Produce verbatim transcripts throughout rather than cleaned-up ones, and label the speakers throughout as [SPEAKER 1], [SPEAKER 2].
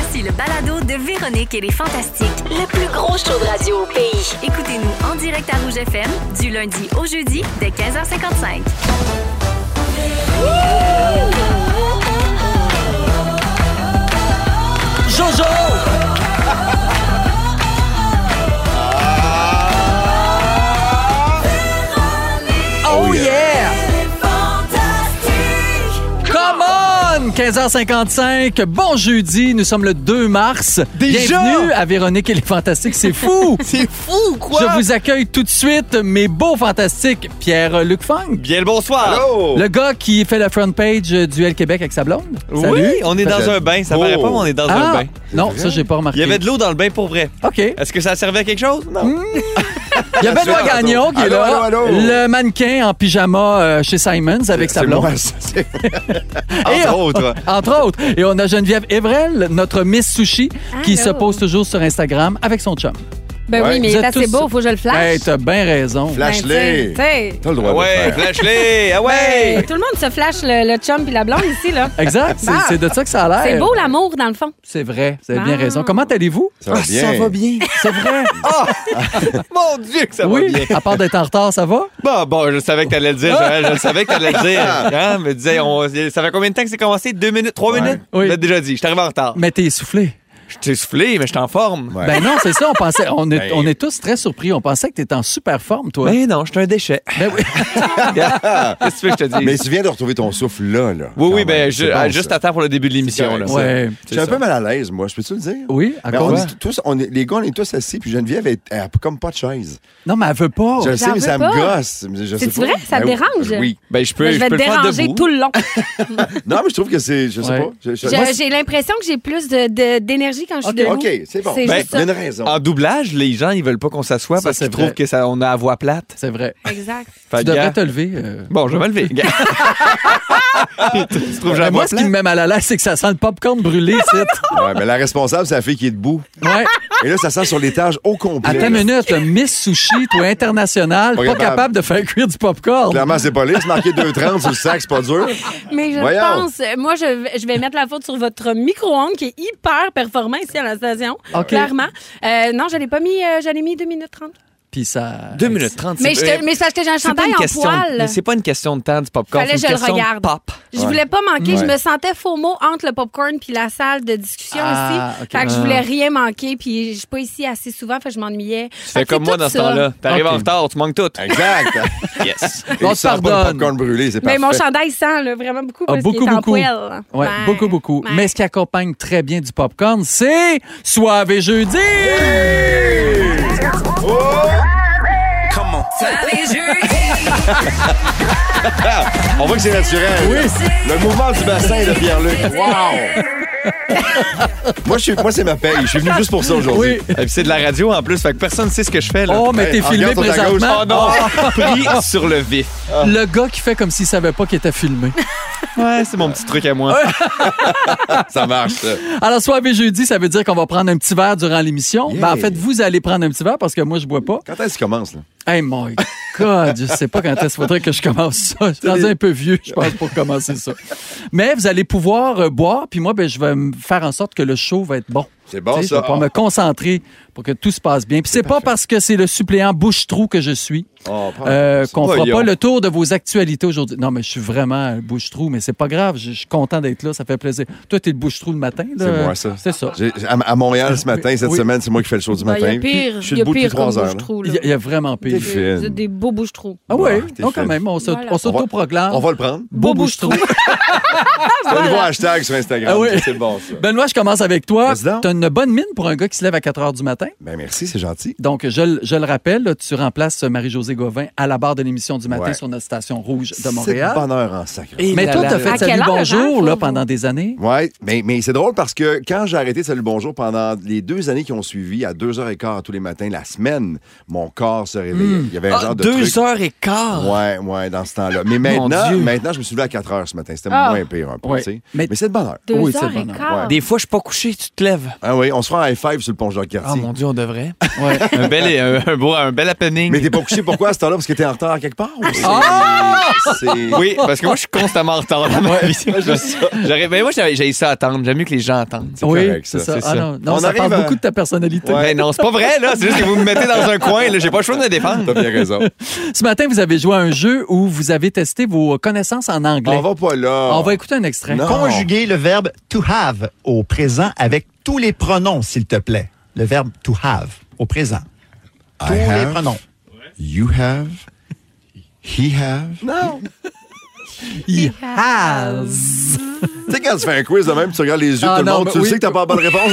[SPEAKER 1] Voici le balado de Véronique et les Fantastiques. Le plus gros show de radio au pays. Écoutez-nous en direct à Rouge F M du lundi au jeudi dès quinze heures cinquante-cinq.
[SPEAKER 2] Jojo! Oh yeah! Come on! quinze heures cinquante-cinq, bon jeudi, nous sommes le deux mars.
[SPEAKER 3] Déjà?
[SPEAKER 2] Bienvenue à Véronique et les Fantastiques, c'est fou!
[SPEAKER 3] C'est fou, quoi?
[SPEAKER 2] Je vous accueille tout de suite, mes beaux fantastiques, Pierre-Luc Funk.
[SPEAKER 3] Bien le bonsoir.
[SPEAKER 4] Allô?
[SPEAKER 2] Le gars qui fait la front page du L Québec avec sa blonde.
[SPEAKER 3] Oui,
[SPEAKER 2] Salut.
[SPEAKER 3] on est dans
[SPEAKER 4] Ça fait
[SPEAKER 3] un bain. Ça
[SPEAKER 4] beau.
[SPEAKER 3] paraît pas, mais on est dans un
[SPEAKER 2] Ah,
[SPEAKER 3] bain.
[SPEAKER 2] non, ça, j'ai pas remarqué.
[SPEAKER 3] Il y avait de l'eau dans le bain pour vrai.
[SPEAKER 2] OK.
[SPEAKER 3] Est-ce que ça servait à quelque chose? Non.
[SPEAKER 2] Il y a Benoît Gagnon qui est
[SPEAKER 4] Allô,
[SPEAKER 2] là,
[SPEAKER 4] allô, allô.
[SPEAKER 2] le mannequin en pyjama euh, chez Simons avec sa
[SPEAKER 4] C'est
[SPEAKER 2] blonde.
[SPEAKER 4] moi, ça, c'est-
[SPEAKER 2] Et
[SPEAKER 4] Entre
[SPEAKER 2] on-
[SPEAKER 4] autres.
[SPEAKER 2] Entre autres. Et on a Geneviève Evrel, notre Miss Sushi, qui
[SPEAKER 5] Allô.
[SPEAKER 2] se pose toujours sur Instagram avec son chum.
[SPEAKER 5] Ben
[SPEAKER 4] Ouais.
[SPEAKER 5] oui, mais
[SPEAKER 2] Vous
[SPEAKER 5] il est
[SPEAKER 2] êtes
[SPEAKER 5] assez
[SPEAKER 2] tous-
[SPEAKER 5] beau, faut que je le flash.
[SPEAKER 2] Hey, t'as bien raison.
[SPEAKER 4] Flash-
[SPEAKER 5] Ben,
[SPEAKER 4] Flash-les.
[SPEAKER 5] tu sais,
[SPEAKER 4] T'as le droit
[SPEAKER 3] Ah
[SPEAKER 4] de
[SPEAKER 3] ouais,
[SPEAKER 4] le faire.
[SPEAKER 3] flash-les. Ah
[SPEAKER 5] tu sais,
[SPEAKER 3] ouais.
[SPEAKER 5] tout le monde se flash le, le chum puis la blonde ici, là.
[SPEAKER 2] Exact, c'est
[SPEAKER 5] Ah.
[SPEAKER 2] c'est de ça que ça a l'air.
[SPEAKER 5] C'est beau l'amour, dans le fond.
[SPEAKER 2] C'est vrai, vous avez bien
[SPEAKER 5] Ah.
[SPEAKER 2] raison. Comment allez-vous?
[SPEAKER 4] Ça va bien.
[SPEAKER 3] bien.
[SPEAKER 2] C'est vrai?
[SPEAKER 3] Mon Dieu que ça
[SPEAKER 2] oui,
[SPEAKER 3] va bien.
[SPEAKER 2] à part d'être en retard, ça va?
[SPEAKER 3] Bon, bon, je savais que t'allais le dire. Je, je savais que t'allais le dire. Hein? Me disais, on, ça fait combien de temps que c'est commencé? Deux minutes? Trois
[SPEAKER 4] Ouais.
[SPEAKER 3] minutes?
[SPEAKER 2] Oui.
[SPEAKER 3] Je l'ai déjà dit. Je t'arrive en retard.
[SPEAKER 2] Mais t'es essoufflé.
[SPEAKER 3] Je t'ai soufflé, mais je suis en forme.
[SPEAKER 4] Ouais.
[SPEAKER 2] Ben non, c'est ça, on pensait, on est,
[SPEAKER 4] Ben-
[SPEAKER 2] on est tous très surpris. On pensait que t'étais en super forme, toi.
[SPEAKER 3] Mais non, je suis un déchet.
[SPEAKER 2] Ben oui.
[SPEAKER 3] Qu'est-ce que tu veux que je te dise?
[SPEAKER 4] Mais tu viens de retrouver ton souffle là, là.
[SPEAKER 3] Oui,
[SPEAKER 4] quand
[SPEAKER 3] oui, ben,
[SPEAKER 4] même.
[SPEAKER 3] je-
[SPEAKER 4] C'est bon,
[SPEAKER 3] ah,
[SPEAKER 4] ça.
[SPEAKER 3] juste à temps pour le début de l'émission. là.
[SPEAKER 4] correct,
[SPEAKER 2] Ouais.
[SPEAKER 4] Je suis un peu mal à l'aise, moi. Je peux-tu le dire?
[SPEAKER 2] Oui, à
[SPEAKER 4] Mais on
[SPEAKER 2] cause.
[SPEAKER 4] est tous, on est, les gars, on est tous assis, puis Geneviève, elle, elle a comme pas de chaise.
[SPEAKER 2] Non, mais elle veut pas.
[SPEAKER 4] Je le sais,
[SPEAKER 5] J'en
[SPEAKER 4] mais
[SPEAKER 5] veux
[SPEAKER 4] ça me
[SPEAKER 5] pas.
[SPEAKER 4] gosse. Je sais
[SPEAKER 5] C'est-tu
[SPEAKER 4] pas.
[SPEAKER 5] vrai? Ça te
[SPEAKER 4] Ben oui.
[SPEAKER 5] dérange?
[SPEAKER 4] Oui.
[SPEAKER 3] Ben, je peux,
[SPEAKER 5] Ben,
[SPEAKER 3] je
[SPEAKER 5] je vais
[SPEAKER 3] peux
[SPEAKER 5] te
[SPEAKER 3] le faire
[SPEAKER 5] déranger
[SPEAKER 3] debout.
[SPEAKER 5] tout le long.
[SPEAKER 4] Non, mais je trouve que c'est. Je sais
[SPEAKER 2] Ouais.
[SPEAKER 4] pas. Je- je-
[SPEAKER 5] Je-
[SPEAKER 4] moi,
[SPEAKER 5] J'ai l'impression que j'ai plus de- de- d'énergie quand je suis
[SPEAKER 2] Ok,
[SPEAKER 5] debout.
[SPEAKER 4] OK, c'est bon.
[SPEAKER 5] C'est
[SPEAKER 4] Ben,
[SPEAKER 5] juste
[SPEAKER 4] il y a
[SPEAKER 5] ça.
[SPEAKER 4] une raison.
[SPEAKER 3] En doublage, les gens, ils veulent pas qu'on s'assoie
[SPEAKER 2] Ça,
[SPEAKER 3] parce
[SPEAKER 2] c'est
[SPEAKER 3] qu'ils trouvent
[SPEAKER 2] vrai.
[SPEAKER 3] que ça, on a la voix plate.
[SPEAKER 2] C'est vrai.
[SPEAKER 5] Exact.
[SPEAKER 3] Fait
[SPEAKER 2] Tu
[SPEAKER 3] que,
[SPEAKER 2] devrais
[SPEAKER 3] gars,
[SPEAKER 2] te lever. euh.
[SPEAKER 3] Bon, je vais me lever. Gars. tu trouves que j'ai la
[SPEAKER 2] Ben, moi,
[SPEAKER 3] voix
[SPEAKER 2] ce qui me
[SPEAKER 3] plate?
[SPEAKER 2] met mal à l'aise, c'est que ça sent le popcorn brûlé, c'est.
[SPEAKER 4] Ouais, mais la responsable, c'est la fille qui est debout.
[SPEAKER 2] Ouais.
[SPEAKER 4] Et là, ça sent sur l'étage au complet.
[SPEAKER 2] Attends une minute, le Miss Sushi, toi, international, pas,
[SPEAKER 4] Pas capable.
[SPEAKER 2] capable de faire cuire du popcorn.
[SPEAKER 4] Clairement, c'est pas lisse. Marqué deux trente sur le sac, c'est pas dur.
[SPEAKER 5] Mais je
[SPEAKER 4] Voyons.
[SPEAKER 5] pense, euh, moi, je, vais- je vais mettre la faute sur votre micro-ondes qui est hyper performant ici à la station.
[SPEAKER 2] OK.
[SPEAKER 5] Clairement. Euh, non, je l'ai pas mis, euh, je l'ai mis deux minutes trente.
[SPEAKER 2] Puis ça.
[SPEAKER 3] deux minutes trente.
[SPEAKER 5] Mais, je
[SPEAKER 3] c'est-
[SPEAKER 5] te- mais c'est parce que j'ai un
[SPEAKER 3] c'est pas
[SPEAKER 5] chandail
[SPEAKER 3] une
[SPEAKER 5] en
[SPEAKER 3] question,
[SPEAKER 5] poil.
[SPEAKER 3] mais c'est pas une question de temps du popcorn,
[SPEAKER 5] Fallait
[SPEAKER 3] c'est
[SPEAKER 5] que
[SPEAKER 3] une
[SPEAKER 5] je le
[SPEAKER 3] question de
[SPEAKER 5] regarde.
[SPEAKER 3] pop.
[SPEAKER 5] Je
[SPEAKER 4] Ouais.
[SPEAKER 5] voulais pas manquer. Je
[SPEAKER 4] Ouais.
[SPEAKER 5] me sentais faux mot entre le popcorn puis la salle de discussion
[SPEAKER 2] Ah,
[SPEAKER 5] ici.
[SPEAKER 2] ok.
[SPEAKER 5] Fait que je
[SPEAKER 2] Ah.
[SPEAKER 5] voulais rien manquer. Puis je suis pas ici assez souvent. Fait que je m'ennuyais.
[SPEAKER 3] Tu fais comme moi dans ce temps-là. T'arrives
[SPEAKER 2] Ok.
[SPEAKER 3] en retard, tu manques tout.
[SPEAKER 4] Exact.
[SPEAKER 3] Yes.
[SPEAKER 4] Et
[SPEAKER 2] On
[SPEAKER 4] tu
[SPEAKER 2] te
[SPEAKER 4] sens pas le
[SPEAKER 2] pardonne.
[SPEAKER 4] popcorn brûlé, c'est
[SPEAKER 5] Mais
[SPEAKER 4] parfait.
[SPEAKER 5] mon chandail sent là, vraiment beaucoup
[SPEAKER 2] Ah,
[SPEAKER 5] parce
[SPEAKER 2] beaucoup,
[SPEAKER 5] qu'il est en
[SPEAKER 2] beaucoup.
[SPEAKER 5] poêle.
[SPEAKER 2] Ouais,
[SPEAKER 5] Ouais.
[SPEAKER 2] beaucoup, beaucoup.
[SPEAKER 5] Ouais.
[SPEAKER 2] Mais ce qui accompagne très bien du popcorn, c'est Soave et jeudi!
[SPEAKER 4] On voit que c'est naturel. Oui. Le mouvement du bassin de Pierre-Luc. Wow! moi, je suis, moi, c'est ma paye. Je suis venu juste pour ça aujourd'hui.
[SPEAKER 2] Oui.
[SPEAKER 3] Et puis c'est de la radio en plus, fait que personne ne sait ce que je fais là.
[SPEAKER 2] Oh, mais
[SPEAKER 4] Hey,
[SPEAKER 2] t'es filmé
[SPEAKER 4] regarde sur ta gauche.
[SPEAKER 2] présentement.
[SPEAKER 3] Oh non, pris sur le vif.
[SPEAKER 2] Le gars qui fait comme s'il savait pas qu'il était filmé.
[SPEAKER 3] Ouais, c'est mon petit truc à moi.
[SPEAKER 4] Ça marche, ça.
[SPEAKER 2] Alors, Soave et jeudi, ça veut dire qu'on va prendre un petit verre durant l'émission.
[SPEAKER 4] Yeah.
[SPEAKER 2] Ben, en fait, vous allez prendre un petit verre parce que moi, je bois pas.
[SPEAKER 4] Quand est-ce qu'il commence, là?
[SPEAKER 2] Hey, my God, je sais pas quand est-ce qu'il faudrait que je commence ça. Je suis rendu un peu vieux, je pense, pour commencer ça. Mais vous allez pouvoir euh, boire, puis moi, ben, je vais me faire en sorte que le show va être bon.
[SPEAKER 4] C'est bon,
[SPEAKER 2] Tu sais,
[SPEAKER 4] ça.
[SPEAKER 2] Je vais pouvoir me concentrer pour que tout se passe bien. Puis c'est pas parce que c'est le suppléant bouche-trou que je suis
[SPEAKER 4] Oh, prends-
[SPEAKER 2] euh, qu'on fera
[SPEAKER 3] Voyons.
[SPEAKER 2] pas le tour de vos actualités aujourd'hui. Non, mais je suis vraiment un bouche-trou, mais c'est pas grave. Je je suis content d'être là, ça fait plaisir. Toi, t'es le bouche-trou le matin. là.
[SPEAKER 4] C'est moi, ça.
[SPEAKER 2] C'est ça.
[SPEAKER 4] J'ai- à, à Montréal, ce matin, cette
[SPEAKER 2] Oui.
[SPEAKER 4] semaine, c'est moi qui fais le show du
[SPEAKER 5] Ben, Il
[SPEAKER 4] matin.
[SPEAKER 5] y a pire,
[SPEAKER 4] Je suis
[SPEAKER 5] il y a
[SPEAKER 4] debout depuis
[SPEAKER 5] pire comme
[SPEAKER 4] trois heures. là.
[SPEAKER 5] bouche-trou.
[SPEAKER 2] Il y, a- il y a vraiment pire.
[SPEAKER 4] T'es fine.
[SPEAKER 5] Vous êtes des beaux bouche-trous.
[SPEAKER 2] Ah oui,
[SPEAKER 4] Ouais, t'es
[SPEAKER 2] non, quand
[SPEAKER 4] fine.
[SPEAKER 2] même, on s'auto-
[SPEAKER 5] Voilà.
[SPEAKER 2] on s'autoproclame.
[SPEAKER 4] On va le prendre.
[SPEAKER 2] Beau bouche-trou.
[SPEAKER 4] C'est un nouveau hashtag sur Instagram.
[SPEAKER 2] Ah oui.
[SPEAKER 4] C'est bon, ça.
[SPEAKER 2] Benoît, je commence avec toi.
[SPEAKER 4] Président.
[SPEAKER 2] T'as une bonne mine pour un gars qui se lève à quatre heures du matin.
[SPEAKER 4] Ben merci, c'est gentil.
[SPEAKER 2] Donc, je, le- je le rappelle, là, tu remplaces Marie-Josée Gauvin à la barre de l'émission du matin
[SPEAKER 4] Ouais.
[SPEAKER 2] sur notre station rouge de
[SPEAKER 4] C'est
[SPEAKER 2] Montréal.
[SPEAKER 4] de bonheur en sacré.
[SPEAKER 3] Et
[SPEAKER 2] Mais
[SPEAKER 3] là
[SPEAKER 2] toi,
[SPEAKER 3] là
[SPEAKER 2] t'as
[SPEAKER 3] là.
[SPEAKER 2] fait
[SPEAKER 5] À
[SPEAKER 2] Salut
[SPEAKER 5] quelle heure,
[SPEAKER 2] Bonjour
[SPEAKER 5] hein,
[SPEAKER 2] là,
[SPEAKER 5] faut-
[SPEAKER 2] pendant des années.
[SPEAKER 4] Oui, mais, mais c'est drôle parce que quand j'ai arrêté Salut Bonjour pendant les deux années qui ont suivi, à deux heures quinze tous les matins, la semaine, mon corps se réveillait. Il y avait un
[SPEAKER 3] Ah,
[SPEAKER 4] genre de
[SPEAKER 3] deux
[SPEAKER 4] truc.
[SPEAKER 3] heures et quart.
[SPEAKER 4] Ouais, ouais, dans ce temps-là. Mais
[SPEAKER 3] Mon
[SPEAKER 4] maintenant,
[SPEAKER 3] Dieu.
[SPEAKER 4] maintenant, je me suis levé à quatre heures ce matin. C'était
[SPEAKER 5] Ah.
[SPEAKER 4] moins pire un peu,
[SPEAKER 2] Ouais.
[SPEAKER 4] tu sais.
[SPEAKER 2] Mais-
[SPEAKER 4] Mais, c'est de bonheur.
[SPEAKER 5] Deux
[SPEAKER 2] Oui, c'est
[SPEAKER 5] heures
[SPEAKER 2] bon,
[SPEAKER 5] et
[SPEAKER 2] ouais.
[SPEAKER 5] quart.
[SPEAKER 3] Des fois, je suis pas couché, tu te lèves.
[SPEAKER 4] Hein? Ah oui, on se fera un high five sur le pont Jacques-Cartier.
[SPEAKER 3] Ah, mon Dieu, on devrait.
[SPEAKER 2] Ouais.
[SPEAKER 3] un, bel, un, un, beau, un bel happening.
[SPEAKER 4] Mais t'es pas couché pourquoi à cette heure-là? Parce que t'es en retard quelque part? Ou c'est-
[SPEAKER 2] Ah!
[SPEAKER 4] c'est-
[SPEAKER 3] Oui, parce que moi, je suis constamment en retard dans ma vie. J'aurais- ben, moi, j'ai j'ai ça à attendre. J'aime mieux que les gens attendent.
[SPEAKER 2] Oui,
[SPEAKER 4] correct,
[SPEAKER 2] c'est
[SPEAKER 4] ça,
[SPEAKER 2] ça.
[SPEAKER 3] c'est
[SPEAKER 2] Ah
[SPEAKER 3] ça.
[SPEAKER 2] non, non
[SPEAKER 4] On
[SPEAKER 2] ça
[SPEAKER 4] arrive
[SPEAKER 2] parle
[SPEAKER 4] à-
[SPEAKER 2] beaucoup de ta personnalité.
[SPEAKER 3] Ben non, c'est pas vrai, là. C'est juste que vous me mettez dans un coin. Là. J'ai pas le choix de me défendre.
[SPEAKER 4] T'as bien raison.
[SPEAKER 2] Ce matin, vous avez joué à un jeu où vous avez testé vos connaissances en anglais.
[SPEAKER 4] On va pas là.
[SPEAKER 2] On va écouter un extrait.
[SPEAKER 4] Non.
[SPEAKER 6] Conjuguer le verbe to have au présent avec tous les pronoms, s'il te plaît. Le verbe to have au présent. Tous
[SPEAKER 4] I
[SPEAKER 6] les
[SPEAKER 4] have.
[SPEAKER 6] pronoms.
[SPEAKER 4] You have. He have.
[SPEAKER 2] Non. He has.
[SPEAKER 4] Tu sais, quand tu fais un quiz de même, tu regardes les yeux de
[SPEAKER 2] Ah,
[SPEAKER 4] tout le
[SPEAKER 2] non,
[SPEAKER 4] monde,
[SPEAKER 2] mais
[SPEAKER 4] tu le
[SPEAKER 2] oui.
[SPEAKER 4] sais que t'as pas la bonne réponse.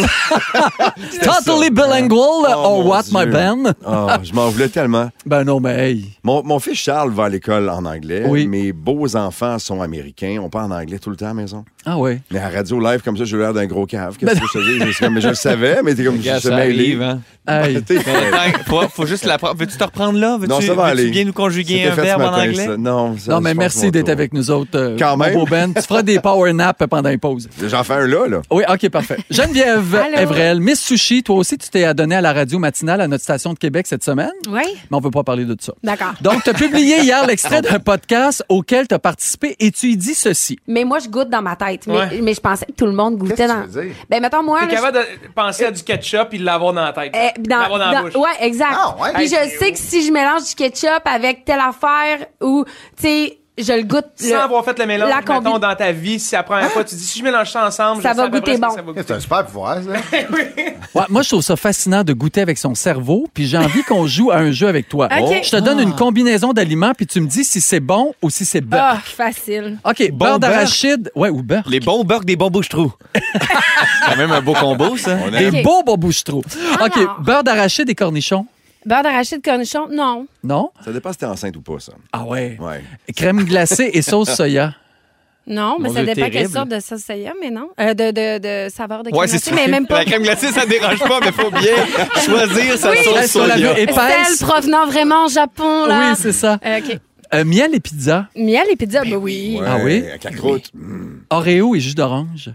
[SPEAKER 2] Totally
[SPEAKER 4] ça.
[SPEAKER 2] bilingual
[SPEAKER 4] Oh,
[SPEAKER 2] or
[SPEAKER 4] mon
[SPEAKER 2] what,
[SPEAKER 4] Dieu.
[SPEAKER 2] my Ben?
[SPEAKER 4] Oh, je m'en voulais tellement.
[SPEAKER 2] Ben non, mais hey.
[SPEAKER 4] Mon, mon fils Charles va à l'école en anglais.
[SPEAKER 2] Oui.
[SPEAKER 4] Mes beaux-enfants sont américains. On parle en anglais tout le temps à la maison.
[SPEAKER 2] Ah oui.
[SPEAKER 4] Mais à radio live, comme ça, j'ai l'air d'un gros cave. Qu'est-ce
[SPEAKER 2] Ben-
[SPEAKER 4] que je te dis? C'est comme, mais je le savais, mais t'es comme...
[SPEAKER 3] Gars,
[SPEAKER 4] je
[SPEAKER 3] ça
[SPEAKER 4] mêlé.
[SPEAKER 3] arrive, hein.
[SPEAKER 2] Hey.
[SPEAKER 4] T'es fait.
[SPEAKER 3] Attends, faut, faut juste la prendre. Veux-tu te reprendre là? Veux-tu,
[SPEAKER 4] Non, ça va
[SPEAKER 3] veux-tu
[SPEAKER 4] aller.
[SPEAKER 3] bien nous conjuguer
[SPEAKER 4] C'était
[SPEAKER 3] un
[SPEAKER 4] fait ce
[SPEAKER 3] verbe en
[SPEAKER 4] matin,
[SPEAKER 3] anglais?
[SPEAKER 4] ça. Non, ça,
[SPEAKER 2] Non,
[SPEAKER 4] je
[SPEAKER 2] mais
[SPEAKER 4] pense
[SPEAKER 2] merci
[SPEAKER 4] mon
[SPEAKER 2] d'être
[SPEAKER 4] tour.
[SPEAKER 2] avec nous autres. euh,
[SPEAKER 4] Quand
[SPEAKER 2] mon
[SPEAKER 4] même.
[SPEAKER 2] beau Ben. Tu feras des power naps pendant les pauses.
[SPEAKER 4] J'en fais un là, là.
[SPEAKER 2] Oui, OK, parfait. Geneviève
[SPEAKER 5] Allô?
[SPEAKER 2] Evrel, Miss Sushi, toi aussi, tu t'es adonnée à la radio matinale à notre station de Québec cette semaine,
[SPEAKER 5] Oui,
[SPEAKER 2] mais on ne veut pas parler de ça.
[SPEAKER 5] d'accord.
[SPEAKER 2] Donc, tu as publié hier l'extrait d'un podcast auquel tu as participé et tu y dis ceci.
[SPEAKER 7] Mais moi, je goûte dans ma tête. Mais,
[SPEAKER 8] Ouais.
[SPEAKER 7] mais je pensais que tout le monde goûtait
[SPEAKER 4] Qu'est-ce
[SPEAKER 7] dans.
[SPEAKER 4] que tu veux dire?
[SPEAKER 7] Ben, mettons, moi.
[SPEAKER 8] T'es
[SPEAKER 7] là,
[SPEAKER 8] capable de penser à du ketchup et de l'avoir dans la tête.
[SPEAKER 7] je- eh, dans-
[SPEAKER 8] l'avoir dans la
[SPEAKER 7] dans-
[SPEAKER 8] bouche.
[SPEAKER 7] Ouais, exact.
[SPEAKER 4] Ah, ouais.
[SPEAKER 7] Puis
[SPEAKER 8] Hey,
[SPEAKER 7] je
[SPEAKER 8] c'est
[SPEAKER 7] sais que si je mélange du ketchup avec telle affaire ou, tu sais, je le goûte.
[SPEAKER 8] Sans
[SPEAKER 7] le-
[SPEAKER 8] avoir fait le mélange,
[SPEAKER 7] la
[SPEAKER 8] mettons,
[SPEAKER 7] combi-
[SPEAKER 8] dans ta vie, si c'est la première fois, tu dis, si je mélange ça ensemble,
[SPEAKER 7] Ça
[SPEAKER 8] je
[SPEAKER 7] va
[SPEAKER 8] sais à peu
[SPEAKER 7] goûter
[SPEAKER 8] près ce que
[SPEAKER 7] bon.
[SPEAKER 8] ça va goûter.
[SPEAKER 4] C'est un super pouvoir, ça.
[SPEAKER 2] Ouais, moi, je trouve ça fascinant de goûter avec son cerveau, puis j'ai envie qu'on joue à un jeu avec toi.
[SPEAKER 5] OK.
[SPEAKER 2] Je te donne une combinaison d'aliments, puis tu me dis si c'est bon ou si c'est beurre.
[SPEAKER 5] Ah, facile.
[SPEAKER 2] OK,
[SPEAKER 3] Bon
[SPEAKER 2] beurre
[SPEAKER 3] beurre.
[SPEAKER 2] d'arachide. Ouais, ou beurre.
[SPEAKER 3] Les bons burks des bons bouches-trous. c'est quand même un beau combo, ça.
[SPEAKER 4] On
[SPEAKER 2] Des
[SPEAKER 4] aime.
[SPEAKER 5] OK.
[SPEAKER 2] beaux beaux bouches-trous. OK,
[SPEAKER 5] non.
[SPEAKER 2] beurre d'arachide et cornichons.
[SPEAKER 5] Beurre d'arachide cornichon? Non.
[SPEAKER 2] Non?
[SPEAKER 4] Ça dépend si t'es enceinte ou pas, ça.
[SPEAKER 2] Ah ouais.
[SPEAKER 4] Ouais.
[SPEAKER 2] Crème glacée et sauce soya.
[SPEAKER 5] Non, mais
[SPEAKER 3] Mon
[SPEAKER 5] ça
[SPEAKER 3] Dieu,
[SPEAKER 5] dépend quelle
[SPEAKER 3] terrible.
[SPEAKER 5] sorte de sauce soya, mais non. Euh, de, de, de saveur de crème
[SPEAKER 3] Ouais, c'est
[SPEAKER 5] glacée,
[SPEAKER 3] ça.
[SPEAKER 5] mais même pas.
[SPEAKER 3] La crème glacée, ça ne dérange pas, mais faut bien choisir sa sauce
[SPEAKER 2] Reste sur la
[SPEAKER 3] soya.
[SPEAKER 2] vue épaisse.
[SPEAKER 5] Sel provenant vraiment au Japon, là.
[SPEAKER 2] Oui, c'est ça.
[SPEAKER 5] Euh, OK.
[SPEAKER 2] Euh, miel et pizza.
[SPEAKER 5] Miel et pizza, ben oui.
[SPEAKER 2] Ah oui?
[SPEAKER 4] Avec la croûte. Mm.
[SPEAKER 2] Oreo et jus d'orange.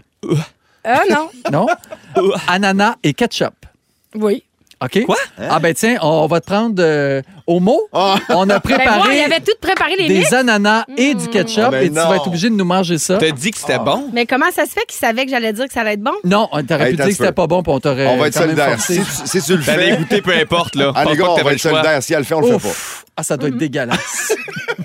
[SPEAKER 5] Ah non.
[SPEAKER 2] Non? Ananas et ketchup.
[SPEAKER 5] Oui.
[SPEAKER 2] OK?
[SPEAKER 3] Quoi?
[SPEAKER 2] Ah ben tiens, on va te prendre euh, au mot.
[SPEAKER 4] Ah.
[SPEAKER 2] On a
[SPEAKER 5] Ben moi, il
[SPEAKER 2] préparé
[SPEAKER 5] avait tout préparé les mix.
[SPEAKER 2] des ananas et du ketchup
[SPEAKER 4] Oh, mais
[SPEAKER 2] et tu
[SPEAKER 4] non.
[SPEAKER 2] vas être obligé de nous manger ça.
[SPEAKER 3] T'as dit que c'était bon?
[SPEAKER 5] Mais comment ça se fait qu'il savait que j'allais dire que ça allait être bon?
[SPEAKER 2] Non, on t'aurait
[SPEAKER 4] Hey,
[SPEAKER 2] pu
[SPEAKER 4] t'as
[SPEAKER 2] dire que
[SPEAKER 4] du
[SPEAKER 2] c'était
[SPEAKER 4] feu.
[SPEAKER 2] pas bon, puis on t'aurait
[SPEAKER 4] On va être
[SPEAKER 2] quand même
[SPEAKER 4] solidaires.
[SPEAKER 2] forcé.
[SPEAKER 4] Si, tu- si tu le
[SPEAKER 3] T'allais
[SPEAKER 4] fais...
[SPEAKER 3] goûter, peu importe, là.
[SPEAKER 4] Ah,
[SPEAKER 3] Pense
[SPEAKER 4] les
[SPEAKER 3] pas
[SPEAKER 4] gars,
[SPEAKER 3] que
[SPEAKER 4] on
[SPEAKER 3] t'avais
[SPEAKER 4] va
[SPEAKER 3] le
[SPEAKER 4] être
[SPEAKER 3] choix.
[SPEAKER 4] solidaires. Si elle le fait, on le fait pas.
[SPEAKER 2] Ouf! Ah, ça doit être dégueulasse.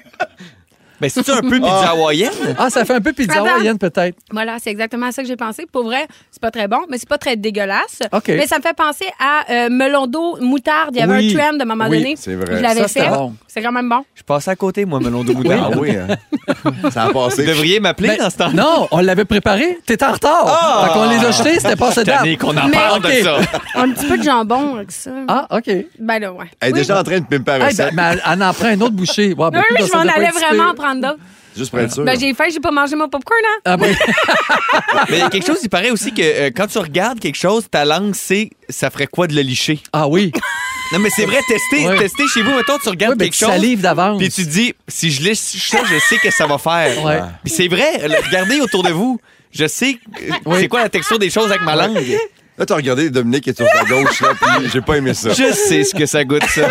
[SPEAKER 3] Ben, c'est-tu un peu pizza hawaïenne?
[SPEAKER 2] Ah, ça fait un peu pizza
[SPEAKER 5] Attends.
[SPEAKER 2] hawaïenne, peut-être.
[SPEAKER 5] Voilà, c'est exactement ça que j'ai pensé. Pour vrai, c'est pas très bon, mais c'est pas très dégueulasse.
[SPEAKER 2] OK.
[SPEAKER 5] Mais ça me fait penser à euh, melon d'eau, moutarde. Il y avait
[SPEAKER 2] Oui.
[SPEAKER 5] un trend à un moment
[SPEAKER 2] Oui,
[SPEAKER 5] donné.
[SPEAKER 4] c'est vrai.
[SPEAKER 5] Je l'avais
[SPEAKER 2] Ça, c'était
[SPEAKER 5] fait.
[SPEAKER 2] bon.
[SPEAKER 5] C'est quand même bon.
[SPEAKER 3] Je passais à côté, moi, melon de
[SPEAKER 4] Ah
[SPEAKER 3] moutarde.
[SPEAKER 4] oui, hein. Ça a
[SPEAKER 3] Vous
[SPEAKER 4] passé.
[SPEAKER 3] devriez m'appeler
[SPEAKER 2] Ben,
[SPEAKER 3] dans ce temps.
[SPEAKER 2] non, on l'avait préparé. T'étais en retard.
[SPEAKER 3] Ah!
[SPEAKER 2] Fait qu'on les a jetés, c'était pas cette date.
[SPEAKER 3] Tanné qu'on en
[SPEAKER 5] Mais-
[SPEAKER 3] parle
[SPEAKER 2] OK.
[SPEAKER 3] de ça.
[SPEAKER 5] Un petit peu de jambon avec ça.
[SPEAKER 2] Ah, OK.
[SPEAKER 5] Ben là, ouais.
[SPEAKER 4] Elle est
[SPEAKER 5] Oui.
[SPEAKER 4] déjà en train de pimper la
[SPEAKER 2] Hey,
[SPEAKER 4] recette.
[SPEAKER 2] ben, mais elle en prend un autre bouchée. Ouais, ben,
[SPEAKER 5] Oui,
[SPEAKER 2] tout
[SPEAKER 5] je
[SPEAKER 2] ça
[SPEAKER 5] m'en
[SPEAKER 2] doit pas
[SPEAKER 5] allais
[SPEAKER 2] être si
[SPEAKER 5] vraiment en
[SPEAKER 2] pire.
[SPEAKER 5] prendre d'autres.
[SPEAKER 4] Juste pour être sûr.
[SPEAKER 5] Ben j'ai faim, j'ai pas mangé mon popcorn, hein?
[SPEAKER 2] Ah, ben,
[SPEAKER 3] Mais il y a quelque chose, il paraît aussi que euh, quand tu regardes quelque chose, ta langue sait ça ferait quoi de le licher.
[SPEAKER 2] ah oui.
[SPEAKER 3] Non, mais c'est vrai, tester,
[SPEAKER 2] Ouais.
[SPEAKER 3] tester chez vous. Mettons, tu regardes
[SPEAKER 2] Oui, ben,
[SPEAKER 3] quelque
[SPEAKER 2] tu
[SPEAKER 3] chose.
[SPEAKER 2] salives d'avance.
[SPEAKER 3] Puis tu dis, si je liche ça, je sais que ça va faire.
[SPEAKER 2] Ouais.
[SPEAKER 3] Puis c'est vrai, là, regardez autour de vous. Je sais euh,
[SPEAKER 2] Oui.
[SPEAKER 3] c'est quoi la texture des choses avec ma langue.
[SPEAKER 4] Là, t'as regardé Dominique qui est sur ta gauche, là, puis j'ai pas aimé ça.
[SPEAKER 3] Je sais ce que ça goûte, ça.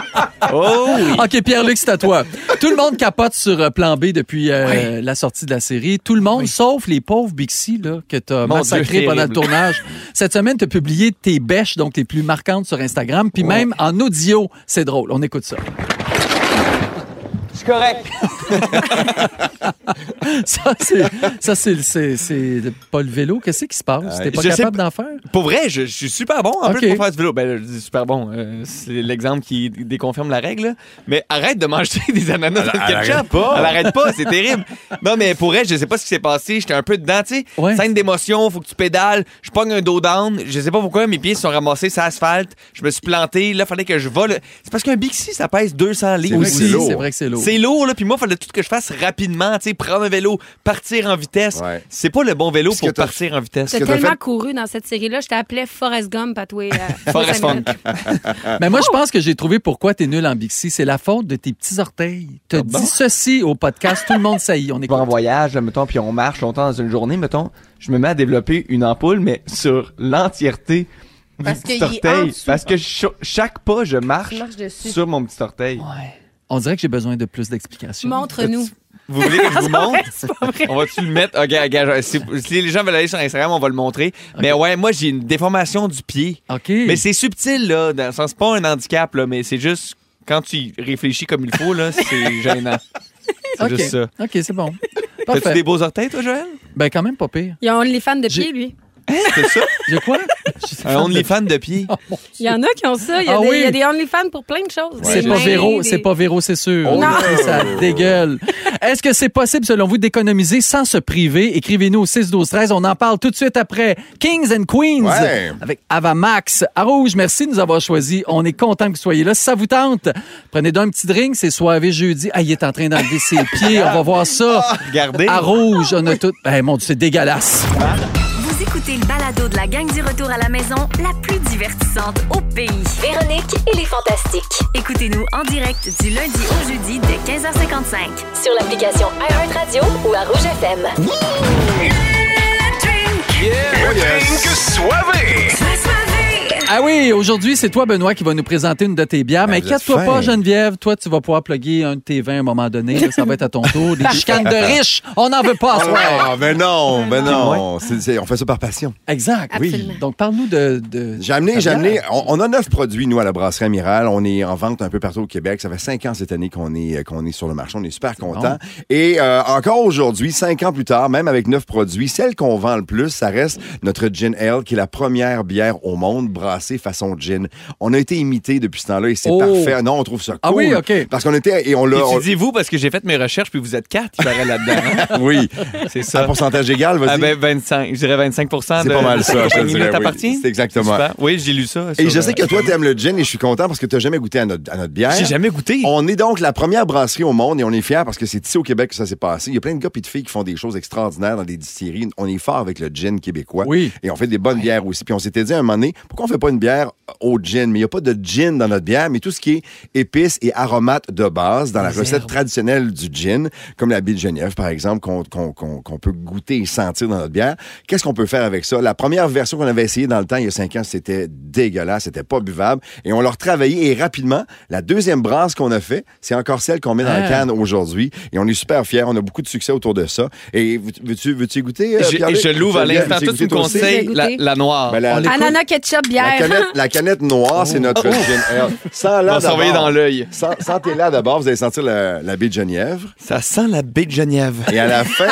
[SPEAKER 3] Oh oui.
[SPEAKER 2] OK, Pierre-Luc, c'est à toi. Tout le monde capote sur euh, Plan B depuis euh, la sortie de la série. Tout le monde, sauf les pauvres Bixi là, que tu as
[SPEAKER 3] Mon
[SPEAKER 2] massacrés
[SPEAKER 3] Dieu,
[SPEAKER 2] pendant le
[SPEAKER 3] terrible.
[SPEAKER 2] tournage. Cette semaine, tu as publié tes bêches, donc les plus marquantes sur Instagram, puis même en audio. C'est drôle. On écoute ça.
[SPEAKER 8] C'est correct.
[SPEAKER 2] Ça, c'est, ça, c'est, c'est, c'est pas le vélo. Qu'est-ce qui se passe? T'es pas
[SPEAKER 3] je sais
[SPEAKER 2] capable
[SPEAKER 3] pas.
[SPEAKER 2] d'en faire?
[SPEAKER 3] Pour vrai, je, je suis super bon en
[SPEAKER 2] OK.
[SPEAKER 3] plus pour faire du vélo. Ben, je dis super bon. euh, c'est l'exemple qui déconfirme la règle. là. Mais arrête de manger des ananas dans le
[SPEAKER 4] elle
[SPEAKER 3] ketchup.
[SPEAKER 4] arrête pas.
[SPEAKER 3] Elle arrête pas, c'est terrible. Non, mais pour vrai, je sais pas ce qui s'est passé. J'étais un peu dedans, tu sais.
[SPEAKER 2] Ouais.
[SPEAKER 3] Scène d'émotion, faut que tu pédales. Je pogne un dos down. Je sais pas pourquoi, mes pieds se sont ramassés sur l'asphalte. Je me suis planté. Là, fallait que je vole. C'est parce qu'un Bixi, ça pèse deux cents livres.
[SPEAKER 4] vrai que c'est
[SPEAKER 2] Aussi,
[SPEAKER 4] lourd.
[SPEAKER 2] c'est vrai que c'est lourd.
[SPEAKER 3] C'est lourd, là. Puis moi, il fallait tout que je fasse rapidement, tu sais, prendre un vélo, partir en vitesse.
[SPEAKER 4] Ouais.
[SPEAKER 3] C'est pas le bon vélo
[SPEAKER 4] Parce
[SPEAKER 3] pour
[SPEAKER 4] que t'as-
[SPEAKER 3] partir en vitesse.
[SPEAKER 5] T'as
[SPEAKER 4] que t'as
[SPEAKER 5] tellement
[SPEAKER 4] fait-
[SPEAKER 5] couru dans cette série-là, je t'appelais Forrest Gump à toi. euh,
[SPEAKER 3] Forrest
[SPEAKER 5] cinq minutes.
[SPEAKER 2] Mais moi, je pense que j'ai trouvé pourquoi t'es nul en Bixi. C'est la faute de tes petits orteils. T'as dit ceci au podcast, tout le monde saillit. On
[SPEAKER 9] va en
[SPEAKER 2] écoute.
[SPEAKER 9] voyage, mettons, puis on marche longtemps dans une journée, mettons,
[SPEAKER 3] je me mets à développer une ampoule, mais sur l'entièreté
[SPEAKER 7] Parce
[SPEAKER 3] du petit
[SPEAKER 7] qu'il est en
[SPEAKER 3] orteil.
[SPEAKER 7] dessous.
[SPEAKER 3] Parce que ch- chaque pas, je marche,
[SPEAKER 7] Tu marches dessus.
[SPEAKER 3] sur mon petit orteil.
[SPEAKER 2] Ouais. On dirait que j'ai besoin de plus d'explications.
[SPEAKER 5] Montre-nous.
[SPEAKER 3] Vous voulez que je vous montre?
[SPEAKER 5] C'est pas vrai.
[SPEAKER 3] On va-tu le mettre? OK, OK. Si, si les gens veulent aller sur Instagram, on va le montrer. Mais ouais, moi, j'ai une déformation du pied.
[SPEAKER 2] OK.
[SPEAKER 3] Mais c'est subtil, là. Dans le sens, c'est pas un handicap, là, mais c'est juste, quand tu réfléchis comme il faut, là, c'est gênant. C'est
[SPEAKER 2] OK.
[SPEAKER 3] juste ça.
[SPEAKER 2] OK, c'est bon.
[SPEAKER 3] T'as-tu
[SPEAKER 2] Parfait.
[SPEAKER 3] des beaux orteils, toi, Joël?
[SPEAKER 2] Ben, quand même pas pire.
[SPEAKER 5] Il y a un OnlyFans de
[SPEAKER 2] J'ai-
[SPEAKER 5] pied, lui.
[SPEAKER 3] C'est ça?
[SPEAKER 2] J'ai quoi? Je suis
[SPEAKER 3] Un
[SPEAKER 2] fan de-
[SPEAKER 3] OnlyFans de pied.
[SPEAKER 5] Il y en a qui ont ça. Il y a,
[SPEAKER 2] Ah
[SPEAKER 5] des,
[SPEAKER 2] oui?
[SPEAKER 5] il y a des OnlyFans pour plein de choses.
[SPEAKER 2] C'est
[SPEAKER 5] Des
[SPEAKER 2] pas
[SPEAKER 5] mains,
[SPEAKER 2] Véro,
[SPEAKER 5] des-
[SPEAKER 2] c'est pas Véro, c'est sûr.
[SPEAKER 4] Oh
[SPEAKER 5] Non.
[SPEAKER 2] Ça dégueule. Est-ce que c'est possible, selon vous, d'économiser sans se priver? Écrivez-nous au six douze treize. On en parle tout de suite après Kings and Queens
[SPEAKER 4] Ouais.
[SPEAKER 2] avec Ava Max. À Rouge, merci de nous avoir choisis. On est content que vous soyez là. Si ça vous tente, prenez donc un petit drink. C'est soirée jeudi. Ah, il est en train d'enlever ses pieds. On va voir ça.
[SPEAKER 3] Regardez.
[SPEAKER 2] À Rouge, on a tout. Eh, mon Dieu, c'est dégueulasse.
[SPEAKER 1] Vous écoutez le balado de la gang du retour à la maison, la plus divertissante au pays.
[SPEAKER 9] Véronique et les Fantastiques.
[SPEAKER 1] Écoutez-nous en direct du lundi au jeudi dès quinze heures cinquante-cinq.
[SPEAKER 9] Sur l'application iHeartRadio ou à Rouge F M.
[SPEAKER 2] Ah oui, aujourd'hui, c'est toi, Benoît, qui va nous présenter une de tes bières.
[SPEAKER 4] Ben,
[SPEAKER 2] Mais
[SPEAKER 4] vous êtes
[SPEAKER 2] inquiète-toi pas,
[SPEAKER 4] fin.
[SPEAKER 2] Geneviève. Toi, tu vas pouvoir plugger un de tes vins à un moment donné. Là, ça va être à ton tour. Des chicanes de riches, on n'en veut pas à soir.
[SPEAKER 4] Ah, ben non, ben non. C'est- c'est- on fait ça par passion.
[SPEAKER 2] Exact.
[SPEAKER 5] Absolument.
[SPEAKER 2] Donc, parle-nous de, de.
[SPEAKER 4] J'ai amené,
[SPEAKER 2] ta
[SPEAKER 4] j'ai amené,
[SPEAKER 2] bière.
[SPEAKER 4] on, on a neuf produits, nous, à la Brasserie Amiral. On est en vente un peu partout au Québec. Ça fait cinq ans cette année qu'on est, qu'on est sur le marché. On est super contents. Et euh, encore aujourd'hui, cinq ans plus tard, même avec neuf produits, celle qu'on vend le plus, ça reste notre Gin Ale, qui est la première bière au monde brassée façon gin. On a été imité depuis ce temps-là et c'est
[SPEAKER 2] Oh.
[SPEAKER 4] parfait. Non, on trouve ça cool.
[SPEAKER 2] Ah oui, OK.
[SPEAKER 4] Parce qu'on était, et on l'a...
[SPEAKER 3] Et
[SPEAKER 4] on-
[SPEAKER 3] tu dis vous parce que j'ai fait mes recherches puis vous êtes quatre, il paraît là-dedans. hein?
[SPEAKER 4] Oui.
[SPEAKER 3] C'est
[SPEAKER 4] Un
[SPEAKER 3] ça.
[SPEAKER 4] pourcentage égal, vas-y.
[SPEAKER 3] Ah ben vingt-cinq, je dirais vingt-cinq pour cent
[SPEAKER 4] C'est
[SPEAKER 3] de
[SPEAKER 4] pas mal ça, je te
[SPEAKER 3] compagnie
[SPEAKER 4] dirais,
[SPEAKER 3] là
[SPEAKER 4] oui.
[SPEAKER 3] t'appartient?
[SPEAKER 4] C'est exactement.
[SPEAKER 3] Super. Oui, j'ai lu ça.
[SPEAKER 4] Et
[SPEAKER 3] sur,
[SPEAKER 4] je sais que
[SPEAKER 3] euh,
[SPEAKER 4] toi, t'aimes le gin et je suis content parce que t'as jamais goûté à notre, à notre bière.
[SPEAKER 3] J'ai jamais goûté.
[SPEAKER 4] On est donc la première brasserie au monde et on est fiers parce que c'est ici au Québec que ça s'est passé. Il y a plein de gars et de filles qui font des choses extraordinaires dans des distilleries. On est fort avec le gin québécois.
[SPEAKER 2] Oui.
[SPEAKER 4] Et on fait des bonnes bières aussi. Puis on s'était dit à un moment donné, pourquoi on fait pas une bière au gin? Mais il n'y a pas de gin dans notre bière, mais tout ce qui est épices et aromates de base dans la
[SPEAKER 2] Les
[SPEAKER 4] recette
[SPEAKER 2] herbes.
[SPEAKER 4] traditionnelle du gin, comme la baie de Genève, par exemple, qu'on qu'on- qu'on- qu'on peut goûter et sentir dans notre bière. Qu'est-ce qu'on peut faire avec ça? La première version qu'on avait essayée dans le temps, il y a cinq ans, c'était dégueulasse, c'était pas buvable. Et on l'a retravaillé et rapidement, la deuxième brasse qu'on a fait, c'est encore celle qu'on met dans la
[SPEAKER 2] Ah.
[SPEAKER 4] canne aujourd'hui. Et on est super fiers. On a beaucoup de succès autour de ça. Et veux- veux-tu veux-tu goûter? euh,
[SPEAKER 3] Je,
[SPEAKER 4] Pierre-Luc?
[SPEAKER 3] je l'ouvre à
[SPEAKER 4] Geneviève,
[SPEAKER 3] l'instant.
[SPEAKER 4] veux-tu
[SPEAKER 3] Toi, tu me
[SPEAKER 4] goûter toi aussi?
[SPEAKER 3] conseilles
[SPEAKER 5] J'ai
[SPEAKER 3] la,
[SPEAKER 5] goûté.
[SPEAKER 3] la noire.
[SPEAKER 4] Ben, la-
[SPEAKER 2] On l'écoute.
[SPEAKER 5] Ananas ketchup
[SPEAKER 4] La
[SPEAKER 5] bière.
[SPEAKER 4] canette, la canette noire, c'est notre
[SPEAKER 3] Oh.
[SPEAKER 4] gin ale. Sans
[SPEAKER 3] On
[SPEAKER 4] là
[SPEAKER 3] va s'envoyer
[SPEAKER 4] d'abord.
[SPEAKER 3] dans l'œil.
[SPEAKER 4] Sen- Sentez-la d'abord, vous allez sentir la, la baie de Genièvre.
[SPEAKER 3] Ça sent la baie de Genève.
[SPEAKER 4] Et à la fin...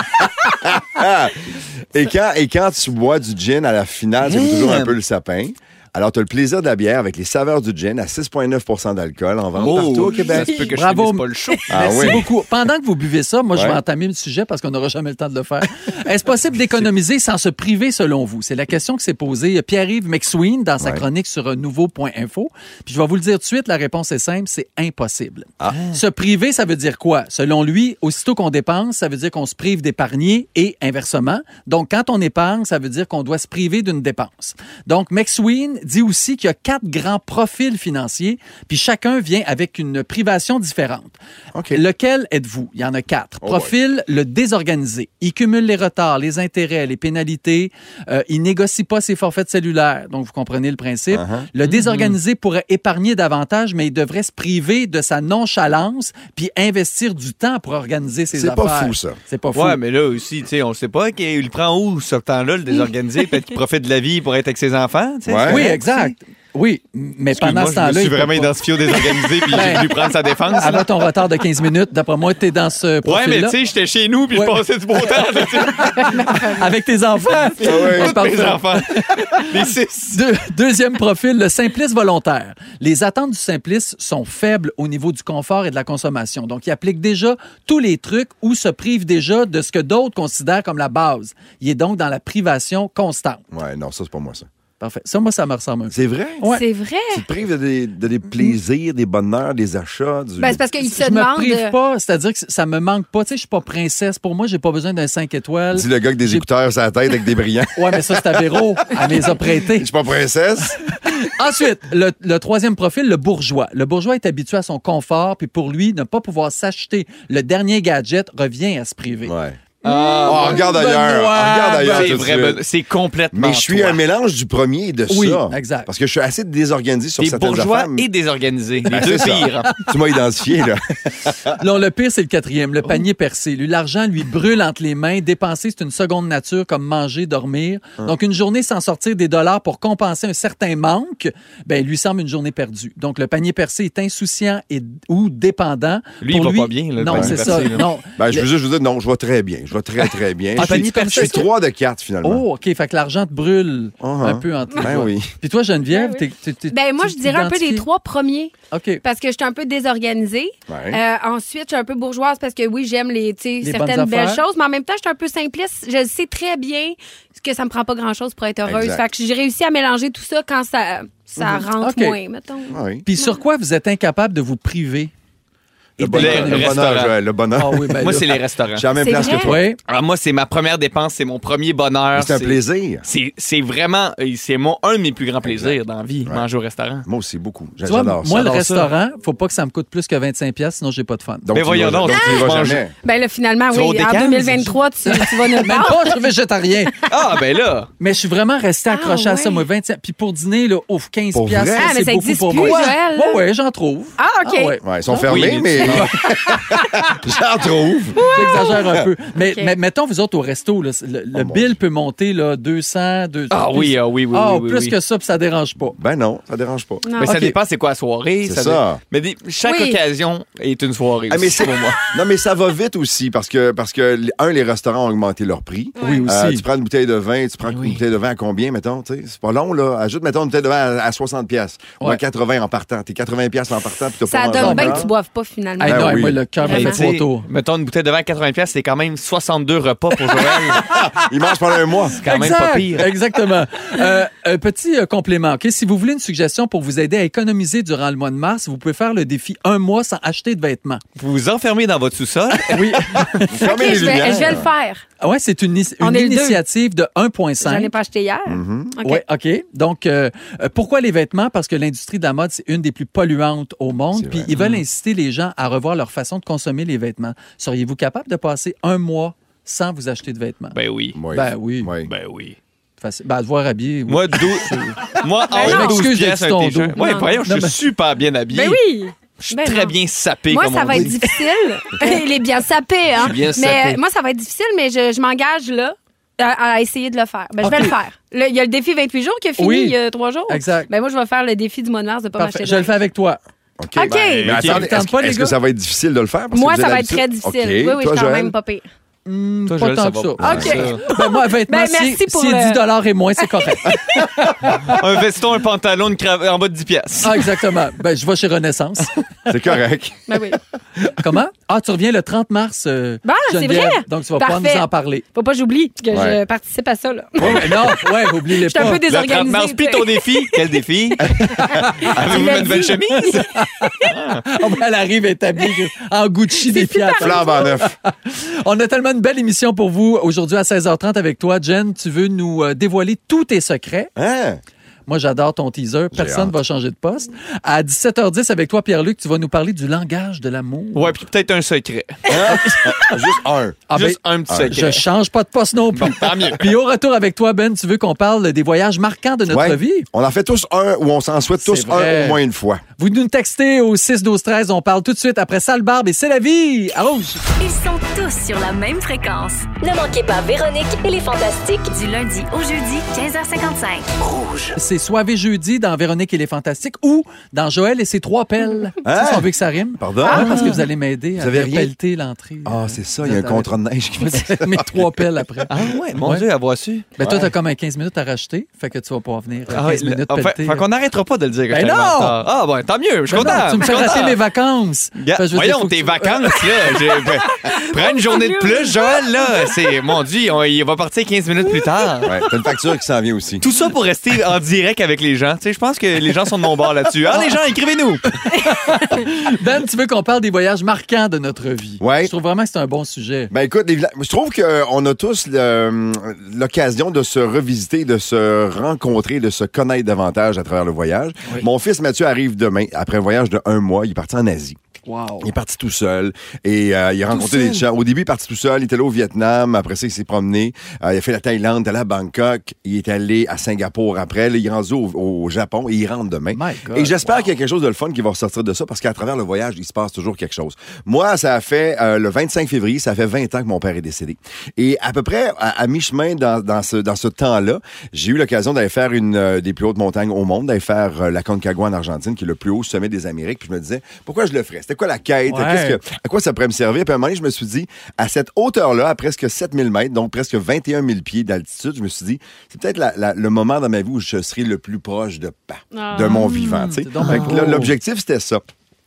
[SPEAKER 4] et, quand, et quand tu bois du gin, à la finale, ça goûte toujours un peu le sapin. Alors, tu as le plaisir de la bière avec les saveurs du gin à six virgule neuf pour cent d'alcool en vente partout au Québec.
[SPEAKER 3] Ça se peut que je
[SPEAKER 2] Bravo.
[SPEAKER 3] finisse pas le show.
[SPEAKER 4] Ah
[SPEAKER 2] Merci
[SPEAKER 4] oui.
[SPEAKER 2] beaucoup. Pendant que vous buvez ça, moi, je vais
[SPEAKER 4] Ouais.
[SPEAKER 2] entamer le sujet parce qu'on n'aura jamais le temps de le faire. Est-ce possible d'économiser sans se priver, selon vous? C'est la question que s'est posée Pierre-Yves McSween dans sa
[SPEAKER 4] Ouais.
[SPEAKER 2] chronique sur nouveau point info. Puis je vais vous le dire tout de suite, la réponse est simple, c'est impossible.
[SPEAKER 4] Ah.
[SPEAKER 2] Se priver, ça veut dire quoi? Selon lui, aussitôt qu'on dépense, ça veut dire qu'on se prive d'épargner et inversement. Donc, quand on épargne, ça veut dire qu'on doit se priver d'une dépense. Donc, McSween dit aussi qu'il y a quatre grands profils financiers, puis chacun vient avec une privation différente.
[SPEAKER 4] OK.
[SPEAKER 2] Lequel êtes-vous? Il y en a quatre.
[SPEAKER 4] Oh
[SPEAKER 2] Profil, le désorganisé. Il cumule les retards, les intérêts, les pénalités. Euh, il négocie pas ses forfaits cellulaires. Donc, vous comprenez le principe.
[SPEAKER 4] Uh-huh.
[SPEAKER 2] Le désorganisé pourrait épargner davantage, mais il devrait se priver de sa nonchalance puis investir du temps pour organiser ses
[SPEAKER 4] C'est
[SPEAKER 2] affaires.
[SPEAKER 4] pas fou, ça.
[SPEAKER 2] C'est pas fou.
[SPEAKER 3] Ouais, mais là aussi, tu sais, on sait pas qu'il il prend où ce temps-là, le désorganisé. Peut-être qu'il profite de la vie pour être avec ses enfants. tu sais.
[SPEAKER 4] Ouais.
[SPEAKER 2] Oui, exact. Oui, mais pendant
[SPEAKER 3] Excuse-moi,
[SPEAKER 2] ce
[SPEAKER 3] je
[SPEAKER 2] temps-là...
[SPEAKER 3] me suis
[SPEAKER 2] il peut
[SPEAKER 3] vraiment
[SPEAKER 2] pas-
[SPEAKER 3] identifié au désorganisé puis j'ai
[SPEAKER 2] Ben,
[SPEAKER 3] voulu prendre sa défense. là.
[SPEAKER 2] Avant ton retard de quinze minutes, d'après moi, t'es dans ce
[SPEAKER 3] Ouais,
[SPEAKER 2] profil-là.
[SPEAKER 3] mais tu sais, j'étais chez nous puis
[SPEAKER 2] Ouais.
[SPEAKER 3] je passais du beau temps. là, tu sais.
[SPEAKER 2] Avec tes enfants.
[SPEAKER 3] Tous
[SPEAKER 2] Parfait.
[SPEAKER 3] mes enfants. Les six.
[SPEAKER 2] Deux- deuxième profil, le simpliste volontaire. Les attentes du simpliste sont faibles au niveau du confort et de la consommation. Donc, il applique déjà tous les trucs ou se prive déjà de ce que d'autres considèrent comme la base. Il est donc dans la privation constante.
[SPEAKER 4] Ouais, non, ça, c'est pas moi, ça.
[SPEAKER 2] Parfait. Ça, moi, ça me ressemble un peu.
[SPEAKER 4] C'est vrai?
[SPEAKER 2] Ouais.
[SPEAKER 5] C'est vrai.
[SPEAKER 4] Tu te prives de des, de des plaisirs, des bonheurs, des achats, du...
[SPEAKER 5] Ben, c'est parce qu'il se
[SPEAKER 2] Je me
[SPEAKER 5] demande.
[SPEAKER 2] prive pas, c'est-à-dire que ça me manque pas. Tu sais, je suis pas princesse. Pour moi, j'ai pas besoin d'un cinq étoiles.
[SPEAKER 4] Dis le gars avec des
[SPEAKER 2] J'ai-
[SPEAKER 4] écouteurs sur la tête avec des brillants.
[SPEAKER 2] Ouais, mais ça, c'est à Véro. Elle les a prêtés.
[SPEAKER 4] Je suis pas princesse.
[SPEAKER 2] Ensuite, le, le troisième profil, le bourgeois. Le bourgeois est habitué à son confort, puis pour lui, ne pas pouvoir s'acheter le dernier gadget revient à se priver.
[SPEAKER 4] Ouais.
[SPEAKER 3] Ah,
[SPEAKER 4] Oh, regarde ailleurs.
[SPEAKER 2] Benoît,
[SPEAKER 4] Regarde ailleurs.
[SPEAKER 3] c'est
[SPEAKER 4] tout de
[SPEAKER 3] vrai,
[SPEAKER 4] suite.
[SPEAKER 3] ben, c'est complètement
[SPEAKER 4] Mais je suis
[SPEAKER 3] toi.
[SPEAKER 4] un mélange du premier et de
[SPEAKER 2] Oui,
[SPEAKER 4] ça.
[SPEAKER 2] exact.
[SPEAKER 4] Parce que je suis assez désorganisé sur
[SPEAKER 3] T'es
[SPEAKER 4] certaines
[SPEAKER 3] bourgeois
[SPEAKER 4] affaires.
[SPEAKER 3] et désorganisé. Les
[SPEAKER 4] Ben,
[SPEAKER 3] deux
[SPEAKER 4] c'est ça.
[SPEAKER 3] pires.
[SPEAKER 4] Tu m'as identifié, là.
[SPEAKER 2] Non, le pire, c'est le quatrième,
[SPEAKER 3] Oh.
[SPEAKER 2] le panier percé. Lui, l'argent lui brûle entre les mains. Dépenser, c'est une seconde nature, comme manger, dormir.
[SPEAKER 3] Hein.
[SPEAKER 2] Donc, une journée sans sortir des dollars pour compenser un certain manque, ben, lui semble une journée perdue. Donc, le panier percé est insouciant et, ou dépendant.
[SPEAKER 3] Lui,
[SPEAKER 2] Pour
[SPEAKER 3] il va pas bien, là, le
[SPEAKER 2] Non,
[SPEAKER 3] panier
[SPEAKER 2] c'est
[SPEAKER 3] percé,
[SPEAKER 2] ça.
[SPEAKER 3] là.
[SPEAKER 2] Non.
[SPEAKER 4] Ben, je
[SPEAKER 2] Le-
[SPEAKER 4] veux juste vous dire, non, je vais très bien. Je vais très, très bien.
[SPEAKER 2] Ah,
[SPEAKER 4] je
[SPEAKER 2] panier
[SPEAKER 4] suis,
[SPEAKER 2] percé,
[SPEAKER 4] je suis
[SPEAKER 2] ça?
[SPEAKER 4] trois de quatre, finalement.
[SPEAKER 2] Oh, OK. Fait que l'argent te brûle
[SPEAKER 4] Uh-huh.
[SPEAKER 2] un peu entre les
[SPEAKER 4] Ben
[SPEAKER 2] doigts.
[SPEAKER 4] oui.
[SPEAKER 2] Puis toi, Geneviève,
[SPEAKER 5] Ben
[SPEAKER 2] t'es- t'es- t'es-
[SPEAKER 5] Ben, moi,
[SPEAKER 2] tu
[SPEAKER 5] je dirais un peu les
[SPEAKER 2] t'identifies?
[SPEAKER 5] trois premiers.
[SPEAKER 2] OK.
[SPEAKER 5] Parce que je suis un peu désorganisée.
[SPEAKER 4] Ouais.
[SPEAKER 5] Euh, ensuite, je suis un peu bourgeoise parce que oui, j'aime les, tu sais,
[SPEAKER 2] Les
[SPEAKER 5] certaines
[SPEAKER 2] bonnes
[SPEAKER 5] belles
[SPEAKER 2] affaires.
[SPEAKER 5] choses, mais en même temps, je suis un peu simpliste. Je sais très bien que ça me prend pas grand-chose pour être heureuse.
[SPEAKER 4] Exact.
[SPEAKER 5] Fait que j'ai réussi à mélanger tout ça quand ça, ça rentre
[SPEAKER 2] OK.
[SPEAKER 5] moins, mettons.
[SPEAKER 4] Ah oui.
[SPEAKER 2] Puis sur quoi vous êtes incapable de vous priver?
[SPEAKER 4] Le,
[SPEAKER 2] Et
[SPEAKER 4] bonheur,
[SPEAKER 3] le
[SPEAKER 4] le
[SPEAKER 3] restaurant.
[SPEAKER 4] bonheur, Joël, le bonheur.
[SPEAKER 2] Ah oui, ben
[SPEAKER 3] Moi,
[SPEAKER 2] là.
[SPEAKER 3] c'est les restaurants.
[SPEAKER 4] Je suis à la même
[SPEAKER 5] C'est
[SPEAKER 4] place
[SPEAKER 5] vrai?
[SPEAKER 4] que toi.
[SPEAKER 2] Oui.
[SPEAKER 3] Alors, moi, c'est ma première dépense, c'est mon premier bonheur.
[SPEAKER 4] C'est un plaisir.
[SPEAKER 3] C'est, c'est vraiment, euh, c'est mon, un de mes plus grands plaisirs dans la vie, manger au restaurant.
[SPEAKER 4] Moi aussi, beaucoup.
[SPEAKER 2] Tu vois,
[SPEAKER 4] J'adore ça.
[SPEAKER 2] moi, le
[SPEAKER 3] J'adore ça.
[SPEAKER 2] restaurant, faut pas que ça me coûte plus que vingt-cinq piastres, sinon j'ai pas de fun.
[SPEAKER 4] Donc,
[SPEAKER 3] Mais
[SPEAKER 4] tu
[SPEAKER 3] voyons
[SPEAKER 4] y vas-
[SPEAKER 3] donc,
[SPEAKER 4] donc, tu y
[SPEAKER 3] tu
[SPEAKER 4] vas
[SPEAKER 3] manges-
[SPEAKER 4] jamais.
[SPEAKER 5] Ben là, finalement,
[SPEAKER 3] Tu vas au
[SPEAKER 5] oui, en
[SPEAKER 3] Décan,
[SPEAKER 5] deux mille vingt-trois, tu, tu vas nulle
[SPEAKER 2] Même
[SPEAKER 5] part.
[SPEAKER 2] pas, je suis végétarien.
[SPEAKER 3] Ah, ben là.
[SPEAKER 2] Mais je suis vraiment resté accroché
[SPEAKER 5] Ah,
[SPEAKER 2] à ça,
[SPEAKER 5] ouais.
[SPEAKER 2] moi, vingt Puis pour dîner, là, ouf, quinze
[SPEAKER 4] Pour
[SPEAKER 2] piastres,
[SPEAKER 4] vrai?
[SPEAKER 5] Ah, mais
[SPEAKER 2] c'est
[SPEAKER 5] ça
[SPEAKER 2] beaucoup
[SPEAKER 5] existe
[SPEAKER 2] pour
[SPEAKER 5] plus,
[SPEAKER 2] moi.
[SPEAKER 5] Joël, là.
[SPEAKER 2] Ouais, ouais, j'en trouve.
[SPEAKER 5] Ah, OK.
[SPEAKER 2] ouais.
[SPEAKER 4] Ouais, ils sont
[SPEAKER 2] Ah,
[SPEAKER 4] fermés,
[SPEAKER 3] oui,
[SPEAKER 4] mais j'en trouve.
[SPEAKER 2] J'exagère un peu. Mais,
[SPEAKER 5] OK.
[SPEAKER 2] mais mettons, vous autres, au resto, là, le, le
[SPEAKER 4] Oh, mon
[SPEAKER 2] bill peut monter là, deux cents, deux cents.
[SPEAKER 3] Ah oui, ah oui, oui,
[SPEAKER 2] Ah,
[SPEAKER 3] oui, oui,
[SPEAKER 2] plus
[SPEAKER 3] oui.
[SPEAKER 2] que ça, puis ça dérange pas.
[SPEAKER 4] Ben non, ça dérange pas.
[SPEAKER 5] Non.
[SPEAKER 3] Mais ça
[SPEAKER 2] Ok.
[SPEAKER 3] dépend c'est quoi la soirée.
[SPEAKER 4] C'est
[SPEAKER 3] dé-
[SPEAKER 4] ça.
[SPEAKER 3] Mais des- chaque
[SPEAKER 5] Oui.
[SPEAKER 3] occasion est une soirée
[SPEAKER 4] Ah, mais
[SPEAKER 3] aussi
[SPEAKER 4] c'est
[SPEAKER 3] pour moi.
[SPEAKER 4] Non, mais ça va vite aussi parce que, parce que un, les restaurants ont augmenté leur prix.
[SPEAKER 2] Oui, aussi.
[SPEAKER 4] Euh, tu prends une bouteille de vin, tu prends
[SPEAKER 3] Oui.
[SPEAKER 4] une bouteille de vin à combien, mettons? tu sais? C'est pas long, là. Ajoute, mettons, une bouteille de vin à, à soixante piastres ou à
[SPEAKER 2] Ouais.
[SPEAKER 4] quatre-vingts en partant. T'es quatre-vingts piastres en partant, puis t'as
[SPEAKER 5] Ça
[SPEAKER 4] pas mangé
[SPEAKER 5] donne bien
[SPEAKER 4] encore.
[SPEAKER 5] que tu boives pas, finalement.
[SPEAKER 2] Hey,
[SPEAKER 4] Ben
[SPEAKER 2] non,
[SPEAKER 4] oui.
[SPEAKER 2] moi, le cœur me
[SPEAKER 5] Vraiment.
[SPEAKER 2] fait
[SPEAKER 3] Mais
[SPEAKER 2] trop
[SPEAKER 3] tu sais,
[SPEAKER 2] tôt.
[SPEAKER 3] mettons une bouteille de vin à quatre-vingts piastres, c'est quand même soixante-deux repas pour Joël.
[SPEAKER 4] Ils mangent pendant un mois.
[SPEAKER 3] C'est quand même pas pire.
[SPEAKER 2] Exactement. Euh, un petit euh, complément. ok? Si vous voulez une suggestion pour vous aider à économiser durant le mois de mars, vous pouvez faire le défi un mois sans acheter de vêtements.
[SPEAKER 3] Vous vous enfermez dans votre sous-sol.
[SPEAKER 2] Oui.
[SPEAKER 4] Vous
[SPEAKER 5] OK,
[SPEAKER 4] fermez les
[SPEAKER 5] je vais,
[SPEAKER 4] lumières.
[SPEAKER 5] je vais le faire.
[SPEAKER 2] Ah ouais, c'est une, is-
[SPEAKER 5] On
[SPEAKER 2] une
[SPEAKER 5] est le deux.
[SPEAKER 2] initiative de un virgule
[SPEAKER 5] J'en ai
[SPEAKER 2] cinq.
[SPEAKER 5] pas acheté hier.
[SPEAKER 4] Mm-hmm.
[SPEAKER 5] OK.
[SPEAKER 2] Oui, OK. Donc, euh, euh, pourquoi les vêtements? Parce que l'industrie de la mode, c'est une des plus polluantes au monde.
[SPEAKER 4] C'est
[SPEAKER 2] Puis
[SPEAKER 4] vrai.
[SPEAKER 2] ils veulent inciter les gens à revoir leur façon de consommer les vêtements. Seriez-vous capable de passer un mois sans vous acheter de vêtements?
[SPEAKER 3] Ben oui.
[SPEAKER 4] Oui.
[SPEAKER 2] Ben oui.
[SPEAKER 4] Oui.
[SPEAKER 3] Ben oui.
[SPEAKER 2] Facile. Ben, à te voir habillé. oui.
[SPEAKER 3] Moi, douze... Moi,
[SPEAKER 2] non.
[SPEAKER 3] en douze
[SPEAKER 2] M'excuse
[SPEAKER 3] pièces,
[SPEAKER 2] d'être
[SPEAKER 3] un
[SPEAKER 2] ton
[SPEAKER 3] t-shirt.
[SPEAKER 2] dos.
[SPEAKER 3] Ouais,
[SPEAKER 5] Non.
[SPEAKER 3] voyons, je
[SPEAKER 2] Non,
[SPEAKER 3] suis
[SPEAKER 2] mais-
[SPEAKER 3] super bien habillé.
[SPEAKER 5] Ben oui.
[SPEAKER 3] Je suis
[SPEAKER 5] Ben
[SPEAKER 3] très
[SPEAKER 5] non.
[SPEAKER 3] bien sapé,
[SPEAKER 5] Moi,
[SPEAKER 3] comme
[SPEAKER 5] ça
[SPEAKER 3] on
[SPEAKER 5] va
[SPEAKER 3] dit.
[SPEAKER 5] être difficile. Il est bien sapé, hein?
[SPEAKER 3] Je suis bien
[SPEAKER 5] mais
[SPEAKER 3] sapé.
[SPEAKER 5] euh, moi, ça va être difficile, mais je, je m'engage là à, à essayer de le faire. Ben, je vais
[SPEAKER 2] OK.
[SPEAKER 5] le faire. Le- Il y a le défi vingt-huit jours qui a fini
[SPEAKER 2] Oui.
[SPEAKER 5] il y a trois jours.
[SPEAKER 2] Exact.
[SPEAKER 5] Ben, moi, je vais faire le défi du mois de mars de pas
[SPEAKER 2] Parfait.
[SPEAKER 5] m'acheter de
[SPEAKER 2] Je le fais
[SPEAKER 5] linge.
[SPEAKER 2] avec toi.
[SPEAKER 4] OK.
[SPEAKER 5] OK.
[SPEAKER 4] Mais
[SPEAKER 3] OK.
[SPEAKER 4] attendez,
[SPEAKER 2] Tente
[SPEAKER 4] est-ce,
[SPEAKER 2] pas, les
[SPEAKER 4] est-ce
[SPEAKER 2] gars?
[SPEAKER 4] que ça va être difficile de le faire? Parce que
[SPEAKER 5] Moi,
[SPEAKER 4] vous
[SPEAKER 5] ça
[SPEAKER 4] avez
[SPEAKER 5] va être très
[SPEAKER 4] l'habitude?
[SPEAKER 5] difficile.
[SPEAKER 4] OK.
[SPEAKER 5] Oui, oui,
[SPEAKER 4] Toi,
[SPEAKER 5] je suis quand
[SPEAKER 4] Joël?
[SPEAKER 5] même pas pire.
[SPEAKER 2] Hmm,
[SPEAKER 3] Toi,
[SPEAKER 2] pas
[SPEAKER 3] Joël,
[SPEAKER 2] tant
[SPEAKER 3] ça
[SPEAKER 2] que
[SPEAKER 3] va
[SPEAKER 2] ça.
[SPEAKER 3] pas.
[SPEAKER 5] OK.
[SPEAKER 3] Ça.
[SPEAKER 2] Ben, moi, un vêtement,
[SPEAKER 5] Ben,
[SPEAKER 2] si,
[SPEAKER 5] merci pour
[SPEAKER 2] si
[SPEAKER 5] le-
[SPEAKER 2] dix dollars et moins, c'est correct.
[SPEAKER 3] Un veston, un pantalon, une cravate en bas de dix pièces.
[SPEAKER 2] Ah, exactement. Ben, je vais chez Renaissance.
[SPEAKER 4] C'est correct.
[SPEAKER 5] Ben oui.
[SPEAKER 2] Comment? Ah, tu reviens le trente mars. euh,
[SPEAKER 5] Ben, c'est
[SPEAKER 2] Geneviève.
[SPEAKER 5] vrai.
[SPEAKER 2] Donc, tu vas pouvoir
[SPEAKER 5] Parfait.
[SPEAKER 2] nous en parler.
[SPEAKER 5] Faut pas que j'oublie que
[SPEAKER 4] Ouais.
[SPEAKER 5] je participe à ça, là.
[SPEAKER 2] Oui, mais non, ouais, oublie-les
[SPEAKER 5] Je suis un
[SPEAKER 2] pas.
[SPEAKER 5] peu
[SPEAKER 3] Le trente
[SPEAKER 5] désorganisée.
[SPEAKER 3] mars, puis
[SPEAKER 5] tu sais.
[SPEAKER 3] ton défi. Quel défi? Avez-vous
[SPEAKER 5] l'as
[SPEAKER 3] une nouvelle
[SPEAKER 5] dit.
[SPEAKER 3] chemise?
[SPEAKER 2] Ah, ben, elle arrive établie en Gucci des Fiat.
[SPEAKER 4] Flambe en neuf.
[SPEAKER 2] On a tellement une belle émission pour vous aujourd'hui à seize heures trente avec toi, Jen. Tu veux nous euh, dévoiler tous tes secrets.
[SPEAKER 4] Hein?
[SPEAKER 2] Moi, j'adore ton teaser. Personne ne
[SPEAKER 4] hâte.
[SPEAKER 2] va changer de poste. À dix-sept heures dix avec toi, Pierre-Luc, tu vas nous parler du langage de l'amour.
[SPEAKER 3] Ouais, puis peut-être un secret.
[SPEAKER 4] Juste un.
[SPEAKER 2] Ah, ben,
[SPEAKER 3] Juste un petit
[SPEAKER 2] je
[SPEAKER 3] secret.
[SPEAKER 2] change pas de poste non plus.
[SPEAKER 3] Tant mieux.
[SPEAKER 2] Puis au retour avec toi, Ben, tu veux qu'on parle des voyages marquants de notre
[SPEAKER 4] Ouais.
[SPEAKER 2] vie?
[SPEAKER 4] On en fait tous un ou on s'en souhaite tous
[SPEAKER 2] C'est vrai.
[SPEAKER 4] un au moins une fois.
[SPEAKER 2] Vous nous textez au six douze treize. On parle tout de suite après Sale Barbe et C'est la vie à Rouge.
[SPEAKER 1] Ils sont tous sur la même fréquence.
[SPEAKER 9] Ne manquez pas Véronique et les Fantastiques.
[SPEAKER 1] Du lundi au jeudi, quinze heures cinquante-cinq.
[SPEAKER 2] C'est Soivé jeudi dans Véronique et les Fantastiques ou dans Joël et ses trois pelles.
[SPEAKER 4] Hein?
[SPEAKER 2] Si on veut que ça rime.
[SPEAKER 4] Pardon?
[SPEAKER 2] Ouais, parce que vous allez m'aider
[SPEAKER 4] Vous
[SPEAKER 2] à
[SPEAKER 4] avez
[SPEAKER 2] faire
[SPEAKER 4] rien?
[SPEAKER 2] pelleter l'entrée.
[SPEAKER 4] Ah, c'est ça, il y a un contrat de neige qui me dit.
[SPEAKER 2] Mes trois pelles après.
[SPEAKER 3] Ah ouais, mon
[SPEAKER 2] Ouais.
[SPEAKER 3] Dieu, avoir su.
[SPEAKER 2] Ben toi, t'as comme un quinze minutes à racheter, fait que tu vas pouvoir venir euh,
[SPEAKER 3] Ah ouais,
[SPEAKER 2] quinze minutes
[SPEAKER 3] le- enfin,
[SPEAKER 2] pelleter.
[SPEAKER 3] fait qu'on n'arrêtera pas de le dire que
[SPEAKER 2] Ben
[SPEAKER 3] je suis
[SPEAKER 2] non!
[SPEAKER 3] en retard. Ah bon, tant mieux, je suis
[SPEAKER 2] Ben
[SPEAKER 3] content.
[SPEAKER 2] non, tu me
[SPEAKER 3] je
[SPEAKER 2] fais
[SPEAKER 3] suis
[SPEAKER 2] rater
[SPEAKER 3] content.
[SPEAKER 2] mes vacances.
[SPEAKER 3] Ga-
[SPEAKER 2] Fait, je veux dire,
[SPEAKER 3] Voyons,
[SPEAKER 2] faut que
[SPEAKER 3] tes
[SPEAKER 2] tu-
[SPEAKER 3] vacances, là. j'ai- Prends une journée de plus, Joël, là. C'est, mon Dieu, on- il va partir quinze minutes plus tard.
[SPEAKER 4] Ouais, t'as une facture qui s'en vient aussi.
[SPEAKER 3] Tout ça pour rester en direct avec les gens. Tu sais, je pense que les gens sont de mon bord là-dessus. Ah, les gens, écrivez-nous.
[SPEAKER 2] Ben, tu veux qu'on parle des voyages marquants de notre vie.
[SPEAKER 4] Ouais.
[SPEAKER 2] Je trouve vraiment que c'est un bon sujet.
[SPEAKER 4] Ben écoute, les villa- je trouve qu'on a tous le- l'occasion de se revisiter, de se rencontrer, de se connaître davantage à travers le voyage.
[SPEAKER 2] Oui.
[SPEAKER 4] Mon fils Mathieu arrive demain, après un voyage de un mois. Il est parti en Asie.
[SPEAKER 2] Wow.
[SPEAKER 4] Il est parti tout seul et euh, il a rencontré
[SPEAKER 2] seul?
[SPEAKER 4] des gens. Au début, il est parti tout seul. Il était allé au Vietnam. Après ça, il s'est promené. Euh, il a fait la Thaïlande, il est allé à Bangkok. Il est allé à Singapour après. Là, il est rendu au, au Japon et il rentre demain.
[SPEAKER 2] My God,
[SPEAKER 4] et j'espère
[SPEAKER 2] wow.
[SPEAKER 4] qu'il y a quelque chose de le fun qui va ressortir de ça parce qu'à travers le voyage, il se passe toujours quelque chose. Moi, ça a fait euh, le vingt-cinq février, ça fait vingt ans que mon père est décédé. Et à peu près à, à mi-chemin dans, dans ce, dans ce temps-là, j'ai eu l'occasion d'aller faire une euh, des plus hautes montagnes au monde, d'aller faire euh, la Concagua en Argentine, qui est le plus haut sommet des Amériques. Puis je me disais, pourquoi je le ferais? C'était quoi la quête?
[SPEAKER 2] Ouais.
[SPEAKER 4] Qu'est-ce que, à quoi ça pourrait me servir? Puis à un moment donné, je me suis dit, à cette hauteur-là, à presque sept mille mètres, donc presque vingt et un mille pieds d'altitude, je me suis dit, c'est peut-être la, la, le moment dans ma vie où je serai le plus proche de, bah, de mon vivant. Tu sais.
[SPEAKER 2] c'est donc
[SPEAKER 4] Fait que
[SPEAKER 2] beau.
[SPEAKER 4] là, l'objectif, c'était ça.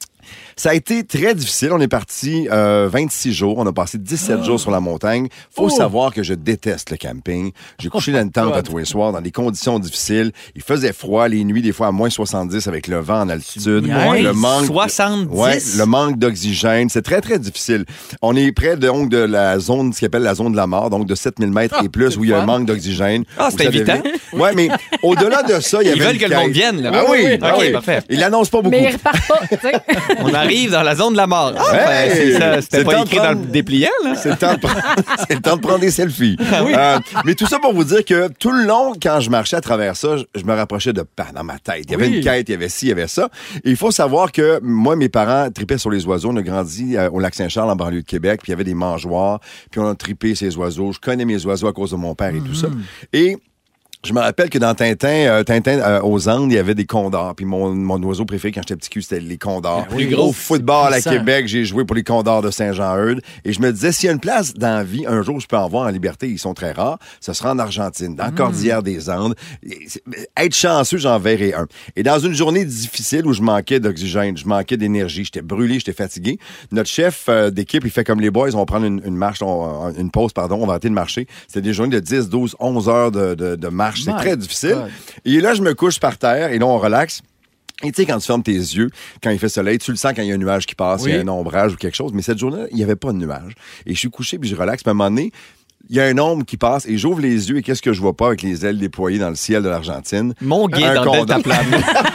[SPEAKER 4] Ça a été très difficile. On est parti euh, vingt-six jours. On a passé dix-sept
[SPEAKER 2] Oh.
[SPEAKER 4] jours sur la montagne. Faut
[SPEAKER 2] Oh.
[SPEAKER 4] savoir que je déteste le camping. J'ai couché dans une tente à tous les soirs, dans des conditions difficiles. Il faisait froid les nuits, des fois à moins soixante-dix avec le vent en altitude.
[SPEAKER 2] Moins
[SPEAKER 4] Le manque,
[SPEAKER 3] soixante-dix?
[SPEAKER 4] Ouais, le manque d'oxygène. C'est très, très difficile. On est près de, donc, de la zone, ce qu'on appelle la zone de la mort, donc de sept mille mètres
[SPEAKER 2] Ah,
[SPEAKER 4] et plus,
[SPEAKER 2] c'est
[SPEAKER 4] où il y a
[SPEAKER 2] fun.
[SPEAKER 4] un manque d'oxygène.
[SPEAKER 3] Ah,
[SPEAKER 4] Où
[SPEAKER 3] c'est
[SPEAKER 4] ça
[SPEAKER 3] invitant.
[SPEAKER 4] devient- Ouais, mais au-delà de ça, il y avait
[SPEAKER 3] Ils veulent
[SPEAKER 4] une
[SPEAKER 3] que le monde
[SPEAKER 4] quête.
[SPEAKER 3] vienne, là.
[SPEAKER 4] Ah oui,
[SPEAKER 3] Oui.
[SPEAKER 4] ah
[SPEAKER 3] OK,
[SPEAKER 4] oui.
[SPEAKER 3] parfait.
[SPEAKER 4] Il l'annonce pas beaucoup.
[SPEAKER 5] Mais il repart pas, tu sais.
[SPEAKER 3] On arrive dans la zone de la mort. Ah,
[SPEAKER 4] Hey!
[SPEAKER 3] ben, c'est ça.
[SPEAKER 4] C'est
[SPEAKER 3] C'était
[SPEAKER 4] le
[SPEAKER 3] pas
[SPEAKER 4] temps de
[SPEAKER 3] écrit dans
[SPEAKER 4] prendre-
[SPEAKER 3] le dépliant, là.
[SPEAKER 4] C'est le temps de prendre, c'est le temps de prendre des selfies. Euh, mais tout ça pour vous dire que tout le long, quand je marchais à travers ça, je, je me rapprochais de pas dans ma tête. Il y avait
[SPEAKER 2] Oui.
[SPEAKER 4] une quête, il y avait ci, il y avait ça. Et il faut savoir que moi, mes parents tripaient sur les oiseaux. On a grandi euh, au Lac-Saint-Charles, en banlieue de Québec, puis il y avait des mangeoires, puis on a trippé ces oiseaux. Je connais mes oiseaux à cause de mon père et tout ça. Et je me rappelle que dans Tintin, euh, Tintin euh, aux Andes, il y avait des condors. Puis mon, mon oiseau préféré quand j'étais petit cul, c'était les condors.
[SPEAKER 2] Ben oui.
[SPEAKER 4] Au football à
[SPEAKER 2] Puissant.
[SPEAKER 4] Québec, j'ai joué pour les condors de Saint-Jean-Eudes. Et je me disais, s'il y a une place dans la vie, un jour, je peux en voir en liberté, ils sont très rares, ce sera en Argentine, dans la Cordillère des Andes. Et c'est- être chanceux, j'en verrai un. Et dans une journée difficile où je manquais d'oxygène, je manquais d'énergie, j'étais brûlé, j'étais fatigué, notre chef euh, d'équipe, il fait comme les boys, on va prendre une, une marche, on- une pause, pardon, on va arrêter de marcher. C'était des journées de dix, douze, onze heures de, de, de marche. C'est
[SPEAKER 2] My
[SPEAKER 4] très difficile.
[SPEAKER 2] God.
[SPEAKER 4] Et là, je me couche par terre et là, on relaxe. Et tu sais, quand tu fermes tes yeux, quand il fait soleil, tu le sens quand il y a un nuage qui passe, il
[SPEAKER 2] Oui.
[SPEAKER 4] y a un ombrage ou quelque chose. Mais cette journée-là, il n'y avait pas de nuage. Et je suis couché, puis je relaxe. Puis à un moment donné, il y a un ombre qui passe et j'ouvre les yeux et qu'est-ce que je vois pas avec les ailes déployées dans le ciel de l'Argentine?
[SPEAKER 3] Mon guide
[SPEAKER 4] Un
[SPEAKER 3] dans le
[SPEAKER 4] condor.
[SPEAKER 3] deltaplane.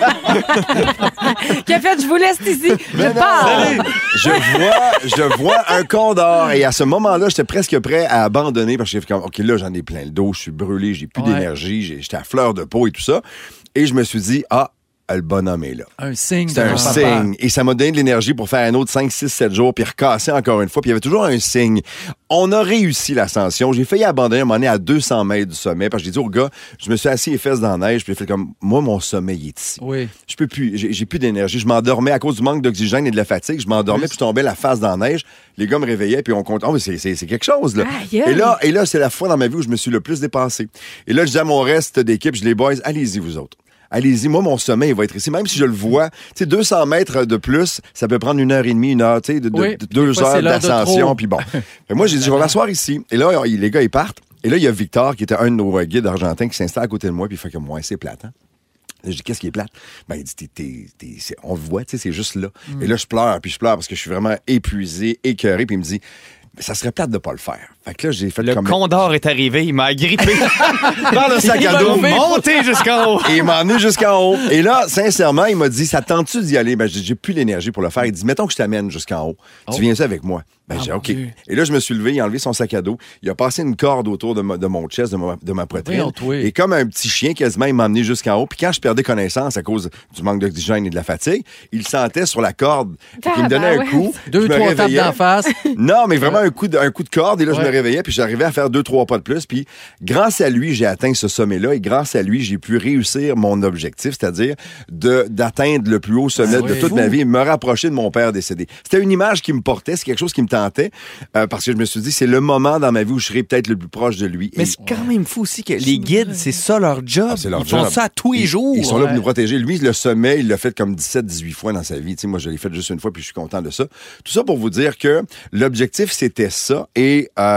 [SPEAKER 5] Qui a fait, je vous laisse ici. Je
[SPEAKER 4] Mais non,
[SPEAKER 5] pars.
[SPEAKER 4] je vois, je vois un condor. Et à ce moment-là, j'étais presque prêt à abandonner parce que j'ai fait comme, OK, là, j'en ai plein le dos, je suis brûlé, j'ai plus
[SPEAKER 2] Ouais.
[SPEAKER 4] d'énergie, j'ai- j'étais à fleur de peau et tout ça. Et je me suis dit, ah, le bonhomme est là.
[SPEAKER 2] Un signe.
[SPEAKER 4] C'était
[SPEAKER 2] de
[SPEAKER 4] un
[SPEAKER 2] papa.
[SPEAKER 4] signe. Et ça m'a donné de l'énergie pour faire un autre cinq, six, sept jours, puis recasser encore une fois. Puis il y avait toujours un signe. On a réussi l'ascension. J'ai failli abandonner un moment donné à deux cents mètres du sommet parce que j'ai dit au gars, je me suis assis les fesses dans la neige, puis j'ai fait comme, moi, mon sommet, il est ici.
[SPEAKER 2] Oui.
[SPEAKER 4] Je peux plus, j'ai, j'ai plus d'énergie. Je m'endormais à cause du manque d'oxygène et de la fatigue. Je m'endormais, puis je tombais la face dans la neige. Les gars me réveillaient, puis on compte. Oh, mais c'est, c'est, c'est quelque chose, là.
[SPEAKER 5] Aïe, aïe.
[SPEAKER 4] Et là, et là, c'est la fois dans ma vie où je me suis le plus dépassé. Et là, je dis à mon reste d'équipe, je dis, les boys, allez-y, vous autres. Allez-y, moi, mon sommet, il va être ici. Même si je le vois, tu sais, deux cents mètres de plus, ça peut prendre une heure et demie, une heure, tu sais, de, de-
[SPEAKER 2] Oui,
[SPEAKER 4] de
[SPEAKER 2] des
[SPEAKER 4] deux
[SPEAKER 2] fois,
[SPEAKER 4] heures
[SPEAKER 2] c'est l'heure de
[SPEAKER 4] d'ascension,
[SPEAKER 2] trop.
[SPEAKER 4] puis bon. Fait que moi, j'ai dit, je vais m'asseoir ici. Et là, il- les gars, ils partent. Et là, il y a Victor, qui était un de nos guides argentins, qui s'installe à côté de moi, puis il fait comme, moi, c'est plate, hein? Là, je dis, qu'est-ce qui est plate? Ben, il dit, t'es, t'es, t'es- c'est- on le voit, tu sais, c'est juste là. Et là, je pleure, puis je pleure parce que je suis vraiment épuisé, écœuré, puis il me dit, ça serait plate de pas le faire. Fait que là, j'ai fait
[SPEAKER 3] Le
[SPEAKER 4] comme...
[SPEAKER 3] condor est arrivé, il m'a agrippé.
[SPEAKER 4] Dans le sac à dos.
[SPEAKER 3] Monté jusqu'en haut.
[SPEAKER 4] Et il m'a emmené jusqu'en haut. Et là, sincèrement, il m'a dit, ça te tente-tu d'y aller? Ben, j'ai dit, j'ai plus l'énergie pour le faire. Il dit, mettons que je t'amène jusqu'en haut. Tu viens ça avec moi? Ben,
[SPEAKER 2] Ah,
[SPEAKER 4] j'ai dit,
[SPEAKER 2] mon
[SPEAKER 4] OK.
[SPEAKER 2] Dieu.
[SPEAKER 4] Et là, je me suis levé, il a enlevé son sac à dos. Il a passé une corde autour de, ma- de mon chest, de ma, de ma poitrine.
[SPEAKER 2] Voyons, toi.
[SPEAKER 4] Et comme un petit chien, quasiment, il m'a emmené jusqu'en haut. Puis quand je perdais connaissance à cause du manque d'oxygène et de la fatigue, il sentait sur la corde. Fait qu'il me donnait un
[SPEAKER 5] Tabarouette.
[SPEAKER 4] coup.
[SPEAKER 2] Deux,
[SPEAKER 4] je me
[SPEAKER 2] trois tapes
[SPEAKER 4] réveillais.
[SPEAKER 2] d'en face.
[SPEAKER 4] Non, mais vraiment un coup de, un coup de corde. Et là, je
[SPEAKER 2] Ouais.
[SPEAKER 4] me réveillais, puis j'arrivais à faire deux, trois pas de plus. Puis grâce à lui, j'ai atteint ce sommet-là. Et grâce à lui, j'ai pu réussir mon objectif, c'est-à-dire de, d'atteindre le plus haut sommet
[SPEAKER 2] Ah
[SPEAKER 4] de
[SPEAKER 2] oui.
[SPEAKER 4] toute ma vie et me rapprocher de mon père décédé. C'était une image qui me portait, c'est quelque chose qui me tentait, euh, parce que je me suis dit, c'est le moment dans ma vie où je serai peut-être le plus proche de lui.
[SPEAKER 3] Mais
[SPEAKER 4] Et-
[SPEAKER 3] c'est quand même fou aussi que les guides, c'est ça leur job.
[SPEAKER 4] Ah, c'est leur
[SPEAKER 3] Ils font
[SPEAKER 4] job.
[SPEAKER 3] ça à tous les
[SPEAKER 4] Ils-
[SPEAKER 3] jours.
[SPEAKER 4] Ils sont là pour
[SPEAKER 2] Ouais.
[SPEAKER 4] nous protéger. Lui, le sommet, il l'a fait comme dix-sept, dix-huit fois dans sa vie. Tu sais, moi, je l'ai fait juste une fois, puis je suis content de ça. Tout ça pour vous dire que l'objectif, c'était ça. Et euh,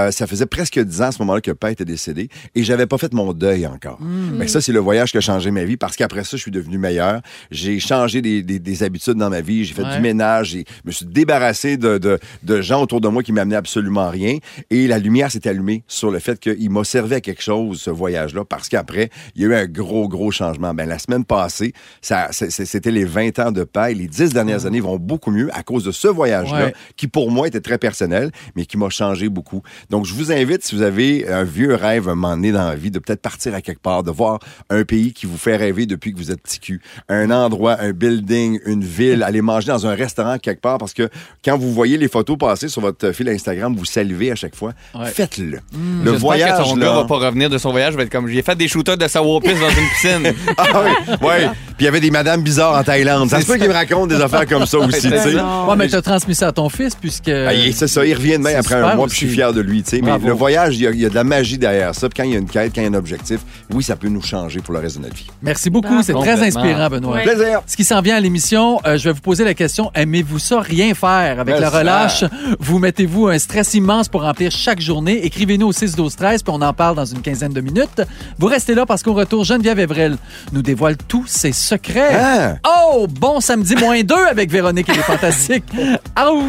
[SPEAKER 4] euh, ça faisait presque dix ans à ce moment-là que papa était décédé et j'avais pas fait mon deuil encore. Mm. Ben, ça, c'est le voyage qui a changé ma vie parce qu'après ça, je suis devenu meilleur. J'ai changé des, des, des habitudes dans ma vie. J'ai fait ouais. du ménage. Je me suis débarrassé de, de, de gens autour de moi qui m'amenaient absolument rien. Et la lumière s'est allumée sur le fait qu'il m'a servi à quelque chose, ce voyage-là, parce qu'après, il y a eu un gros, gros changement. Ben, la semaine passée, ça, c'était les vingt ans de paix. Les dix dernières années vont beaucoup mieux à cause de ce voyage-là, ouais. qui pour moi était très personnel, mais qui m'a changé beaucoup. Donc, je vous invite, si vous avez un vieux rêve, un moment donné dans la vie, de peut-être partir à quelque part, de voir un pays qui vous fait rêver depuis que vous êtes petit cul, un endroit, un building, une ville, aller manger dans un restaurant quelque part, parce que quand vous voyez les photos passer sur votre fil Instagram, vous salivez à chaque fois. Ouais. Faites-le.
[SPEAKER 3] Mmh. Le voyage, que ton là... gars va pas revenir de son voyage, va être comme, j'ai fait des shooters de sour piss dans une piscine.
[SPEAKER 4] Ah oui, oui. Puis il y avait des madames bizarres en Thaïlande. Ça se peut qu'ils me racontent des affaires comme ça aussi, tu sais.
[SPEAKER 2] Ouais, mais t'as transmis ça à ton fils, puisque...
[SPEAKER 4] Ah, c'est ça, il revient demain après un mois, puis je suis fier de lui, tu sais. Mais le voyage, il y, y a de la magie derrière ça. Puis quand il y a une quête, quand il y a un objectif, oui, ça peut nous changer pour le reste de notre vie.
[SPEAKER 2] Merci beaucoup, c'est très inspirant, Benoît.
[SPEAKER 4] Ouais. Plaisir.
[SPEAKER 2] Ce qui s'en vient à l'émission, euh, je vais vous poser la question, aimez-vous ça, rien faire? Avec Merci. La relâche, vous mettez-vous un stress immense pour remplir chaque journée. Écrivez-nous au six douze treize, puis on en parle dans une quinzaine de minutes. Vous restez là parce qu'au retour, Geneviève Evrel nous dévoile tous ses secrets.
[SPEAKER 4] Ah.
[SPEAKER 2] Oh, bon samedi moins deux avec Véronique et les Fantastiques. À Rouge!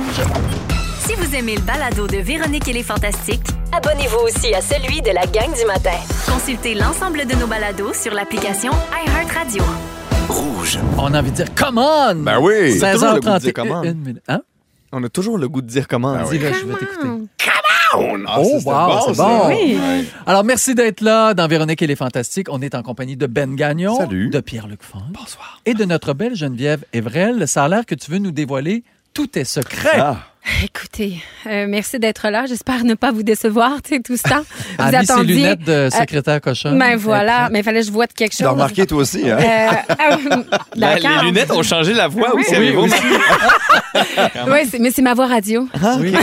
[SPEAKER 1] Si vous aimez le balado de Véronique et les Fantastiques,
[SPEAKER 9] abonnez-vous aussi à celui de la gang du matin.
[SPEAKER 1] Consultez l'ensemble de nos balados sur l'application iHeartRadio.
[SPEAKER 2] Rouge. On a envie de dire « Come on! »
[SPEAKER 4] Ben oui!
[SPEAKER 2] seize heures trente et
[SPEAKER 3] une
[SPEAKER 2] minutes. Hein?
[SPEAKER 3] On a toujours le goût de dire comment.
[SPEAKER 2] Ben oui. Dis-le, je vais t'écouter.
[SPEAKER 4] Come on!
[SPEAKER 2] Ah, oh, wow, bon, c'est bon.
[SPEAKER 5] Oui.
[SPEAKER 2] Alors, merci d'être là dans Véronique et les Fantastiques. On est en compagnie de Ben Gagnon,
[SPEAKER 4] Salut.
[SPEAKER 2] de Pierre-Luc Funk.
[SPEAKER 3] Bonsoir.
[SPEAKER 2] Et de notre belle Geneviève Evrel. Ça a l'air que tu veux nous dévoiler tous tes secrets.
[SPEAKER 4] Ah.
[SPEAKER 5] Écoutez, euh, merci d'être là. J'espère ne pas vous décevoir, tu sais, tout ce temps. Vous
[SPEAKER 2] Elle a mis ses
[SPEAKER 5] attendiez.
[SPEAKER 2] lunettes de secrétaire cochon.
[SPEAKER 5] Ben voilà, mais il fallait que je voie de quelque chose.
[SPEAKER 4] Tu l'as remarqué toi aussi, hein?
[SPEAKER 5] Euh, euh,
[SPEAKER 3] La, les lunettes ont changé la voix
[SPEAKER 5] oui,
[SPEAKER 3] aussi,
[SPEAKER 5] oui,
[SPEAKER 3] avez-vous?
[SPEAKER 5] Oui, mais c'est ma voix radio.
[SPEAKER 4] Ah, oui.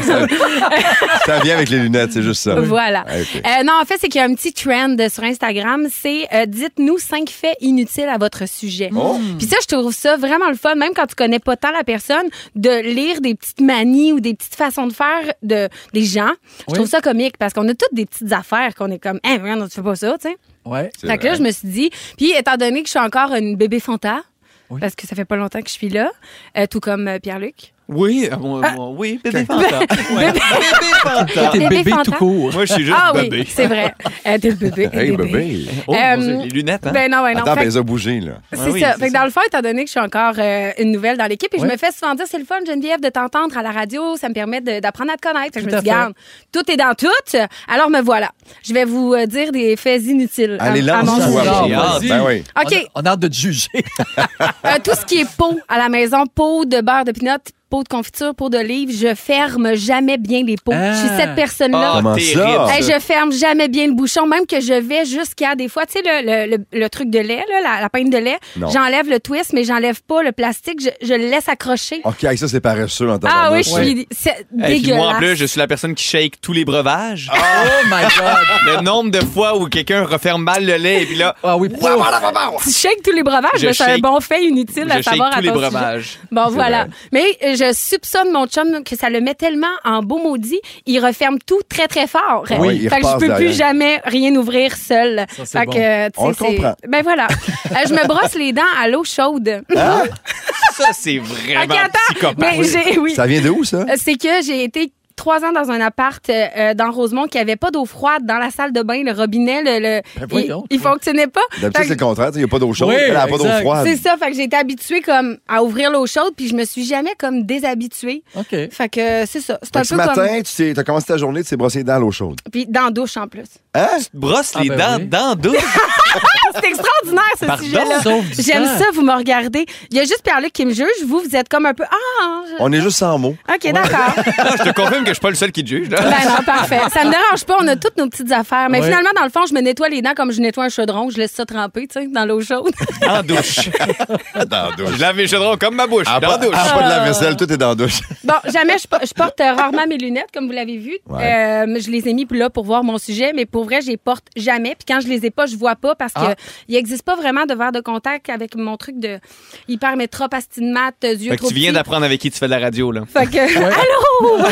[SPEAKER 4] Ça vient avec les lunettes, c'est juste ça.
[SPEAKER 5] Voilà.
[SPEAKER 4] Okay.
[SPEAKER 5] Euh, non, en fait, c'est qu'il y a un petit trend sur Instagram. C'est euh, dites-nous cinq faits inutiles à votre sujet.
[SPEAKER 4] Oh.
[SPEAKER 5] Puis ça, je trouve ça vraiment le fun, même quand tu connais pas tant la personne, de lire des petites manies ou des petites façons de faire de des gens. Je
[SPEAKER 2] oui.
[SPEAKER 5] trouve ça comique parce qu'on a toutes des petites affaires qu'on est comme, hein, non, tu fais pas ça, tu sais.
[SPEAKER 2] Ouais.
[SPEAKER 5] Fait que là, je me suis dit, puis étant donné que je suis encore une bébé Fanta, oui. parce que ça fait pas longtemps que je suis là, euh, tout comme euh, Pierre-Luc.
[SPEAKER 3] Oui, euh, ah. oui, bébé Fanta. Ouais.
[SPEAKER 5] Bébé
[SPEAKER 2] Fanta. T'es bébé, bébé tout court.
[SPEAKER 3] Moi, je suis juste
[SPEAKER 5] ah,
[SPEAKER 3] bébé.
[SPEAKER 5] Oui, c'est vrai. Euh, t'es le bébé.
[SPEAKER 4] Hey, bébé. bébé.
[SPEAKER 3] Oh,
[SPEAKER 5] euh,
[SPEAKER 3] bon, les lunettes, hein?
[SPEAKER 5] Ben non, ben non.
[SPEAKER 4] Attends,
[SPEAKER 5] fait...
[SPEAKER 4] ben, elles ont bougé, là.
[SPEAKER 5] C'est
[SPEAKER 3] ah, oui,
[SPEAKER 5] ça.
[SPEAKER 3] c'est
[SPEAKER 5] fait que
[SPEAKER 3] ça.
[SPEAKER 5] dans le fond, étant donné que je suis encore euh, une nouvelle dans l'équipe, et
[SPEAKER 2] oui.
[SPEAKER 5] je me fais souvent dire, c'est le fun, Geneviève, de t'entendre à la radio, ça me permet de, d'apprendre à te connaître. Fait que je me dis, garde, tout est dans tout. Alors me voilà. Je vais vous euh, dire des faits inutiles.
[SPEAKER 4] Allez,
[SPEAKER 5] à, à mon
[SPEAKER 4] lance-toi.
[SPEAKER 5] sujet.
[SPEAKER 4] Ben oui.
[SPEAKER 5] OK.
[SPEAKER 2] On a, on a hâte de te juger.
[SPEAKER 5] euh, tout ce qui est pot à la maison, pot de beurre de pinot, pot de confiture, pot d'olive, je ferme jamais bien les pots.
[SPEAKER 2] Ah.
[SPEAKER 5] Je suis cette personne-là.
[SPEAKER 3] Oh,
[SPEAKER 4] Comment
[SPEAKER 3] terrible,
[SPEAKER 4] ça?
[SPEAKER 5] Hey, je ferme jamais bien le bouchon, même que je vais jusqu'à des fois, tu sais, le, le, le, le truc de lait, là, la, la pinte de lait.
[SPEAKER 4] Non.
[SPEAKER 5] J'enlève le twist, mais j'enlève pas le plastique. Je, je le laisse accrocher.
[SPEAKER 4] OK, ça, c'est paresseux en temps
[SPEAKER 5] Ah oui,
[SPEAKER 4] de
[SPEAKER 5] je
[SPEAKER 4] ouais.
[SPEAKER 5] suis c'est
[SPEAKER 3] Et puis
[SPEAKER 5] dégueulasse.
[SPEAKER 3] moi, en plus, je suis la personne qui shake tous les breuvages.
[SPEAKER 2] Oh my God!
[SPEAKER 3] Le nombre de fois où quelqu'un referme mal le lait et puis là...
[SPEAKER 2] Ah oui,
[SPEAKER 5] Tu shakes tous les breuvages,
[SPEAKER 3] Je
[SPEAKER 5] ben, c'est un
[SPEAKER 3] shake-
[SPEAKER 5] bon fait inutile
[SPEAKER 3] Je
[SPEAKER 5] à savoir
[SPEAKER 3] shake tous
[SPEAKER 5] à
[SPEAKER 3] les
[SPEAKER 5] ton sujet.
[SPEAKER 3] breuvages.
[SPEAKER 5] Bon,
[SPEAKER 4] C'est
[SPEAKER 5] voilà.
[SPEAKER 4] vrai.
[SPEAKER 5] Mais euh, je soupçonne mon chum que ça le met tellement en beau maudit, il referme tout très, très fort.
[SPEAKER 4] Oui, il
[SPEAKER 5] fait que je
[SPEAKER 4] repasse
[SPEAKER 5] peux plus
[SPEAKER 4] derrière.
[SPEAKER 5] jamais rien ouvrir seul.
[SPEAKER 2] Ça, c'est
[SPEAKER 5] fait
[SPEAKER 2] bon.
[SPEAKER 5] que, euh, tu
[SPEAKER 4] On
[SPEAKER 5] sais,
[SPEAKER 4] le comprend.
[SPEAKER 5] c'est- Ben voilà. Euh, je me brosse les dents à l'eau chaude.
[SPEAKER 4] Hein?
[SPEAKER 3] Ça, c'est vraiment
[SPEAKER 5] Ok, attends.
[SPEAKER 3] psychopathe.
[SPEAKER 5] Mais j'ai, oui.
[SPEAKER 4] Ça vient de où, ça?
[SPEAKER 5] Euh, C'est que j'ai été trois ans dans un appart euh, dans Rosemont qui avait pas d'eau froide dans la salle de bain, le robinet, le, le
[SPEAKER 2] Ben
[SPEAKER 5] il,
[SPEAKER 2] voyons,
[SPEAKER 5] il
[SPEAKER 2] toi.
[SPEAKER 5] fonctionnait pas.
[SPEAKER 4] D'habitude,
[SPEAKER 5] Fait
[SPEAKER 4] c'est le
[SPEAKER 5] que-
[SPEAKER 4] contraire. Il n'y a pas d'eau chaude.
[SPEAKER 2] Oui,
[SPEAKER 4] Elle n'a pas d'eau
[SPEAKER 2] exact.
[SPEAKER 4] froide.
[SPEAKER 5] C'est ça, fait que j'ai été habituée comme à ouvrir l'eau chaude, puis je me suis jamais comme déshabituée.
[SPEAKER 2] OK.
[SPEAKER 5] Fait que c'est ça. C'est
[SPEAKER 4] Fait
[SPEAKER 5] un
[SPEAKER 4] que
[SPEAKER 5] peu
[SPEAKER 4] ce matin,
[SPEAKER 5] comme.
[SPEAKER 4] tu t'es- as commencé ta journée, tu t'es brossé les dents à l'eau chaude.
[SPEAKER 5] Puis dans la douche en plus.
[SPEAKER 4] Hein?
[SPEAKER 3] Tu te brosses
[SPEAKER 2] Ah,
[SPEAKER 3] les
[SPEAKER 2] ben
[SPEAKER 3] dents
[SPEAKER 2] oui.
[SPEAKER 3] dans la douche.
[SPEAKER 5] C'est extraordinaire ce
[SPEAKER 3] Pardon?
[SPEAKER 5] sujet-là.
[SPEAKER 2] Sauve du
[SPEAKER 5] J'aime
[SPEAKER 2] temps.
[SPEAKER 5] ça, vous me regardez. Il y a juste Pierre-Luc qui me juge. Vous, vous êtes comme un peu. Ah! je-
[SPEAKER 4] On est juste sans mots.
[SPEAKER 5] OK, d'accord.
[SPEAKER 3] Ah, je te confirme que je suis pas le seul qui te juge. Là.
[SPEAKER 5] Ben non, parfait. Ça me dérange pas. On a toutes nos petites affaires. Mais
[SPEAKER 2] Ouais.
[SPEAKER 5] finalement, dans le fond, je me nettoie les dents comme je nettoie un chaudron. Je laisse ça tremper, tu sais, dans l'eau chaude.
[SPEAKER 3] En douche.
[SPEAKER 4] Dans la douche.
[SPEAKER 3] Je lave mes chaudrons comme ma bouche.
[SPEAKER 4] Ah,
[SPEAKER 3] dans la
[SPEAKER 4] pas,
[SPEAKER 3] douche.
[SPEAKER 4] ah, pas de la vaisselle, tout est dans la douche.
[SPEAKER 5] Bon, jamais je, po- je porte euh, rarement mes lunettes, comme vous l'avez vu.
[SPEAKER 4] Ouais.
[SPEAKER 5] Euh, je les ai mis là pour voir mon sujet, mais pour vrai, je les porte jamais. Puis quand je les ai pas, je vois pas parce que
[SPEAKER 2] Ah.
[SPEAKER 5] il existe pas vraiment de verre de contact avec mon truc de hypermétropastinate, yeux
[SPEAKER 3] Fait que
[SPEAKER 5] trop
[SPEAKER 3] tu viens
[SPEAKER 5] petits.
[SPEAKER 3] d'apprendre avec qui tu fais de la radio, là.
[SPEAKER 5] Fait que, allô!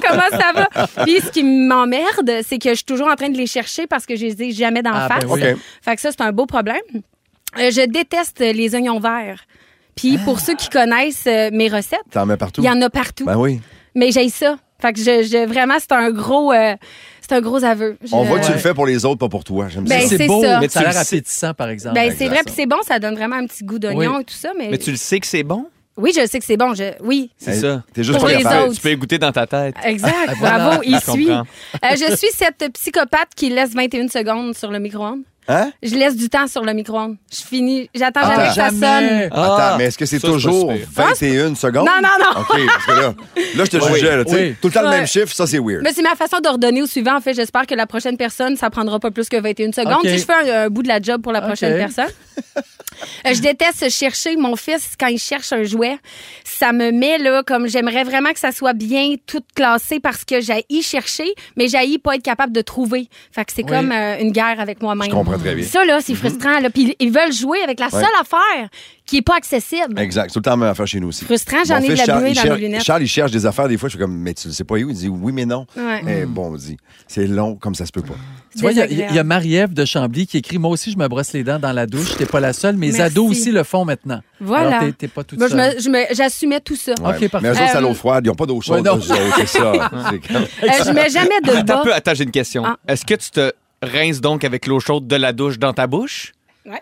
[SPEAKER 5] comment ça va? Puis ce qui m'emmerde, c'est que je suis toujours en train de les chercher parce que je les ai jamais d'en
[SPEAKER 2] Ah,
[SPEAKER 5] face.
[SPEAKER 2] ben oui.
[SPEAKER 4] OK.
[SPEAKER 5] Fait que ça, c'est un beau problème. Euh, je déteste les oignons verts. Puis pour ceux qui connaissent euh, mes recettes,
[SPEAKER 4] T'en mets partout?
[SPEAKER 5] il y en a partout.
[SPEAKER 4] Ben oui.
[SPEAKER 5] Mais j'haïs ça. Fait que je, je- vraiment, c'est un gros... euh, c'est un gros aveu. Je-
[SPEAKER 4] On voit que tu le fais pour les autres, pas pour toi. J'aime
[SPEAKER 5] Ben,
[SPEAKER 4] ça.
[SPEAKER 5] c'est
[SPEAKER 2] c'est beau,
[SPEAKER 5] ça.
[SPEAKER 2] mais ça a l'air
[SPEAKER 3] Tu le sais.
[SPEAKER 2] appétissant, par exemple.
[SPEAKER 5] Ben,
[SPEAKER 4] Exact,
[SPEAKER 5] c'est vrai,
[SPEAKER 4] ça.
[SPEAKER 5] puis c'est bon, ça donne vraiment un petit goût d'oignon
[SPEAKER 2] Oui.
[SPEAKER 5] et tout ça. Mais,
[SPEAKER 3] Mais tu le sais que c'est bon?
[SPEAKER 5] oui, je sais que c'est bon. Je... Oui.
[SPEAKER 3] C'est
[SPEAKER 4] Hey,
[SPEAKER 3] ça.
[SPEAKER 4] T'es juste
[SPEAKER 5] Pour
[SPEAKER 4] pas
[SPEAKER 5] les
[SPEAKER 4] capable.
[SPEAKER 5] autres.
[SPEAKER 3] Tu peux écouter dans ta tête.
[SPEAKER 5] Exact.
[SPEAKER 2] voilà.
[SPEAKER 5] Bravo, il
[SPEAKER 3] Je
[SPEAKER 5] suit.
[SPEAKER 3] comprends.
[SPEAKER 5] Euh, je suis cette psychopathe qui laisse vingt et une secondes sur le micro-ondes.
[SPEAKER 4] Hein?
[SPEAKER 5] Je laisse du temps sur le micro-ondes. Je finis. J'attends
[SPEAKER 4] Ah,
[SPEAKER 5] jamais que ça
[SPEAKER 2] jamais.
[SPEAKER 5] sonne.
[SPEAKER 3] Ah,
[SPEAKER 4] Attends, mais est-ce que c'est
[SPEAKER 3] ça, c'est
[SPEAKER 4] toujours
[SPEAKER 3] pas super.
[SPEAKER 4] vingt et une secondes?
[SPEAKER 5] Non, non, non.
[SPEAKER 4] OK, parce que là, là je te
[SPEAKER 2] Oui,
[SPEAKER 4] jugeais, là, tu sais.
[SPEAKER 2] oui.
[SPEAKER 4] Tout le temps le
[SPEAKER 5] Ouais.
[SPEAKER 4] même chiffre, ça, c'est weird.
[SPEAKER 5] Mais c'est ma façon d'ordonner au suivant. En fait, j'espère que la prochaine personne, ça prendra pas plus que vingt et une secondes.
[SPEAKER 2] OK.
[SPEAKER 5] Si je fais un, un bout de la job pour la prochaine
[SPEAKER 2] OK.
[SPEAKER 5] personne. Euh, je déteste chercher. Mon fils, quand il cherche un jouet, ça me met là comme j'aimerais vraiment que ça soit bien tout classé parce que j'ai y chercher, mais j'ai pas être capable de trouver. Fait que c'est
[SPEAKER 2] Oui.
[SPEAKER 5] comme euh, une guerre avec moi-même.
[SPEAKER 4] Je comprends très bien.
[SPEAKER 5] Ça, là, c'est frustrant. Là. Puis ils veulent jouer avec la
[SPEAKER 4] Ouais.
[SPEAKER 5] seule affaire qui est pas accessible.
[SPEAKER 4] Exact. Tout le temps, même affaire chez nous aussi.
[SPEAKER 5] Frustrant, j'en
[SPEAKER 4] Mon
[SPEAKER 5] ai de
[SPEAKER 4] fils,
[SPEAKER 5] la
[SPEAKER 4] Charles,
[SPEAKER 5] buée
[SPEAKER 4] il
[SPEAKER 5] dans
[SPEAKER 4] cher-
[SPEAKER 5] mes lunettes.
[SPEAKER 4] Charles, il cherche des affaires, des fois, je suis comme, mais tu le sais pas où? Il dit oui, mais non.
[SPEAKER 5] Ouais.
[SPEAKER 4] Eh, bon, on dit, c'est long comme ça se peut pas.
[SPEAKER 2] Tu vois, il y a- il y,
[SPEAKER 5] Désagréable.
[SPEAKER 2] a Marie-Ève de Chambly qui écrit « Moi aussi, je me brosse les dents dans la douche. T'es pas la seule. Mes
[SPEAKER 5] Merci.
[SPEAKER 2] ados aussi le font maintenant.
[SPEAKER 5] Voilà.
[SPEAKER 2] Alors, t'es- t'es pas toute
[SPEAKER 5] Moi, je
[SPEAKER 2] seule.
[SPEAKER 5] me- je me- J'assumais tout ça.
[SPEAKER 4] Ouais.
[SPEAKER 2] OK, parfait.
[SPEAKER 4] Mais eux autres, c'est à
[SPEAKER 5] Euh,
[SPEAKER 4] l'eau froide. Ils n'ont pas d'eau chaude.
[SPEAKER 2] Ouais, non.
[SPEAKER 4] eux autres, c'est ça. C'est comme-
[SPEAKER 5] Euh, je mets jamais de
[SPEAKER 3] Attends un
[SPEAKER 5] bas.
[SPEAKER 3] peu, attends, j'ai une question.
[SPEAKER 5] Ah.
[SPEAKER 3] Est-ce que tu te rinces donc avec l'eau chaude de la douche dans ta bouche?
[SPEAKER 5] Ouais.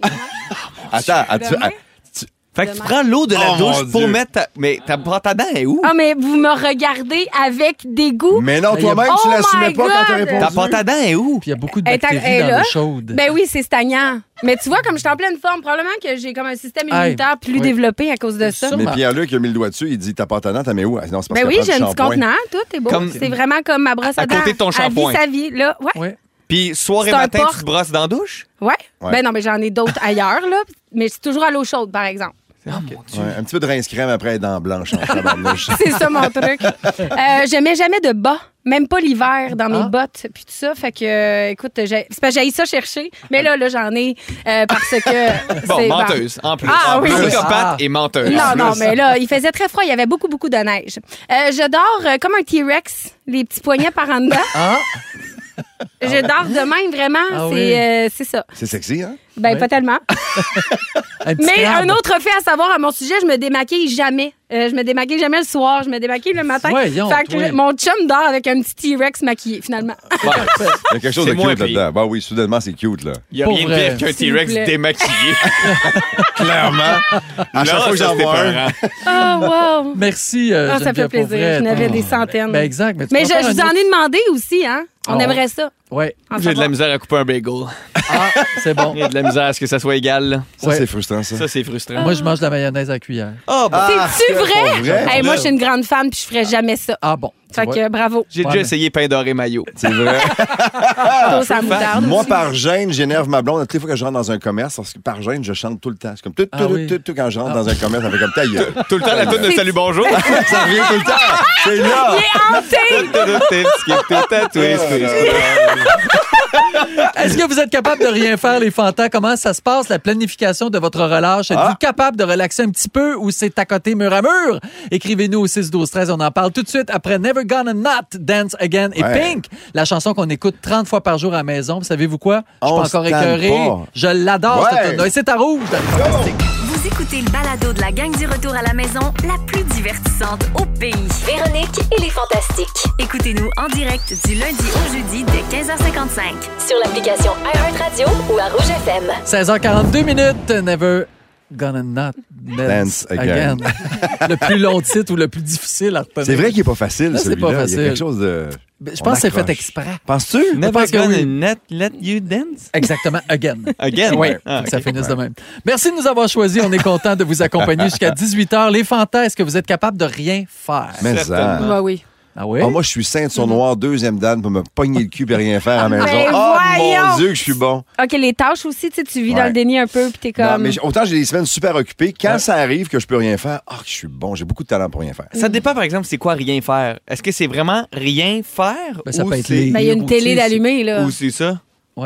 [SPEAKER 4] Attends, as-tu-
[SPEAKER 5] Demain?
[SPEAKER 3] Fait que tu
[SPEAKER 5] Demain.
[SPEAKER 3] prends l'eau de la
[SPEAKER 4] Oh, mon
[SPEAKER 3] douche pour
[SPEAKER 4] Dieu.
[SPEAKER 3] mettre ta... Mais ta pâte à dents est où?
[SPEAKER 5] Ah, mais vous me regardez avec dégoût.
[SPEAKER 4] mais non,
[SPEAKER 2] Mais il y a-
[SPEAKER 4] toi-même, tu
[SPEAKER 5] Oh
[SPEAKER 4] l'assumais
[SPEAKER 5] my
[SPEAKER 4] pas quand t'as
[SPEAKER 5] God!
[SPEAKER 4] répondu.
[SPEAKER 3] Ta pâte à dents est où?
[SPEAKER 2] Puis il y a beaucoup de
[SPEAKER 5] Elle est à-
[SPEAKER 2] bactéries
[SPEAKER 5] elle est
[SPEAKER 2] dans
[SPEAKER 5] là.
[SPEAKER 2] l'eau chaude.
[SPEAKER 5] Ben oui, c'est stagnant. Mais tu vois, comme je suis en pleine forme, probablement que j'ai comme un système
[SPEAKER 2] Aïe.
[SPEAKER 5] immunitaire plus
[SPEAKER 2] Oui.
[SPEAKER 5] développé à cause de ça.
[SPEAKER 2] Sûrement.
[SPEAKER 4] Mais Pierre-Luc a mis le doigt dessus, il dit ta pâte à dents, t'as mis où? Ah, non, c'est parce
[SPEAKER 5] Ben
[SPEAKER 4] qu'elle
[SPEAKER 5] oui,
[SPEAKER 4] prend
[SPEAKER 5] j'ai
[SPEAKER 4] du
[SPEAKER 5] un petit
[SPEAKER 4] shampoing.
[SPEAKER 5] contenant, tout est beau.
[SPEAKER 3] Comme-
[SPEAKER 5] C'est vraiment comme ma brosse à,
[SPEAKER 3] À
[SPEAKER 5] dents.
[SPEAKER 3] côté de ton
[SPEAKER 5] À
[SPEAKER 3] shampoing.
[SPEAKER 5] vis-à-vis, là. Ouais.
[SPEAKER 2] Ouais.
[SPEAKER 3] Puis soir et
[SPEAKER 5] C'est un
[SPEAKER 3] matin,
[SPEAKER 5] porte.
[SPEAKER 3] tu te brosses dans la douche?
[SPEAKER 5] Ouais.
[SPEAKER 4] Ouais.
[SPEAKER 5] Ben non, mais j'en ai d'autres ailleurs, là. Mais c'est toujours à l'eau chaude, par exemple.
[SPEAKER 3] Oh mon Dieu.
[SPEAKER 4] Ouais, un petit peu de rince-crème après être dans blanche en tabarnouche.
[SPEAKER 5] C'est ça mon truc. Euh, je mets jamais de bas, même pas l'hiver dans mes
[SPEAKER 2] Ah.
[SPEAKER 5] bottes puis tout ça. Fait que, euh, écoute, j'ai- c'est parce que j'aille ça chercher. Mais là, là, j'en ai euh, parce que.
[SPEAKER 3] Bon,
[SPEAKER 5] c'est-
[SPEAKER 3] menteuse, en plus.
[SPEAKER 5] Ah
[SPEAKER 3] En
[SPEAKER 5] oui.
[SPEAKER 3] plus,
[SPEAKER 2] Ah.
[SPEAKER 3] psychopathe et menteuse.
[SPEAKER 5] Non, non, mais là, il faisait très froid. Il y avait beaucoup, beaucoup de neige. Euh, je dors euh, comme un T-Rex, les petits poignets par en dedans.
[SPEAKER 2] Ah,
[SPEAKER 5] Je dors de même, vraiment.
[SPEAKER 2] Ah
[SPEAKER 5] c'est
[SPEAKER 2] oui.
[SPEAKER 5] euh, c'est ça.
[SPEAKER 4] C'est sexy, hein?
[SPEAKER 5] Ben,
[SPEAKER 2] Oui.
[SPEAKER 5] pas tellement.
[SPEAKER 2] un petit
[SPEAKER 5] Mais
[SPEAKER 2] crabe.
[SPEAKER 5] un autre fait à savoir à mon sujet, je me démaquille jamais. Euh, je me démaquille jamais le soir. Je me démaquille le matin.
[SPEAKER 2] Voyons,
[SPEAKER 5] fait que
[SPEAKER 2] toi.
[SPEAKER 5] je- mon chum dort avec un petit T-Rex maquillé, finalement.
[SPEAKER 4] Il y a quelque chose
[SPEAKER 3] C'est
[SPEAKER 4] de
[SPEAKER 3] moins
[SPEAKER 4] cute
[SPEAKER 3] pire.
[SPEAKER 4] là-dedans. Bah oui, soudainement, c'est cute, là.
[SPEAKER 3] Il n'y a
[SPEAKER 2] Pour
[SPEAKER 3] rien de
[SPEAKER 2] vrai.
[SPEAKER 3] pire qu'un
[SPEAKER 5] S'il
[SPEAKER 3] T-Rex
[SPEAKER 5] vous plaît.
[SPEAKER 3] démaquillé.
[SPEAKER 4] Clairement. À chaque
[SPEAKER 3] Là,
[SPEAKER 4] fois que
[SPEAKER 3] ça,
[SPEAKER 4] j'en
[SPEAKER 3] c'était
[SPEAKER 4] vois un.
[SPEAKER 3] peurant.
[SPEAKER 5] Oh, wow!
[SPEAKER 2] Merci, euh,
[SPEAKER 5] Ah, ça
[SPEAKER 2] Geneviève,
[SPEAKER 5] fait
[SPEAKER 2] pour
[SPEAKER 5] plaisir.
[SPEAKER 2] vrai.
[SPEAKER 5] J'en avais
[SPEAKER 2] Oh.
[SPEAKER 5] des centaines.
[SPEAKER 2] Ben exact. Mais, tu
[SPEAKER 5] Mais
[SPEAKER 2] peux
[SPEAKER 5] je,
[SPEAKER 2] faire
[SPEAKER 5] je
[SPEAKER 2] un
[SPEAKER 5] vous en
[SPEAKER 2] autre-
[SPEAKER 5] ai demandé aussi, hein? On
[SPEAKER 2] Oh.
[SPEAKER 5] aimerait ça.
[SPEAKER 2] Ouais.
[SPEAKER 5] en
[SPEAKER 3] J'ai de la
[SPEAKER 5] savoir.
[SPEAKER 3] misère à couper un bagel.
[SPEAKER 2] Ah, c'est bon.
[SPEAKER 3] J'ai de la misère à ce que ça soit égal. là.
[SPEAKER 4] Ça,
[SPEAKER 2] Ouais.
[SPEAKER 4] c'est frustrant, ça.
[SPEAKER 3] Ça, c'est frustrant.
[SPEAKER 2] Moi, je mange de la mayonnaise à la cuillère.
[SPEAKER 3] Ah, bon.
[SPEAKER 5] C'est-tu vrai?
[SPEAKER 4] Pour vrai?
[SPEAKER 5] Hey, moi, je suis une grande fan puis je ferais jamais ça.
[SPEAKER 2] Ah bon. tu
[SPEAKER 5] Fait
[SPEAKER 2] vois.
[SPEAKER 5] que bravo.
[SPEAKER 3] J'ai
[SPEAKER 2] Ouais,
[SPEAKER 3] déjà
[SPEAKER 2] mais-
[SPEAKER 3] essayé pain doré maillot.
[SPEAKER 4] C'est vrai.
[SPEAKER 5] Toast à la moutarde
[SPEAKER 4] Moi,
[SPEAKER 5] aussi.
[SPEAKER 4] par gêne, j'énerve ma blonde. Toutes les fois que je rentre dans un commerce, parce que par gêne, je chante tout le temps. C'est comme tout, tout,
[SPEAKER 2] Ah
[SPEAKER 4] tout,
[SPEAKER 2] oui.
[SPEAKER 4] tout, tout, quand je rentre dans un commerce, ça fait comme ta gueule.
[SPEAKER 3] Tout le temps, la toune de Salut Bonjour.
[SPEAKER 4] Ça revient tout le temps. C'est là.
[SPEAKER 5] Il est hanté!
[SPEAKER 2] Est-ce que vous êtes capable de rien faire, les fantas? Comment ça se passe, la planification de votre relâche? Êtes-vous
[SPEAKER 4] Ah.
[SPEAKER 2] capable de relaxer un petit peu ou c'est à côté mur à mur? Écrivez-nous au six douze treize. On en parle tout de suite après Never Gonna Not Dance Again et
[SPEAKER 4] Ouais.
[SPEAKER 2] Pink, la chanson qu'on écoute trente fois par jour à la maison. Savez-vous quoi? Je suis
[SPEAKER 4] On
[SPEAKER 2] pas encore
[SPEAKER 4] se tanne
[SPEAKER 2] écœuré.
[SPEAKER 4] pas.
[SPEAKER 2] Je l'adore,
[SPEAKER 4] Ouais.
[SPEAKER 2] cette tune-là. Et c'est à rouge. dans le Fantastique.
[SPEAKER 1] Vous écoutez le balado de la gang du retour à la maison, la plus divertissante au pays.
[SPEAKER 9] Véronique et les Fantastiques.
[SPEAKER 1] Écoutez-nous en direct du lundi au jeudi dès quinze heures cinquante-cinq.
[SPEAKER 9] Sur l'application iHeartRadio ou à Rouge F M.
[SPEAKER 2] seize heures quarante-deux minutes. Never Gonna Not Dance,
[SPEAKER 4] Dance Again.
[SPEAKER 2] again. Le plus long titre ou le plus difficile à retenir.
[SPEAKER 4] C'est vrai qu'il n'est pas facile,
[SPEAKER 2] Ça, c'est
[SPEAKER 4] celui-là.
[SPEAKER 2] pas
[SPEAKER 4] Il y a
[SPEAKER 2] facile.
[SPEAKER 4] quelque chose de...
[SPEAKER 2] Je
[SPEAKER 4] On
[SPEAKER 2] pense que c'est fait
[SPEAKER 4] accroche.
[SPEAKER 2] exprès.
[SPEAKER 4] Penses-tu?
[SPEAKER 3] Never
[SPEAKER 2] pense que
[SPEAKER 3] gonna
[SPEAKER 2] oui.
[SPEAKER 3] net let you dance?
[SPEAKER 2] Exactement, again.
[SPEAKER 3] Again?
[SPEAKER 2] Oui,
[SPEAKER 3] Ah,
[SPEAKER 2] faut que ça
[SPEAKER 3] ok.
[SPEAKER 2] finisse de même. Merci de nous avoir choisis. On est content de vous accompagner jusqu'à dix-huit heures. Les fantas, est-ce que vous êtes capable de rien faire?
[SPEAKER 4] Mais
[SPEAKER 3] Certainement.
[SPEAKER 4] ça.
[SPEAKER 5] Bah oui.
[SPEAKER 2] Ah oui?
[SPEAKER 4] Ah, moi, je suis ceinture noire, deuxième dan pour me pogner le cul et rien faire à la maison.
[SPEAKER 5] Ben
[SPEAKER 4] Oh
[SPEAKER 5] voyons!
[SPEAKER 4] mon Dieu, que je suis bon.
[SPEAKER 5] OK, les tâches aussi, tu sais, tu vis
[SPEAKER 4] Ouais.
[SPEAKER 5] dans le déni un peu puis t'es comme...
[SPEAKER 4] Non, mais j- autant j'ai des semaines super occupées, quand
[SPEAKER 2] Ouais.
[SPEAKER 4] ça arrive que je peux rien faire, ah, que je suis bon, j'ai beaucoup de talent pour rien faire.
[SPEAKER 3] Ça dépend, par exemple, c'est quoi rien faire? Est-ce que c'est vraiment rien faire?
[SPEAKER 2] Ben, ça
[SPEAKER 3] ou
[SPEAKER 2] peut être
[SPEAKER 3] c'est-
[SPEAKER 2] les-
[SPEAKER 5] Ben, il y a une
[SPEAKER 2] routiers,
[SPEAKER 5] télé
[SPEAKER 2] c'est-
[SPEAKER 5] d'allumée, là.
[SPEAKER 3] Ou c'est ça?
[SPEAKER 2] Ouais.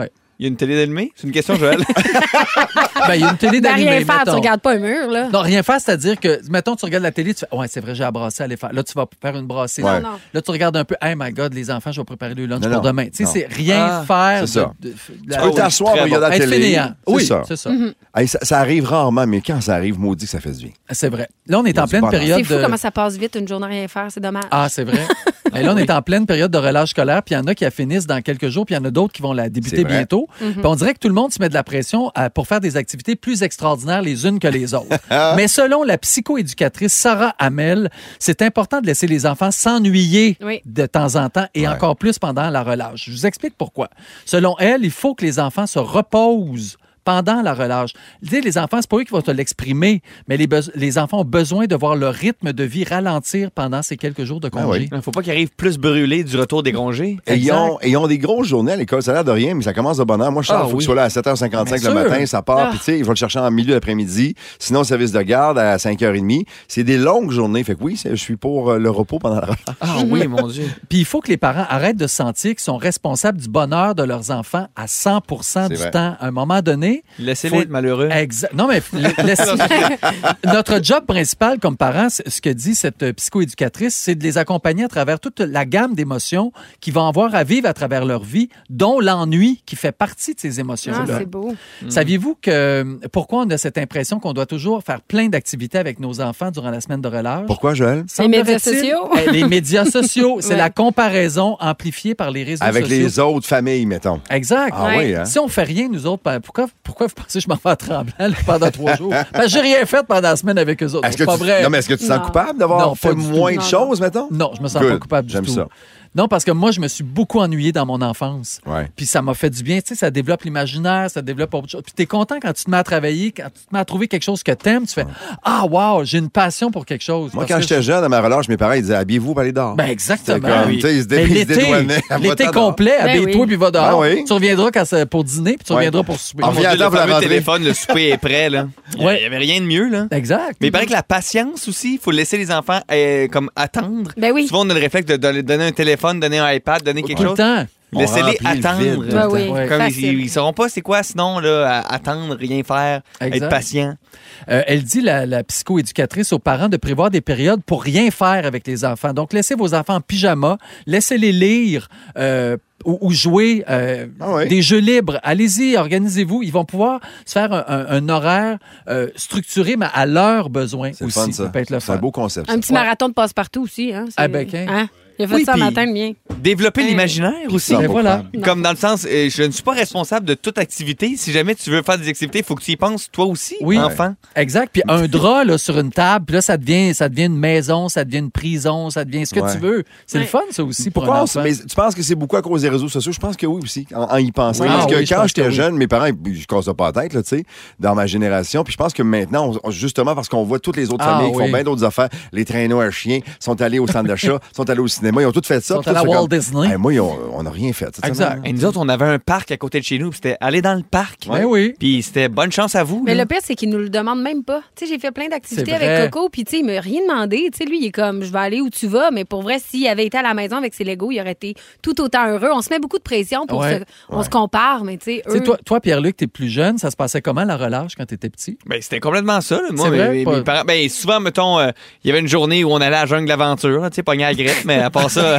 [SPEAKER 3] Il y a une télé d'allumée? C'est une question, Joël.
[SPEAKER 2] Ben, il y a une télé
[SPEAKER 5] Ben,
[SPEAKER 2] d'allumée,
[SPEAKER 5] rien faire, tu
[SPEAKER 2] mettons.
[SPEAKER 5] regardes pas un mur, là.
[SPEAKER 2] Non, rien faire, c'est-à-dire que, mettons, tu regardes la télé, tu fais, ouais, c'est vrai, j'ai à brasser, aller faire. Là, tu vas faire une brassée.
[SPEAKER 4] Ouais.
[SPEAKER 5] Non, non.
[SPEAKER 2] Là, tu regardes un peu, hey, my God, les enfants, je vais préparer le lunch
[SPEAKER 4] Non,
[SPEAKER 2] pour
[SPEAKER 4] non.
[SPEAKER 2] demain. Tu sais,
[SPEAKER 4] Non.
[SPEAKER 2] c'est rien
[SPEAKER 3] Ah,
[SPEAKER 2] faire.
[SPEAKER 4] c'est ça.
[SPEAKER 2] De, de- de-
[SPEAKER 4] Tu
[SPEAKER 2] la-
[SPEAKER 4] peux t'asseoir,
[SPEAKER 3] très
[SPEAKER 4] regarder la
[SPEAKER 2] Être
[SPEAKER 4] télé.
[SPEAKER 2] fainéant.
[SPEAKER 4] C'est
[SPEAKER 2] Oui,
[SPEAKER 4] ça.
[SPEAKER 2] c'est ça.
[SPEAKER 4] Hey, ça. Ça arrive rarement, mais quand ça arrive, maudit que ça fait du bien.
[SPEAKER 2] C'est vrai. Là, on est
[SPEAKER 4] Il y a
[SPEAKER 2] en
[SPEAKER 4] du
[SPEAKER 2] pleine
[SPEAKER 4] bonheur.
[SPEAKER 2] période
[SPEAKER 5] C'est fou
[SPEAKER 2] de...
[SPEAKER 5] comment ça passe vite, une journée à rien faire. C'est dommage.
[SPEAKER 2] Ah, c'est vrai. Mais là, on est en pleine période de relâche scolaire, puis il y en a qui la finissent dans quelques jours, puis il y en a d'autres qui vont la débuter
[SPEAKER 4] C'est vrai.
[SPEAKER 2] bientôt. Puis on dirait que tout le monde se met de la pression à- pour faire des activités plus extraordinaires les unes que les autres. Mais selon la psychoéducatrice Sarah Hamel, c'est important de laisser les enfants s'ennuyer
[SPEAKER 5] Oui.
[SPEAKER 2] de temps en temps et
[SPEAKER 4] Ouais.
[SPEAKER 2] encore plus pendant la relâche. Je vous explique pourquoi. Selon elle, il faut que les enfants se reposent pendant la relâche. Tu sais, les enfants, c'est pas eux qui vont te l'exprimer, mais les, beso- les enfants ont besoin de voir leur rythme de vie ralentir pendant ces quelques jours de
[SPEAKER 4] Ah
[SPEAKER 2] congé.
[SPEAKER 4] oui.
[SPEAKER 3] Faut pas qu'ils arrivent plus brûlés du retour des congés.
[SPEAKER 4] Et ils,
[SPEAKER 2] Exact.
[SPEAKER 4] ont, et ils ont des grosses journées à l'école. Ça a l'air de rien, mais ça commence de bonne heure. Moi, je sors, il
[SPEAKER 2] Ah,
[SPEAKER 4] faut que
[SPEAKER 2] oui.
[SPEAKER 4] je sois là à sept heures cinquante-cinq
[SPEAKER 2] Bien
[SPEAKER 4] le
[SPEAKER 2] sûr.
[SPEAKER 4] matin, ça part.
[SPEAKER 5] Ah.
[SPEAKER 4] Puis, tu sais, il faut le chercher en milieu d'après-midi. Sinon, service de garde à cinq heures trente. C'est des longues journées. Fait que oui, c'est- je suis pour euh, le repos pendant la relâche.
[SPEAKER 3] Ah oui, mon Dieu.
[SPEAKER 2] Puis il faut que les parents arrêtent de se sentir qu'ils sont responsables du bonheur de leurs enfants à cent pour cent
[SPEAKER 4] C'est
[SPEAKER 2] du
[SPEAKER 4] vrai.
[SPEAKER 2] temps. À un moment donné,
[SPEAKER 3] Laissez-les
[SPEAKER 2] Faut-
[SPEAKER 3] être malheureux.
[SPEAKER 2] Exact. Non, mais la- laisse- notre job principal comme parents, c'est- ce que dit cette euh, psychoéducatrice, c'est de les accompagner à travers toute la gamme d'émotions qu'ils vont avoir à vivre à travers leur vie, dont l'ennui qui fait partie de ces
[SPEAKER 5] Ah,
[SPEAKER 2] émotions-là.
[SPEAKER 5] c'est beau.
[SPEAKER 2] Saviez-vous que pourquoi on a cette impression qu'on doit toujours faire plein d'activités avec nos enfants durant la semaine de relâche?
[SPEAKER 4] Pourquoi, Joël?
[SPEAKER 5] Les médias
[SPEAKER 2] Semblerait-il-
[SPEAKER 5] sociaux.
[SPEAKER 2] Eh, Les médias sociaux, c'est
[SPEAKER 5] Ouais.
[SPEAKER 2] la comparaison amplifiée par les réseaux
[SPEAKER 4] Avec
[SPEAKER 2] sociaux.
[SPEAKER 4] les autres familles, mettons.
[SPEAKER 2] Exact.
[SPEAKER 4] Ah
[SPEAKER 5] Ouais.
[SPEAKER 4] oui, hein?
[SPEAKER 2] Si on fait rien, nous autres, ben, pourquoi, pourquoi vous pensez que je m'en vais à Tremblant là, pendant trois jours? Ben, j'ai rien fait pendant la semaine avec eux autres.
[SPEAKER 4] Est-ce
[SPEAKER 2] C'est
[SPEAKER 4] que
[SPEAKER 2] pas
[SPEAKER 4] tu,
[SPEAKER 2] vrai.
[SPEAKER 4] non, mais est-ce que tu te sens
[SPEAKER 5] Non.
[SPEAKER 4] coupable d'avoir
[SPEAKER 2] Non,
[SPEAKER 4] fait
[SPEAKER 2] pas du tout.
[SPEAKER 4] moins de
[SPEAKER 5] Non,
[SPEAKER 4] choses, mettons?
[SPEAKER 2] Non, je me sens
[SPEAKER 4] Good.
[SPEAKER 2] pas coupable du
[SPEAKER 4] J'aime
[SPEAKER 2] tout.
[SPEAKER 4] ça.
[SPEAKER 2] Non, parce que moi, je me suis beaucoup ennuyé dans mon enfance.
[SPEAKER 4] Ouais.
[SPEAKER 2] Puis ça m'a fait du bien. Tu sais, ça développe l'imaginaire, ça développe autre chose. Puis t'es content quand tu te mets à travailler, quand tu te mets à trouver quelque chose que t'aimes, tu fais « Ah, wow, j'ai une passion pour quelque chose. »
[SPEAKER 4] Moi,
[SPEAKER 2] Parce
[SPEAKER 4] quand
[SPEAKER 2] que
[SPEAKER 4] j'étais jeune, à ma relâche, mes parents, ils disaient, habillez-vous, pour aller dehors.
[SPEAKER 2] Ben
[SPEAKER 4] C'était
[SPEAKER 2] exactement.
[SPEAKER 4] comme,
[SPEAKER 2] Oui.
[SPEAKER 4] tu sais, ils se dé-
[SPEAKER 2] Mais
[SPEAKER 4] ils se
[SPEAKER 2] l'été,
[SPEAKER 4] dédouanaient.
[SPEAKER 2] l'été
[SPEAKER 4] Va-t'en
[SPEAKER 2] complet,
[SPEAKER 5] Ben
[SPEAKER 2] habille-toi
[SPEAKER 5] oui.
[SPEAKER 2] puis va dehors.
[SPEAKER 4] Ben oui.
[SPEAKER 2] Tu reviendras quand c'est pour dîner, puis tu
[SPEAKER 4] Ouais.
[SPEAKER 2] reviendras pour souper.
[SPEAKER 4] Ah,
[SPEAKER 3] Mon
[SPEAKER 4] viens,
[SPEAKER 3] Dieu,
[SPEAKER 4] attends,
[SPEAKER 3] le
[SPEAKER 4] pour la
[SPEAKER 3] fameux
[SPEAKER 4] rentrée.
[SPEAKER 3] téléphone, le souper est prêt, là. Il n'y
[SPEAKER 2] Ouais.
[SPEAKER 3] avait rien de mieux, là.
[SPEAKER 2] Exact.
[SPEAKER 3] Mais il paraît que la patience aussi, il faut laisser les enfants euh, comme attendre.
[SPEAKER 5] Ben oui.
[SPEAKER 3] Souvent, on a le réflexe de donner donner un téléphone, donner un iPad, donner quelque
[SPEAKER 2] Tout le
[SPEAKER 3] chose.
[SPEAKER 2] temps.
[SPEAKER 4] On
[SPEAKER 3] Laissez-les
[SPEAKER 4] remplit le
[SPEAKER 3] attendre.
[SPEAKER 4] vide, tout le
[SPEAKER 5] Ben
[SPEAKER 4] temps.
[SPEAKER 5] oui,
[SPEAKER 2] Ouais.
[SPEAKER 3] Comme ils,
[SPEAKER 5] facile.
[SPEAKER 3] ils sauront pas c'est quoi sinon, là, à attendre, rien faire,
[SPEAKER 2] Exact.
[SPEAKER 3] être patient.
[SPEAKER 2] Euh, elle dit, la, la psychoéducatrice, aux parents de prévoir des périodes pour rien faire avec les enfants. Donc, laissez vos enfants en pyjama, laissez-les lire euh, ou, ou jouer euh,
[SPEAKER 4] Ah oui.
[SPEAKER 2] des jeux libres. Allez-y, organisez-vous. Ils vont pouvoir se faire un, un- un horaire euh, structuré, mais à leurs besoins
[SPEAKER 4] C'est le
[SPEAKER 2] aussi.
[SPEAKER 4] fun, ça.
[SPEAKER 2] peut être le
[SPEAKER 4] C'est un
[SPEAKER 2] fun.
[SPEAKER 4] beau concept. ça.
[SPEAKER 5] Un petit
[SPEAKER 2] Ouais.
[SPEAKER 5] marathon de passe-partout aussi. Hein? C'est-
[SPEAKER 2] Ah, ben, qu'un.
[SPEAKER 5] Hein? Il a fait
[SPEAKER 2] Oui,
[SPEAKER 5] ça le
[SPEAKER 2] puis-
[SPEAKER 5] matin, le mien.
[SPEAKER 3] Développer
[SPEAKER 5] Hey.
[SPEAKER 3] l'imaginaire aussi.
[SPEAKER 4] Ça,
[SPEAKER 2] Ben
[SPEAKER 4] pas
[SPEAKER 2] voilà.
[SPEAKER 4] coupable.
[SPEAKER 3] Comme dans le sens, euh, je ne suis pas responsable de toute activité. Si jamais tu veux faire des activités, il faut que tu y penses toi aussi,
[SPEAKER 2] Oui.
[SPEAKER 3] enfant.
[SPEAKER 2] Exact. Puis un drap là, sur une table, puis là, ça devient, ça devient une maison, ça devient une prison, ça devient ce que
[SPEAKER 4] Ouais.
[SPEAKER 2] tu veux. C'est
[SPEAKER 5] Ouais.
[SPEAKER 2] le fun, ça aussi, pour
[SPEAKER 4] Pourquoi
[SPEAKER 2] un
[SPEAKER 4] on-
[SPEAKER 2] enfant.
[SPEAKER 4] mais tu penses que c'est beaucoup à cause des réseaux sociaux? Je pense que oui aussi, en, en y pensant.
[SPEAKER 2] Oui.
[SPEAKER 4] Parce
[SPEAKER 2] Ah
[SPEAKER 4] que
[SPEAKER 2] oui, je
[SPEAKER 4] quand
[SPEAKER 2] pense
[SPEAKER 4] j'étais
[SPEAKER 2] que oui.
[SPEAKER 4] jeune, mes parents, ils- je casse pas la tête, là, tu sais, dans ma génération. Puis je pense que maintenant, on- justement, parce qu'on voit toutes les autres
[SPEAKER 2] Ah
[SPEAKER 4] familles qui
[SPEAKER 2] oui.
[SPEAKER 4] font bien d'autres affaires, les traîneaux à chiens, sont allés au centre d'achat, sont allés au cinéma, ils ont tout fait ça.
[SPEAKER 2] Ils sont
[SPEAKER 4] puis
[SPEAKER 2] allés à
[SPEAKER 4] tout,
[SPEAKER 2] Walt
[SPEAKER 4] c'est
[SPEAKER 2] Disney.
[SPEAKER 4] Hey, moi, ils ont- on n'a rien fait. tu sais,
[SPEAKER 2] Exact.
[SPEAKER 4] non?
[SPEAKER 3] Et nous autres, on avait un parc à côté de chez nous, puis c'était aller dans le parc.
[SPEAKER 2] Ben oui.
[SPEAKER 3] Puis c'était bonne chance à vous.
[SPEAKER 5] Mais
[SPEAKER 3] là.
[SPEAKER 5] le pire, c'est qu'il nous le demande même pas. Tu sais, j'ai fait plein d'activités
[SPEAKER 2] C'est vrai.
[SPEAKER 5] avec Coco, puis tu sais, il m'a rien demandé. Tu sais, lui, il est comme, je vais aller où tu vas, mais pour vrai, s'il avait été à la maison avec ses Legos, il aurait été tout autant heureux. On se met beaucoup de pression pour
[SPEAKER 2] Ouais.
[SPEAKER 5] se, on se compare, mais tu sais,
[SPEAKER 2] Tu sais,
[SPEAKER 5] eux.
[SPEAKER 2] toi, toi Pierre-Luc, t'es plus jeune. Ça se passait comment, la relâche, quand t'étais petit?
[SPEAKER 3] Ben, c'était complètement ça. Là. Moi,
[SPEAKER 2] C'est
[SPEAKER 3] mes,
[SPEAKER 2] vrai?
[SPEAKER 3] mes-
[SPEAKER 2] Pas-
[SPEAKER 3] mes parents, ben, souvent, mettons, euh, il y avait une journée où on allait à la jungle d'aventure, là, tu sais, pogner à la grippe, mais à part ça,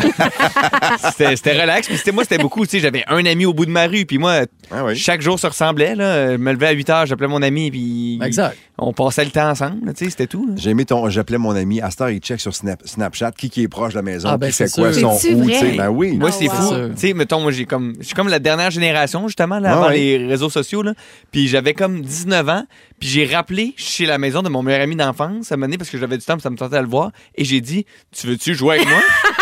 [SPEAKER 3] c'était c'était relax. Puis c'était- moi, c'était beaucoup. Tu sais, j'avais un ami au bout de ma rue, puis moi,
[SPEAKER 4] Ah oui.
[SPEAKER 3] chaque jour se ressemblait. Là. Je me levais à huit heures, j'appelais mon ami, puis
[SPEAKER 2] Exact.
[SPEAKER 3] on passait le temps ensemble. là, Tu sais, c'était tout. là.
[SPEAKER 4] J'ai aimé ton. J'appelais mon ami. À cette heure, il check sur Snap- Snapchat qui, qui est proche de la maison,
[SPEAKER 2] Ah, ben,
[SPEAKER 4] qui fait
[SPEAKER 2] c'est
[SPEAKER 4] quoi,
[SPEAKER 2] sûr.
[SPEAKER 4] son
[SPEAKER 5] C'est-tu
[SPEAKER 4] où.
[SPEAKER 5] vrai?
[SPEAKER 4] tu sais. Ben oui.
[SPEAKER 3] Moi,
[SPEAKER 5] Ah,
[SPEAKER 3] c'est
[SPEAKER 5] wow.
[SPEAKER 3] fou.
[SPEAKER 2] C'est sûr.
[SPEAKER 3] Tu sais, mettons, moi, j'ai comme, je suis comme la dernière génération, justement, là,
[SPEAKER 4] Ah
[SPEAKER 3] avant
[SPEAKER 4] ouais.
[SPEAKER 3] les réseaux sociaux, là. Puis j'avais comme dix-neuf ans, puis j'ai rappelé chez la maison de mon meilleur ami d'enfance, à un moment donné, parce que j'avais du temps, puis ça me tentait de le voir, et j'ai dit, tu veux-tu jouer avec moi?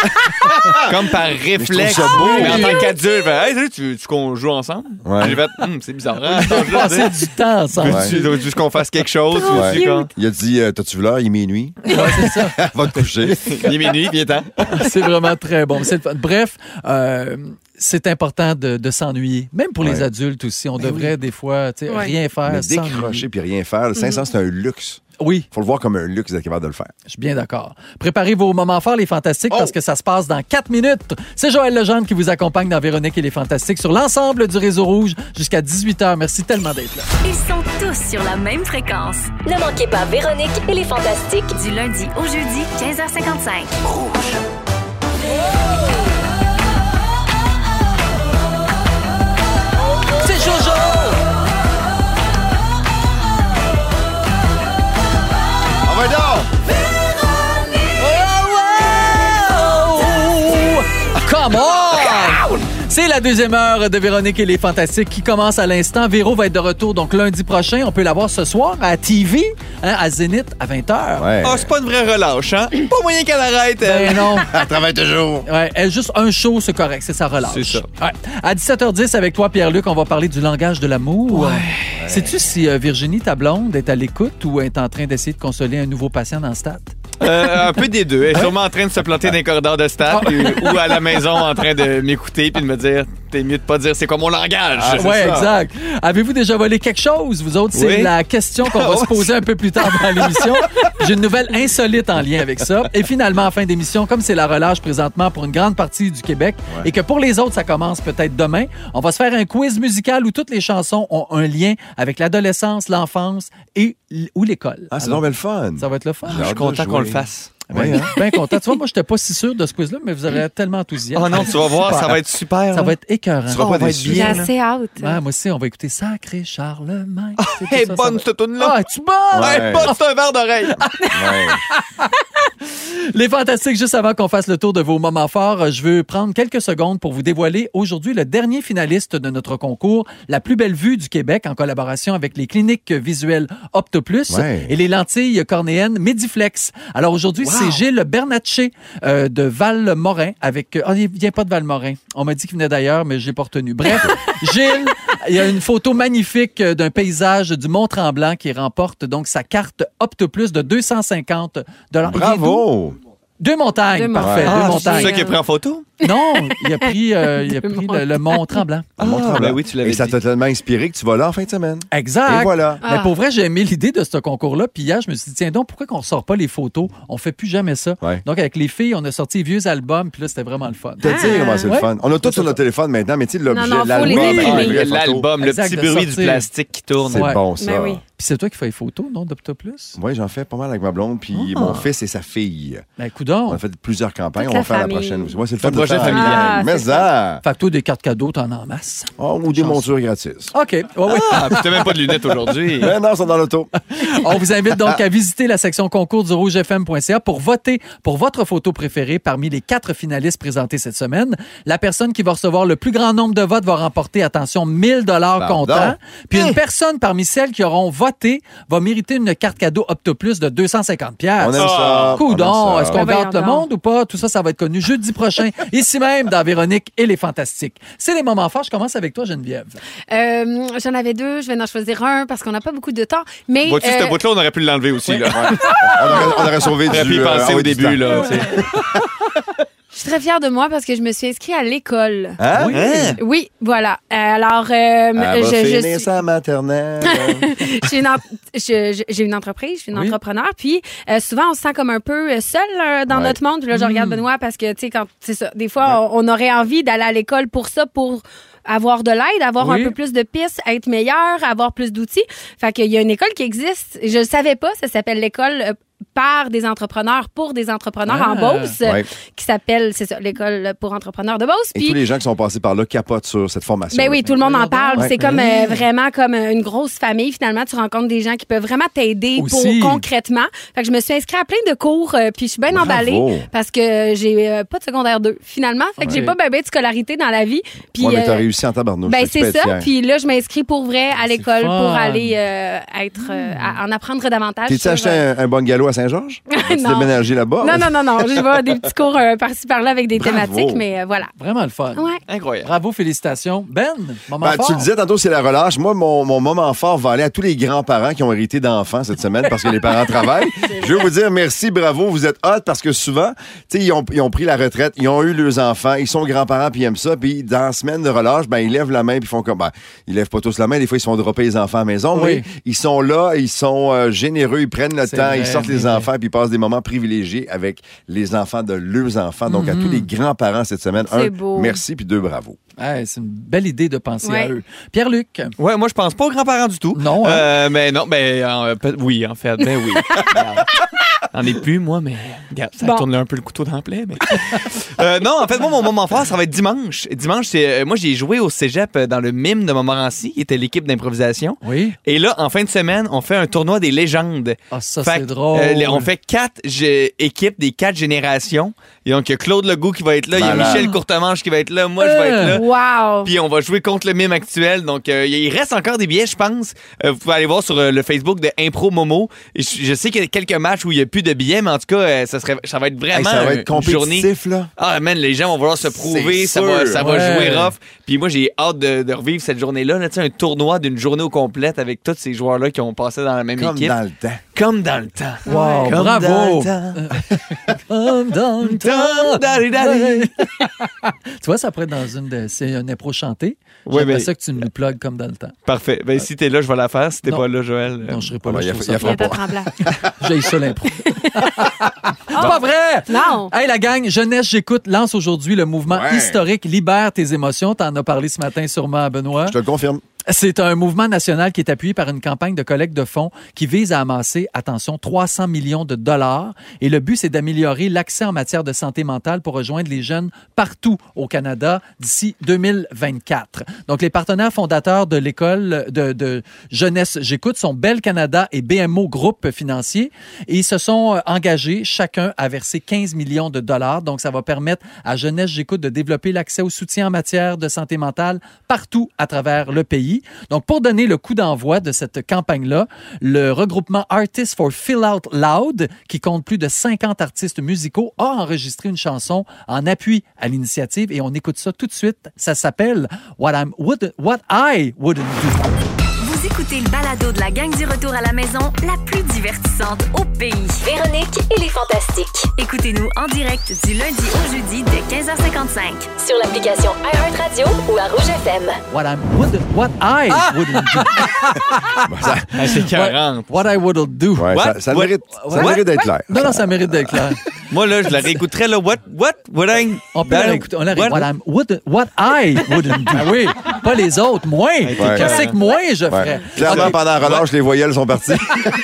[SPEAKER 3] Comme par réflexe.
[SPEAKER 4] ça beau.
[SPEAKER 3] Mais en tant qu'adulte, ben, hey, salut, tu veux-tu qu'on joue ensemble?
[SPEAKER 4] Ouais.
[SPEAKER 3] J'ai fait, Hum, c'est bizarre, hein?
[SPEAKER 2] Passer du temps ensemble.
[SPEAKER 4] Ouais.
[SPEAKER 3] Tu veux-tu qu'on fasse quelque chose?
[SPEAKER 4] Ouais.
[SPEAKER 3] Veux-tu qu'on-
[SPEAKER 4] Il a dit, euh, t'as-tu vu l'heure? Il est minuit.
[SPEAKER 2] Ouais, c'est ça.
[SPEAKER 4] Va te coucher.
[SPEAKER 3] Il est minuit, viens-t'en.
[SPEAKER 2] C'est vraiment très bon. C'est le fun. Bref, euh, c'est important de, de s'ennuyer. Même pour les
[SPEAKER 4] Ouais.
[SPEAKER 2] adultes aussi. On devrait des fois tu sais,
[SPEAKER 5] Ouais.
[SPEAKER 2] rien faire.
[SPEAKER 4] Mais
[SPEAKER 2] s'ennuyer.
[SPEAKER 4] décrocher puis rien faire, le cinq cents, c'est un luxe.
[SPEAKER 2] Oui.
[SPEAKER 4] Faut le voir comme un luxe d'être capable de le faire.
[SPEAKER 2] Je suis bien d'accord. Préparez vos moments forts, les Fantastiques,
[SPEAKER 4] Oh!
[SPEAKER 2] parce que ça se passe dans quatre minutes. C'est Joël Legendre qui vous accompagne dans Véronique et les Fantastiques sur l'ensemble du réseau Rouge jusqu'à dix-huit heures. Merci tellement d'être là.
[SPEAKER 1] Ils sont tous sur la même fréquence.
[SPEAKER 9] Ne manquez pas Véronique et les Fantastiques.
[SPEAKER 1] Du lundi au jeudi, quinze heures cinquante-cinq.
[SPEAKER 2] C'est Jojo!
[SPEAKER 4] On va donc!
[SPEAKER 2] Come on! C'est la deuxième heure de Véronique et les Fantastiques qui commence à l'instant. Véro va être de retour donc lundi prochain. On peut la voir ce soir à T V, hein, à Zénith, à vingt heures.
[SPEAKER 4] Ouais.
[SPEAKER 3] Ah, c'est pas une vraie relâche, hein? Pas moyen qu'elle arrête, elle.
[SPEAKER 2] Ben non.
[SPEAKER 4] Elle travaille toujours.
[SPEAKER 2] Ouais, elle, juste un show, c'est correct. C'est sa relâche.
[SPEAKER 3] C'est ça.
[SPEAKER 2] Ouais. À dix-sept heures dix, avec toi, Pierre-Luc, on va parler du langage de l'amour. Ouais. Sais-tu si euh, Virginie, ta blonde, est à l'écoute ou est en train d'essayer de consoler un nouveau patient dans le stade?
[SPEAKER 3] Euh, un peu des deux. Elle est sûrement en train de se planter dans les corridors de stade ou à la maison en train de m'écouter puis de me dire t'es mieux de pas dire c'est quoi mon langage.
[SPEAKER 2] Ah,
[SPEAKER 3] C'est
[SPEAKER 2] ouais,
[SPEAKER 3] ça.
[SPEAKER 2] exact. Avez-vous déjà volé quelque chose? Vous autres, c'est
[SPEAKER 3] Oui.
[SPEAKER 2] la question qu'on va se poser un peu plus tard dans l'émission. J'ai une nouvelle insolite en lien avec ça. Et finalement, en fin d'émission, comme c'est la relâche présentement pour une grande partie du Québec
[SPEAKER 4] Ouais.
[SPEAKER 2] et que pour les autres, ça commence peut-être demain, on va se faire un quiz musical où toutes les chansons ont un lien avec l'adolescence, l'enfance et l- ou l'école.
[SPEAKER 4] Ah, c'est
[SPEAKER 2] Alors,
[SPEAKER 4] donc bien le fun.
[SPEAKER 2] ça va être le fun.
[SPEAKER 3] Je suis content qu'on le fasse.
[SPEAKER 2] Ben,
[SPEAKER 4] Oui, hein?
[SPEAKER 2] ben content. Tu vois, moi, j'étais pas si sûr de ce quiz-là, mais vous avez tellement enthousiaste.
[SPEAKER 3] Oh non, tu vas voir, ça va être super.
[SPEAKER 2] Ça
[SPEAKER 3] hein.
[SPEAKER 2] va être écœurant.
[SPEAKER 4] Tu vas
[SPEAKER 3] On
[SPEAKER 4] pas
[SPEAKER 3] va être
[SPEAKER 4] déçu.
[SPEAKER 5] J'ai
[SPEAKER 3] bien. là.
[SPEAKER 5] assez hâte.
[SPEAKER 2] Ouais, moi aussi, on va écouter Sacré Charlemagne. C'est tout
[SPEAKER 3] Elle est
[SPEAKER 2] ça, ça
[SPEAKER 3] bonne,
[SPEAKER 2] va-
[SPEAKER 3] cette toune-là.
[SPEAKER 2] Ah, es-tu bonne?
[SPEAKER 3] Elle est bonne, c'est un verre d'oreille.
[SPEAKER 4] Ouais.
[SPEAKER 2] Les Fantastiques, juste avant qu'on fasse le tour de vos moments forts, je veux prendre quelques secondes pour vous dévoiler aujourd'hui le dernier finaliste de notre concours, La plus belle vue du Québec, en collaboration avec les cliniques visuelles Optoplus
[SPEAKER 4] Ouais.
[SPEAKER 2] et les lentilles cornéennes Mediflex. Alors aujourd'hui, c'est Gilles Bernatchez euh, de Val-Morin avec... Oh, il vient pas de Val-Morin. On m'a dit qu'il venait d'ailleurs, mais je l'ai pas retenu. Bref, Gilles, il y a une photo magnifique d'un paysage du Mont-Tremblant qui remporte donc sa carte Optoplus de deux cent cinquante dollars.
[SPEAKER 4] Bravo!
[SPEAKER 2] Deux montagnes,
[SPEAKER 5] Deux
[SPEAKER 2] parfait,
[SPEAKER 5] montagnes.
[SPEAKER 2] deux
[SPEAKER 3] Ah, c'est
[SPEAKER 2] montagnes.
[SPEAKER 3] ça qui est pris en photo?
[SPEAKER 2] Non, il a pris, euh, il a
[SPEAKER 5] Deux
[SPEAKER 2] pris le, le Mont Tremblant.
[SPEAKER 4] Le Mont-Tremblant.
[SPEAKER 3] ben oui, tu l'avais
[SPEAKER 4] Et ça
[SPEAKER 3] dit.
[SPEAKER 4] t'a tellement inspiré que tu vas là en fin de semaine.
[SPEAKER 2] Exact.
[SPEAKER 4] Et voilà.
[SPEAKER 2] Mais
[SPEAKER 5] Ah.
[SPEAKER 2] pour vrai, j'ai aimé l'idée de ce concours-là. Puis hier, je me suis dit, tiens donc, pourquoi qu'on sort pas les photos? On fait plus jamais ça.
[SPEAKER 4] Ouais.
[SPEAKER 2] Donc, avec les filles, on a sorti les vieux albums. Puis là, c'était vraiment le fun.
[SPEAKER 4] T'as dit comment c'est
[SPEAKER 2] Ouais.
[SPEAKER 4] le fun. On a tout sur notre téléphone maintenant, mais tu sais, l'objet,
[SPEAKER 5] Non, non, faut
[SPEAKER 4] l'album,
[SPEAKER 5] les
[SPEAKER 4] avec
[SPEAKER 5] imprimer.
[SPEAKER 4] les vraies photos,
[SPEAKER 3] L'album, le
[SPEAKER 2] Exact,
[SPEAKER 3] petit
[SPEAKER 2] de
[SPEAKER 3] bruit du
[SPEAKER 2] sortir.
[SPEAKER 3] plastique qui tourne.
[SPEAKER 4] C'est
[SPEAKER 2] Ouais.
[SPEAKER 4] bon, ça.
[SPEAKER 5] Ben oui.
[SPEAKER 2] Puis c'est toi qui fais les photos, non, d'Optoplus?
[SPEAKER 4] Oui, j'en fais pas mal avec ma blonde, puis
[SPEAKER 2] Ah.
[SPEAKER 4] mon fils et sa fille.
[SPEAKER 2] Ben,
[SPEAKER 4] On
[SPEAKER 2] coudonc.
[SPEAKER 4] a fait plusieurs campagnes,
[SPEAKER 5] Toute
[SPEAKER 4] on va
[SPEAKER 5] la
[SPEAKER 4] faire la
[SPEAKER 5] famille.
[SPEAKER 4] prochaine aussi. Moi, c'est le
[SPEAKER 3] Un
[SPEAKER 4] fun de
[SPEAKER 3] projet
[SPEAKER 4] faire.
[SPEAKER 3] familial.
[SPEAKER 5] Ah,
[SPEAKER 4] Mais
[SPEAKER 5] c'est
[SPEAKER 4] ça!
[SPEAKER 2] Fait que toi, des cartes cadeaux, t'en as en masse.
[SPEAKER 4] Oh, ou des montures gratis.
[SPEAKER 2] OK. Ouais, ouais.
[SPEAKER 3] Ah, puis t'as même pas de lunettes aujourd'hui.
[SPEAKER 4] Mais non, ils sont dans l'auto.
[SPEAKER 2] On vous invite donc à visiter la section concours du rouge f m point c a pour voter pour votre photo préférée parmi les quatre finalistes présentés cette semaine. La personne qui va recevoir le plus grand nombre de votes va remporter, attention, mille dollars
[SPEAKER 4] Pardon?
[SPEAKER 2] comptant. Puis une personne parmi celles qui auront voté va mériter une carte cadeau Optoplus de deux cent cinquante pièces.
[SPEAKER 4] On aime ça.
[SPEAKER 2] Coudon,
[SPEAKER 4] On aime
[SPEAKER 2] est-ce
[SPEAKER 4] ça.
[SPEAKER 2] qu'on
[SPEAKER 5] Ben
[SPEAKER 2] garde le
[SPEAKER 5] voyons
[SPEAKER 2] monde ou pas? Tout ça, ça va être connu jeudi prochain, ici même, dans Véronique et les Fantastiques. C'est les moments forts. Je commence avec toi, Geneviève.
[SPEAKER 5] Euh, J'en avais deux, je vais en choisir un parce qu'on n'a pas beaucoup de temps. Mais
[SPEAKER 3] Vois-tu,
[SPEAKER 5] euh,
[SPEAKER 3] ce bout-là, on aurait pu l'enlever aussi. Là.
[SPEAKER 4] On aurait, on aurait sauvé
[SPEAKER 3] On aurait pu
[SPEAKER 4] du...
[SPEAKER 3] y
[SPEAKER 4] euh,
[SPEAKER 3] penser
[SPEAKER 4] ah
[SPEAKER 3] au
[SPEAKER 4] oui, du
[SPEAKER 3] début.
[SPEAKER 4] temps.
[SPEAKER 3] Là, tu sais.
[SPEAKER 5] je suis très fière de moi parce que je me suis inscrite à l'école.
[SPEAKER 4] Hein?
[SPEAKER 2] Oui.
[SPEAKER 3] Hein?
[SPEAKER 5] Oui, voilà. Euh, alors, euh,
[SPEAKER 4] Elle va
[SPEAKER 5] je, je
[SPEAKER 4] finir
[SPEAKER 5] suis...
[SPEAKER 4] sa maternelle.
[SPEAKER 5] j'ai une, en- je- je- j'ai une entreprise, je suis une
[SPEAKER 2] Oui.
[SPEAKER 5] entrepreneur, puis euh, souvent on se sent comme un peu euh, seul euh, dans
[SPEAKER 4] Ouais.
[SPEAKER 5] notre monde. Puis là, je regarde Benoît parce que, tu sais, quand c'est ça, des fois, on, on aurait envie d'aller à l'école pour ça, pour avoir de l'aide, avoir
[SPEAKER 2] Oui.
[SPEAKER 5] un peu plus de pistes, être meilleur, avoir plus d'outils. Fait qu'il y a une école qui existe. Je ne savais pas, ça s'appelle l'école euh, par des entrepreneurs pour des entrepreneurs
[SPEAKER 2] Ah.
[SPEAKER 5] en Beauce,
[SPEAKER 4] Ouais.
[SPEAKER 5] qui s'appelle, c'est ça, l'école pour entrepreneurs de Beauce.
[SPEAKER 4] Et
[SPEAKER 5] Puis
[SPEAKER 4] tous les gens qui sont passés par là capotent sur cette formation.
[SPEAKER 5] ben oui, tout le monde en parle.
[SPEAKER 4] Ouais.
[SPEAKER 5] C'est comme euh, vraiment comme euh, une grosse famille. Finalement, tu rencontres des gens qui peuvent vraiment t'aider pour
[SPEAKER 2] Aussi.
[SPEAKER 5] concrètement. Fait que je me suis inscrite à plein de cours, euh, puis je suis bien
[SPEAKER 4] Bravo.
[SPEAKER 5] emballée parce que j'ai euh, pas de secondaire deux finalement. Fait que j'ai
[SPEAKER 2] Ouais.
[SPEAKER 5] pas ben, ben de scolarité dans la vie. Puis
[SPEAKER 4] Ouais, mais t'as
[SPEAKER 5] euh,
[SPEAKER 4] réussi en tabarnouche.
[SPEAKER 5] ben
[SPEAKER 4] Fait que tu
[SPEAKER 5] c'est
[SPEAKER 4] peux être
[SPEAKER 5] ça.
[SPEAKER 4] fier.
[SPEAKER 5] Puis là, je m'inscris pour vrai à l'école
[SPEAKER 2] fun.
[SPEAKER 5] pour aller euh, être euh, à- en apprendre davantage.
[SPEAKER 4] T'es-tu
[SPEAKER 5] sur,
[SPEAKER 4] acheté
[SPEAKER 5] euh,
[SPEAKER 4] un, un bungalow à Saint-Georges? As-tu
[SPEAKER 5] Non.
[SPEAKER 4] déménagé là-bas?
[SPEAKER 5] Non, non, non, non. Je vais des petits cours euh, par-ci par-là avec des
[SPEAKER 4] Bravo.
[SPEAKER 5] thématiques, mais euh, voilà.
[SPEAKER 2] Vraiment le fun.
[SPEAKER 5] Ouais.
[SPEAKER 3] Incroyable.
[SPEAKER 2] Bravo, félicitations. Ben, moment
[SPEAKER 4] Ben,
[SPEAKER 2] fort.
[SPEAKER 4] tu le disais tantôt, c'est la relâche. Moi, mon, mon moment fort va aller à tous les grands-parents qui ont hérité d'enfants cette semaine parce que les parents travaillent. Je veux vous dire merci, bravo, vous êtes hot parce que souvent, tu sais, ils ont, ils ont pris la retraite, ils ont eu leurs enfants, ils sont grands-parents puis ils aiment ça. Puis dans la semaine de relâche, ben, ils lèvent la main puis ils font comme, ben, ils lèvent pas tous la main. Des fois, ils se font dropper les enfants à la maison,
[SPEAKER 2] Oui.
[SPEAKER 4] mais ils sont là, ils sont euh, généreux, ils prennent le
[SPEAKER 2] C'est
[SPEAKER 4] temps,
[SPEAKER 2] vrai,
[SPEAKER 4] ils sortent
[SPEAKER 2] c'est
[SPEAKER 4] les
[SPEAKER 2] vrai.
[SPEAKER 4] enfants puis ils passent des moments privilégiés avec les enfants de leurs enfants. Donc, à tous les grands-parents cette semaine,
[SPEAKER 5] C'est
[SPEAKER 4] un,
[SPEAKER 5] beau.
[SPEAKER 4] merci puis deux, bravo.
[SPEAKER 2] Hey, c'est une belle idée de penser
[SPEAKER 5] Ouais.
[SPEAKER 2] à eux. Pierre-Luc.
[SPEAKER 3] Ouais, moi, je pense pas aux grands-parents du tout.
[SPEAKER 2] Non, hein?
[SPEAKER 3] Euh, mais non, ben, euh, peut- oui, en fait. Ben oui. J'en ai plus, moi, mais regarde, ça
[SPEAKER 5] Bon.
[SPEAKER 3] tourne là un peu le couteau dans le plaie. Mais... euh, non, en fait, moi, mon moment fort, ça va être dimanche. Dimanche, c'est, euh, moi, j'ai joué au cégep euh, dans le mime de Montmorency, qui était l'équipe d'improvisation.
[SPEAKER 2] Oui.
[SPEAKER 3] Et là, en fin de semaine, on fait un tournoi des légendes.
[SPEAKER 2] Ah, ça,
[SPEAKER 3] Fait
[SPEAKER 2] c'est
[SPEAKER 3] que,
[SPEAKER 2] drôle.
[SPEAKER 3] euh, les- on fait quatre gé- équipes des quatre générations. Et donc, il y a Claude Legault qui va être là, il y a
[SPEAKER 4] Malade.
[SPEAKER 3] Michel Courtemanche qui va être là, moi, je vais être là.
[SPEAKER 5] Wow!
[SPEAKER 3] Puis on va jouer contre le mime actuel. Donc, euh, il reste encore des billets, je pense. Euh, vous pouvez aller voir sur euh, le Facebook de Impro Momo. Et je, je sais qu'il y a quelques matchs où il n'y a plus de billets, mais en tout cas, euh, ça, serait, ça va être
[SPEAKER 4] Hey,
[SPEAKER 3] vraiment
[SPEAKER 4] ça va
[SPEAKER 3] une
[SPEAKER 4] être compétitif,
[SPEAKER 3] journée.
[SPEAKER 4] là.
[SPEAKER 3] Ah, man, les gens vont vouloir se prouver.
[SPEAKER 4] C'est
[SPEAKER 3] Ça va,
[SPEAKER 4] sûr.
[SPEAKER 3] ça va
[SPEAKER 2] Ouais.
[SPEAKER 3] jouer rough. Puis moi, j'ai hâte de, de revivre cette journée-là. Là, tu sais, un tournoi d'une journée au complète avec tous ces joueurs-là qui ont passé dans la même
[SPEAKER 4] Comme
[SPEAKER 3] équipe.
[SPEAKER 4] dans le temps.
[SPEAKER 3] Comme dans le temps.
[SPEAKER 2] Wow,
[SPEAKER 3] Comme
[SPEAKER 2] bravo.
[SPEAKER 3] dans le temps.
[SPEAKER 2] Comme dans le temps.
[SPEAKER 3] Dari, dari.
[SPEAKER 2] Tu vois, ça pourrait être dans une de... C'est un impro chanté.
[SPEAKER 3] Oui,
[SPEAKER 2] J'aimerais
[SPEAKER 3] mais-
[SPEAKER 2] ça que tu nous plugues comme dans le temps.
[SPEAKER 3] Parfait. Ben, si t'es là, je vais la faire. Si t'es
[SPEAKER 2] Non.
[SPEAKER 3] pas là, Joël. euh,
[SPEAKER 2] Non, je serais pas
[SPEAKER 4] Ah,
[SPEAKER 2] là.
[SPEAKER 4] ben,
[SPEAKER 2] je
[SPEAKER 4] y a-
[SPEAKER 2] trouve
[SPEAKER 4] y a
[SPEAKER 2] ça
[SPEAKER 4] pas-
[SPEAKER 2] pas
[SPEAKER 5] Viens tremblant.
[SPEAKER 2] J'ai ça l'impro. C'est pas vrai!
[SPEAKER 5] Non!
[SPEAKER 2] Hey, la gang, Jeunesse, j'écoute, lance aujourd'hui le mouvement
[SPEAKER 4] Ouais.
[SPEAKER 2] historique Libère tes émotions. T'en as parlé ce matin sûrement à Benoît.
[SPEAKER 4] Je te le confirme.
[SPEAKER 2] C'est un mouvement national qui est appuyé par une campagne de collecte de fonds qui vise à amasser, attention, trois cents millions de dollars. Et le but, c'est d'améliorer l'accès en matière de santé mentale pour rejoindre les jeunes partout au Canada d'ici deux mille vingt-quatre. Donc, les partenaires fondateurs de l'école de, de Jeunesse J'écoute sont Bell Canada et B M O Groupe Financier. Et ils se sont engagés chacun à verser quinze millions de dollars. Donc, ça va permettre à Jeunesse J'écoute de développer l'accès au soutien en matière de santé mentale partout à travers le pays. Donc, pour donner le coup d'envoi de cette campagne-là, le regroupement Artists for Feel Out Loud, qui compte plus de cinquante artistes musicaux, a enregistré une chanson en appui à l'initiative et on écoute ça tout de suite. Ça s'appelle What, I'm, Would- What I Wouldn't Do.
[SPEAKER 1] Vous écoutez le balado de la gang du retour à la maison, la plus divertissante au pays.
[SPEAKER 9] Véronique et les Fantastiques.
[SPEAKER 1] Écoutez-nous en direct du lundi au jeudi dès quinze heures cinquante-cinq.
[SPEAKER 9] Sur l'application iHeartRadio ou à Rouge F M.
[SPEAKER 2] What, I'm, would, what I Wouldn't Do.
[SPEAKER 3] Ah, c'est quarante.
[SPEAKER 2] What I Wouldn't Do.
[SPEAKER 4] Ouais,
[SPEAKER 3] What?
[SPEAKER 4] ça, ça
[SPEAKER 3] What?
[SPEAKER 4] mérite, ça
[SPEAKER 2] What?
[SPEAKER 4] mérite d'être clair.
[SPEAKER 2] Non, non, ça mérite d'être clair.
[SPEAKER 3] Moi, là, je la réécouterais, là. What? What? What I...
[SPEAKER 2] On peut la réécouter. On la réécoute.
[SPEAKER 3] What?
[SPEAKER 2] What, I'm- would- what I wouldn't do. Ah oui, pas les autres. Moi. Qu'est-ce que moi je ferais?
[SPEAKER 4] Ouais. Clairement,
[SPEAKER 2] Ok.
[SPEAKER 4] pendant la relâche, les voyelles sont parties.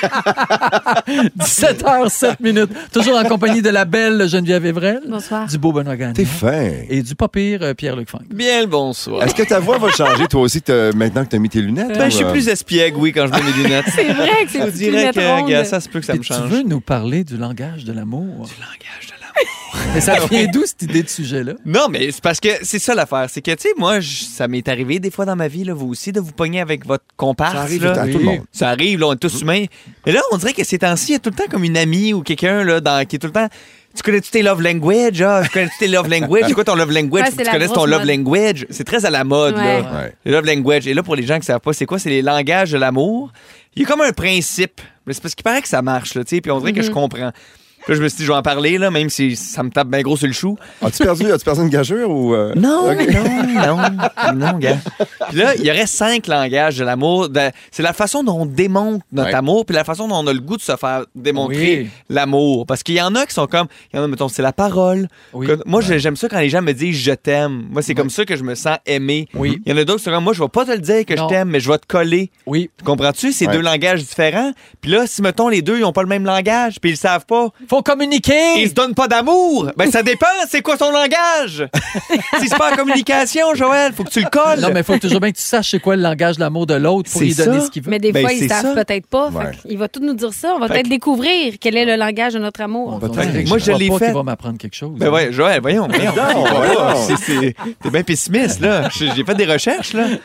[SPEAKER 2] dix-sept heures sept minutes. Toujours en compagnie de la belle Geneviève Evrel.
[SPEAKER 5] Bonsoir.
[SPEAKER 2] Du beau Benoît Gagnon.
[SPEAKER 4] T'es fin.
[SPEAKER 2] Et du pas pire euh, Pierre-Luc Funk.
[SPEAKER 3] Bien le bonsoir.
[SPEAKER 4] Est-ce que ta voix va changer, toi aussi, t'as- maintenant que tu as mis tes lunettes?
[SPEAKER 3] Ben,
[SPEAKER 4] ou,
[SPEAKER 3] je suis
[SPEAKER 4] euh,
[SPEAKER 3] plus espiègle, oui, quand je mets mes lunettes.
[SPEAKER 5] C'est vrai que c'est
[SPEAKER 3] Je
[SPEAKER 5] une
[SPEAKER 3] dirais
[SPEAKER 5] petite
[SPEAKER 3] que,
[SPEAKER 5] lunette ronde.
[SPEAKER 3] regarde, ça se peut que ça
[SPEAKER 2] Et
[SPEAKER 3] me
[SPEAKER 2] tu
[SPEAKER 3] change.
[SPEAKER 2] veux nous parler du langage de l'amour?
[SPEAKER 3] Du langage de l'amour.
[SPEAKER 2] Mais ça vient d'où cette idée de sujet-là?
[SPEAKER 3] Non, mais c'est parce que c'est ça l'affaire. C'est que, tu sais, moi, je- ça m'est arrivé des fois dans ma vie, là, vous aussi, de vous pogner avec votre comparse.
[SPEAKER 4] Ça arrive
[SPEAKER 3] là.
[SPEAKER 4] à tout le
[SPEAKER 2] Oui.
[SPEAKER 4] monde.
[SPEAKER 3] Ça arrive, là, on est tous humains. Mais là, on dirait que ces temps-ci, il y a tout le temps comme une amie ou quelqu'un là, dans, qui est tout le temps. Tu connais-tu tes love language? Ah, tu connais-tu tes love language? C'est quoi ton love language?
[SPEAKER 5] Ouais,
[SPEAKER 3] Faut
[SPEAKER 5] c'est
[SPEAKER 3] que tu
[SPEAKER 5] la
[SPEAKER 3] connaisses ton
[SPEAKER 5] grosse
[SPEAKER 3] love
[SPEAKER 5] mode.
[SPEAKER 3] language. C'est très à la mode,
[SPEAKER 5] Ouais.
[SPEAKER 3] là.
[SPEAKER 4] Ouais.
[SPEAKER 3] Le love language. Et là, pour les gens qui savent pas, c'est quoi? C'est les langages de l'amour. Il y a comme un principe. Mais c'est parce qu'il paraît que ça marche, là, tu sais. Puis on dirait que je comprends. Puis là, je me suis dit, je vais en parler, là, même si ça me tape bien gros sur le chou.
[SPEAKER 4] As-tu perdu, as-tu perdu une gageure ou. euh?
[SPEAKER 3] Non,
[SPEAKER 4] Ok.
[SPEAKER 3] non, non, non, gars. Puis là, il y aurait cinq langages de l'amour. De- C'est la façon dont on démontre notre
[SPEAKER 4] Ouais.
[SPEAKER 3] amour, puis la façon dont on a le goût de se faire démontrer
[SPEAKER 2] Oui.
[SPEAKER 3] l'amour. Parce qu'il y en a qui sont comme, il y en a, mettons, c'est la parole.
[SPEAKER 2] Oui.
[SPEAKER 3] Que- moi, j'ai- j'aime ça quand les gens me disent je t'aime. Moi, c'est comme ça que je me sens aimé.
[SPEAKER 2] Oui.
[SPEAKER 3] Il y en a d'autres qui sont comme, moi, je vais pas te le dire que
[SPEAKER 2] Non.
[SPEAKER 3] je t'aime, mais je vais te coller.
[SPEAKER 2] Oui.
[SPEAKER 3] Comprends-tu? C'est
[SPEAKER 4] Ouais.
[SPEAKER 3] deux langages différents. Puis là, si, mettons, les deux, ils ont pas le même langage, puis ils le savent pas,
[SPEAKER 2] Faut communiquer!
[SPEAKER 3] ils se donnent pas d'amour. Ben, ça dépend, c'est quoi son langage? Si c'est pas en communication, Joël, faut que tu le colles.
[SPEAKER 2] Non, mais il faut toujours bien que tu saches c'est quoi le langage de l'amour de l'autre pour
[SPEAKER 3] C'est
[SPEAKER 2] lui donner
[SPEAKER 3] ça.
[SPEAKER 2] ce qu'il veut.
[SPEAKER 5] Mais des
[SPEAKER 3] Ben,
[SPEAKER 5] fois,
[SPEAKER 3] c'est
[SPEAKER 5] ils savent
[SPEAKER 3] ça.
[SPEAKER 5] peut-être pas.
[SPEAKER 4] Ouais.
[SPEAKER 5] Fait il va tout nous dire ça. On va
[SPEAKER 3] Fait
[SPEAKER 5] peut-être
[SPEAKER 3] que-
[SPEAKER 5] découvrir quel est le langage de notre amour.
[SPEAKER 2] Bon,
[SPEAKER 4] Peut-être.
[SPEAKER 2] donc,
[SPEAKER 3] Moi, je
[SPEAKER 2] crois
[SPEAKER 3] l'ai
[SPEAKER 2] pas
[SPEAKER 3] fait.
[SPEAKER 2] qu'il va m'apprendre quelque chose.
[SPEAKER 3] Ben ouais, Joël, voyons. voyons.
[SPEAKER 4] Non,
[SPEAKER 3] Voyons.
[SPEAKER 4] voyons.
[SPEAKER 3] C'est- c'est- T'es bien pessimiste, là. J'ai j'ai fait des recherches, là.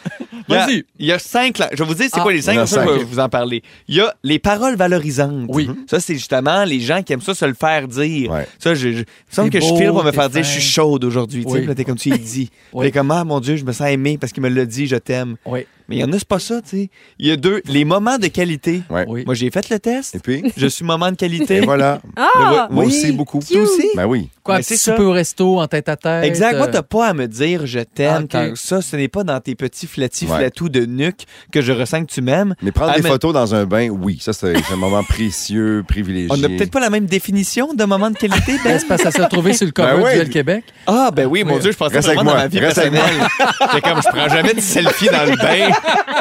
[SPEAKER 3] Il y a-
[SPEAKER 2] Vas-y.
[SPEAKER 3] Il y a cinq. Je vais vous dire, c'est
[SPEAKER 2] Ah,
[SPEAKER 3] quoi les cinq?
[SPEAKER 4] il y en a
[SPEAKER 3] Comme ça, je
[SPEAKER 4] cinq.
[SPEAKER 3] vais vous en parler. Il y a les paroles valorisantes.
[SPEAKER 2] Oui.
[SPEAKER 3] Ça, c'est justement les gens qui aiment ça se le faire dire.
[SPEAKER 4] Ouais.
[SPEAKER 3] Ça, je, je, il me semble
[SPEAKER 2] T'es
[SPEAKER 3] que je
[SPEAKER 2] beau,
[SPEAKER 3] file pour me
[SPEAKER 2] t'es
[SPEAKER 3] faire dire,
[SPEAKER 2] fin.
[SPEAKER 3] je suis chaude aujourd'hui. tu sais.
[SPEAKER 2] Oui.
[SPEAKER 3] Puis là, t'es comme tu y dis.
[SPEAKER 2] Oui.
[SPEAKER 3] T'es comme, ah, mon Dieu, je me sens aimé parce qu'il me l'a dit, je t'aime.
[SPEAKER 2] Oui.
[SPEAKER 3] Mais il y en a, c'est pas ça, tu sais. Il y a deux, les moments de qualité.
[SPEAKER 4] Ouais.
[SPEAKER 2] Oui.
[SPEAKER 3] Moi, j'ai fait le test.
[SPEAKER 4] Et puis,
[SPEAKER 3] Je suis moment de qualité.
[SPEAKER 4] et voilà.
[SPEAKER 5] Ah!
[SPEAKER 4] Moi
[SPEAKER 3] Oui.
[SPEAKER 4] aussi, beaucoup.
[SPEAKER 3] Toi aussi?
[SPEAKER 4] Ben oui.
[SPEAKER 2] Quoi, un
[SPEAKER 3] Mais
[SPEAKER 2] petit
[SPEAKER 3] c'est
[SPEAKER 2] souper
[SPEAKER 3] ça.
[SPEAKER 2] au resto en tête à tête.
[SPEAKER 3] Exact. Moi,
[SPEAKER 2] euh,
[SPEAKER 3] t'as pas à me dire je t'aime.
[SPEAKER 2] Ah, ok.
[SPEAKER 3] tant que ça, ce n'est pas dans tes petits flattis
[SPEAKER 4] Ouais.
[SPEAKER 3] flatous de nuque que je ressens que tu m'aimes.
[SPEAKER 4] Mais prendre
[SPEAKER 3] Ah,
[SPEAKER 4] des
[SPEAKER 3] mais-
[SPEAKER 4] photos dans un bain, oui. Ça, c'est c'est un moment précieux, privilégié.
[SPEAKER 3] On n'a peut-être pas la même définition de moment de qualité, Ben.
[SPEAKER 2] c'est parce que ça s'est retrouvé sur le cover
[SPEAKER 4] Ben
[SPEAKER 2] du
[SPEAKER 4] ouais.
[SPEAKER 2] Duel Québec.
[SPEAKER 3] Ah, ben oui, mon
[SPEAKER 2] Oui.
[SPEAKER 3] Dieu, je pensais
[SPEAKER 4] Reste
[SPEAKER 3] vraiment
[SPEAKER 4] avec
[SPEAKER 3] dans
[SPEAKER 4] moi.
[SPEAKER 3] ma vie
[SPEAKER 4] Reste avec
[SPEAKER 3] personnelle. C'est comme, je prends jamais de selfie dans le bain.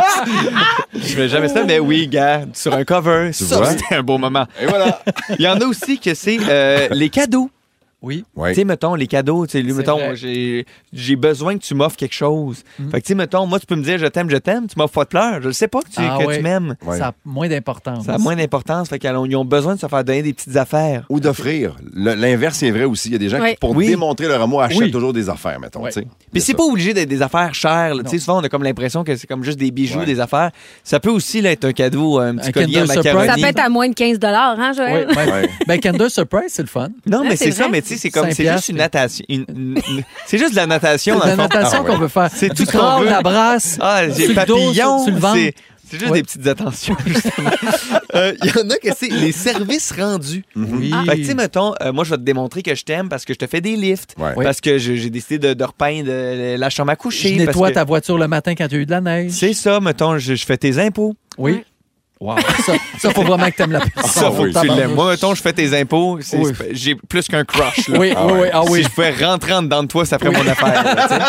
[SPEAKER 3] Je fais jamais ça, mais oui, gars, sur un cover, ça,
[SPEAKER 4] vois?
[SPEAKER 3] c'était un beau moment.
[SPEAKER 4] Et voilà.
[SPEAKER 3] Il y en a aussi que c'est euh, les cadeaux.
[SPEAKER 2] Oui.
[SPEAKER 4] Ouais.
[SPEAKER 3] Tu sais, mettons, les cadeaux, tu sais, lui,
[SPEAKER 2] C'est
[SPEAKER 3] mettons,
[SPEAKER 2] vrai.
[SPEAKER 3] j'ai j'ai besoin que tu m'offres quelque chose.
[SPEAKER 2] Mhm.
[SPEAKER 3] Fait que, tu sais, mettons, moi, tu peux me dire je t'aime, je t'aime, tu m'offres pas de fleurs. Je ne sais pas que tu,
[SPEAKER 2] Ah
[SPEAKER 3] que
[SPEAKER 2] ouais.
[SPEAKER 3] tu m'aimes.
[SPEAKER 4] Ouais.
[SPEAKER 2] Ça a moins d'importance.
[SPEAKER 3] Ça a moins d'importance. Fait qu'ils ont besoin de se faire donner des petites affaires.
[SPEAKER 4] Ou d'offrir. Le- L'inverse est vrai aussi. Il y a des gens
[SPEAKER 5] Ouais.
[SPEAKER 4] qui, pour
[SPEAKER 3] Oui.
[SPEAKER 4] démontrer leur amour, achètent
[SPEAKER 2] Oui.
[SPEAKER 4] toujours des affaires, mettons.
[SPEAKER 2] Ouais.
[SPEAKER 4] tu sais.
[SPEAKER 3] Mais
[SPEAKER 4] Il y a
[SPEAKER 3] c'est
[SPEAKER 4] ça.
[SPEAKER 3] pas obligé d'être des affaires chères. là. Tu sais, souvent, on a comme l'impression que c'est comme juste des bijoux,
[SPEAKER 4] Ouais.
[SPEAKER 3] des affaires. Ça peut aussi là, être un cadeau, un petit
[SPEAKER 2] Un
[SPEAKER 3] collier en
[SPEAKER 2] Kinder Surprise.
[SPEAKER 3] macaroni.
[SPEAKER 5] Ça peut être à moins de quinze hein, Joël?
[SPEAKER 2] Oui, ouais.
[SPEAKER 4] Ouais.
[SPEAKER 2] Ben, Kinder Surprise, c'est le fun.
[SPEAKER 3] Non,
[SPEAKER 5] Ouais,
[SPEAKER 3] mais
[SPEAKER 5] c'est
[SPEAKER 3] c'est ça,
[SPEAKER 5] vrai.
[SPEAKER 3] mais tu sais, c'est comme,
[SPEAKER 2] Cinq
[SPEAKER 3] c'est
[SPEAKER 2] piastres,
[SPEAKER 3] juste une natation. une- une- une- c'est juste de la natation, dans
[SPEAKER 2] C'est
[SPEAKER 3] le
[SPEAKER 2] la
[SPEAKER 3] fond.
[SPEAKER 2] natation
[SPEAKER 4] Ah ouais.
[SPEAKER 2] qu'on veut faire.
[SPEAKER 3] C'est tout
[SPEAKER 2] Du
[SPEAKER 3] ce qu'on
[SPEAKER 2] crawl,
[SPEAKER 3] veut.
[SPEAKER 2] la brasse.
[SPEAKER 3] Ah, j'ai
[SPEAKER 2] sur le dos,
[SPEAKER 3] papillon.
[SPEAKER 2] sur- sur le ventre.
[SPEAKER 3] c'est, c'est juste
[SPEAKER 2] Ouais.
[SPEAKER 3] des petites attentions, justement. Euh, Il y en a que c'est les services rendus.
[SPEAKER 2] Oui.
[SPEAKER 3] Fait que, tu sais, mettons, euh, moi, je vais te démontrer que je t'aime parce que je te fais des lifts.
[SPEAKER 4] Ouais.
[SPEAKER 2] Oui.
[SPEAKER 3] Parce que je- j'ai décidé de, de repeindre euh, la chambre à coucher.
[SPEAKER 2] Je
[SPEAKER 3] parce
[SPEAKER 2] nettoie
[SPEAKER 3] que
[SPEAKER 2] ta voiture le matin quand il y a eu de la neige.
[SPEAKER 3] C'est ça, mettons, je, je fais tes impôts.
[SPEAKER 2] Oui. Wow. Ça, ça, faut vraiment que t'aimes la personne.
[SPEAKER 3] Ça, faut que tu
[SPEAKER 2] Tabarnouche.
[SPEAKER 3] l'aimes. Moi, mettons, je fais tes impôts. c'est-
[SPEAKER 2] Oui.
[SPEAKER 3] c'est- J'ai plus qu'un crush. Là.
[SPEAKER 2] Oui,
[SPEAKER 4] Ah
[SPEAKER 2] oui,
[SPEAKER 4] ouais.
[SPEAKER 2] oui. Ah oui.
[SPEAKER 3] Si je pouvais rentrer en dedans de toi, ça ferait mon affaire.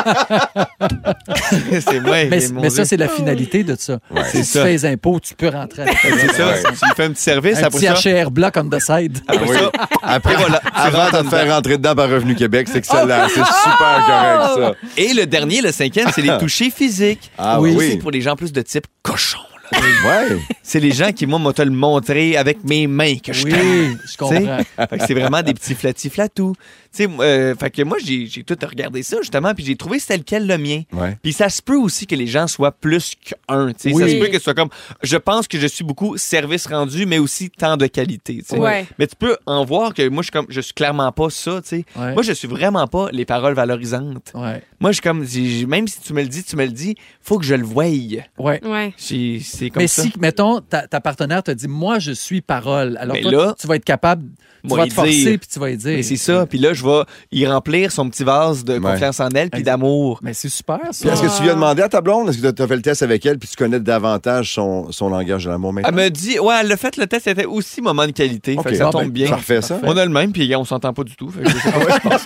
[SPEAKER 3] là, tu sais. c'est moi.
[SPEAKER 2] Mais,
[SPEAKER 3] mon
[SPEAKER 2] mais
[SPEAKER 3] Dieu.
[SPEAKER 2] ça, c'est la finalité de ça.
[SPEAKER 4] Ouais.
[SPEAKER 2] Si tu
[SPEAKER 3] ça.
[SPEAKER 2] fais les impôts, tu peux rentrer avec ça.
[SPEAKER 3] C'est ça.
[SPEAKER 4] Ouais.
[SPEAKER 3] Tu lui fais un petit service.
[SPEAKER 2] Un
[SPEAKER 3] après
[SPEAKER 2] petit
[SPEAKER 3] ça,
[SPEAKER 2] H R block on the side.
[SPEAKER 3] après
[SPEAKER 4] Oui.
[SPEAKER 3] ça,
[SPEAKER 4] Après,
[SPEAKER 3] Et voilà.
[SPEAKER 4] avant de te faire rentrer dedans par Revenu Québec, c'est excellent. C'est super correct, ça.
[SPEAKER 3] Et le dernier, le cinquième, c'est les touchés physiques.
[SPEAKER 4] Ah
[SPEAKER 2] Oui.
[SPEAKER 4] oui.
[SPEAKER 3] C'est pour les gens plus de type cochon. là.
[SPEAKER 4] Ouais.
[SPEAKER 3] C'est les gens qui, moi, m'ont te le montré avec mes mains que je
[SPEAKER 2] Oui,
[SPEAKER 3] t'aime.
[SPEAKER 2] je comprends.
[SPEAKER 3] Fait que c'est vraiment des petits flattis flatous. Tu sais, euh, fait que moi, j'ai j'ai tout regardé ça, justement, puis j'ai trouvé c'était lequel le mien.
[SPEAKER 4] Ouais.
[SPEAKER 3] Puis ça se peut aussi que les gens soient plus qu'un. tu sais.
[SPEAKER 2] Oui.
[SPEAKER 3] Ça se peut que ce soit comme. Je pense que je suis beaucoup service rendu, mais aussi temps de qualité. tu sais.
[SPEAKER 5] Ouais.
[SPEAKER 3] Mais tu peux en voir que moi, je suis comme. Je suis clairement pas ça. tu sais.
[SPEAKER 2] Ouais.
[SPEAKER 3] Moi, je suis vraiment pas les paroles valorisantes.
[SPEAKER 2] Ouais.
[SPEAKER 3] Moi, je suis comme. j'ai- Même si tu me le dis, tu me le dis, faut que je le voie.
[SPEAKER 2] Ouais.
[SPEAKER 5] Ouais.
[SPEAKER 3] C'est c'est comme
[SPEAKER 2] Mais
[SPEAKER 3] ça.
[SPEAKER 2] si, mettons, ta, ta partenaire te dit, moi, je suis parole. Alors,
[SPEAKER 3] Mais
[SPEAKER 2] toi,
[SPEAKER 3] là,
[SPEAKER 2] tu vas être capable, tu
[SPEAKER 3] moi,
[SPEAKER 2] vas
[SPEAKER 3] y
[SPEAKER 2] te forcer,
[SPEAKER 3] dire.
[SPEAKER 2] puis tu vas y dire.
[SPEAKER 3] Mais c'est ça. Puis là, je vais y remplir son petit vase de
[SPEAKER 4] Ouais.
[SPEAKER 3] confiance en elle puis
[SPEAKER 2] Exact.
[SPEAKER 3] d'amour.
[SPEAKER 2] Mais c'est super,
[SPEAKER 4] Puis
[SPEAKER 2] ça.
[SPEAKER 4] est-ce que tu lui as demandé à ta blonde? Est-ce que tu as fait le test avec elle puis tu connais davantage son, son langage de l'amour maintenant?
[SPEAKER 3] Elle me dit, ouais, elle a fait le test, c'était aussi moment de qualité.
[SPEAKER 4] Ok.
[SPEAKER 3] Fait que ça
[SPEAKER 4] Ah,
[SPEAKER 3] tombe
[SPEAKER 4] ben,
[SPEAKER 3] bien.
[SPEAKER 4] Parfait, ça.
[SPEAKER 3] On a le même, puis on s'entend pas du tout. Fait que je sais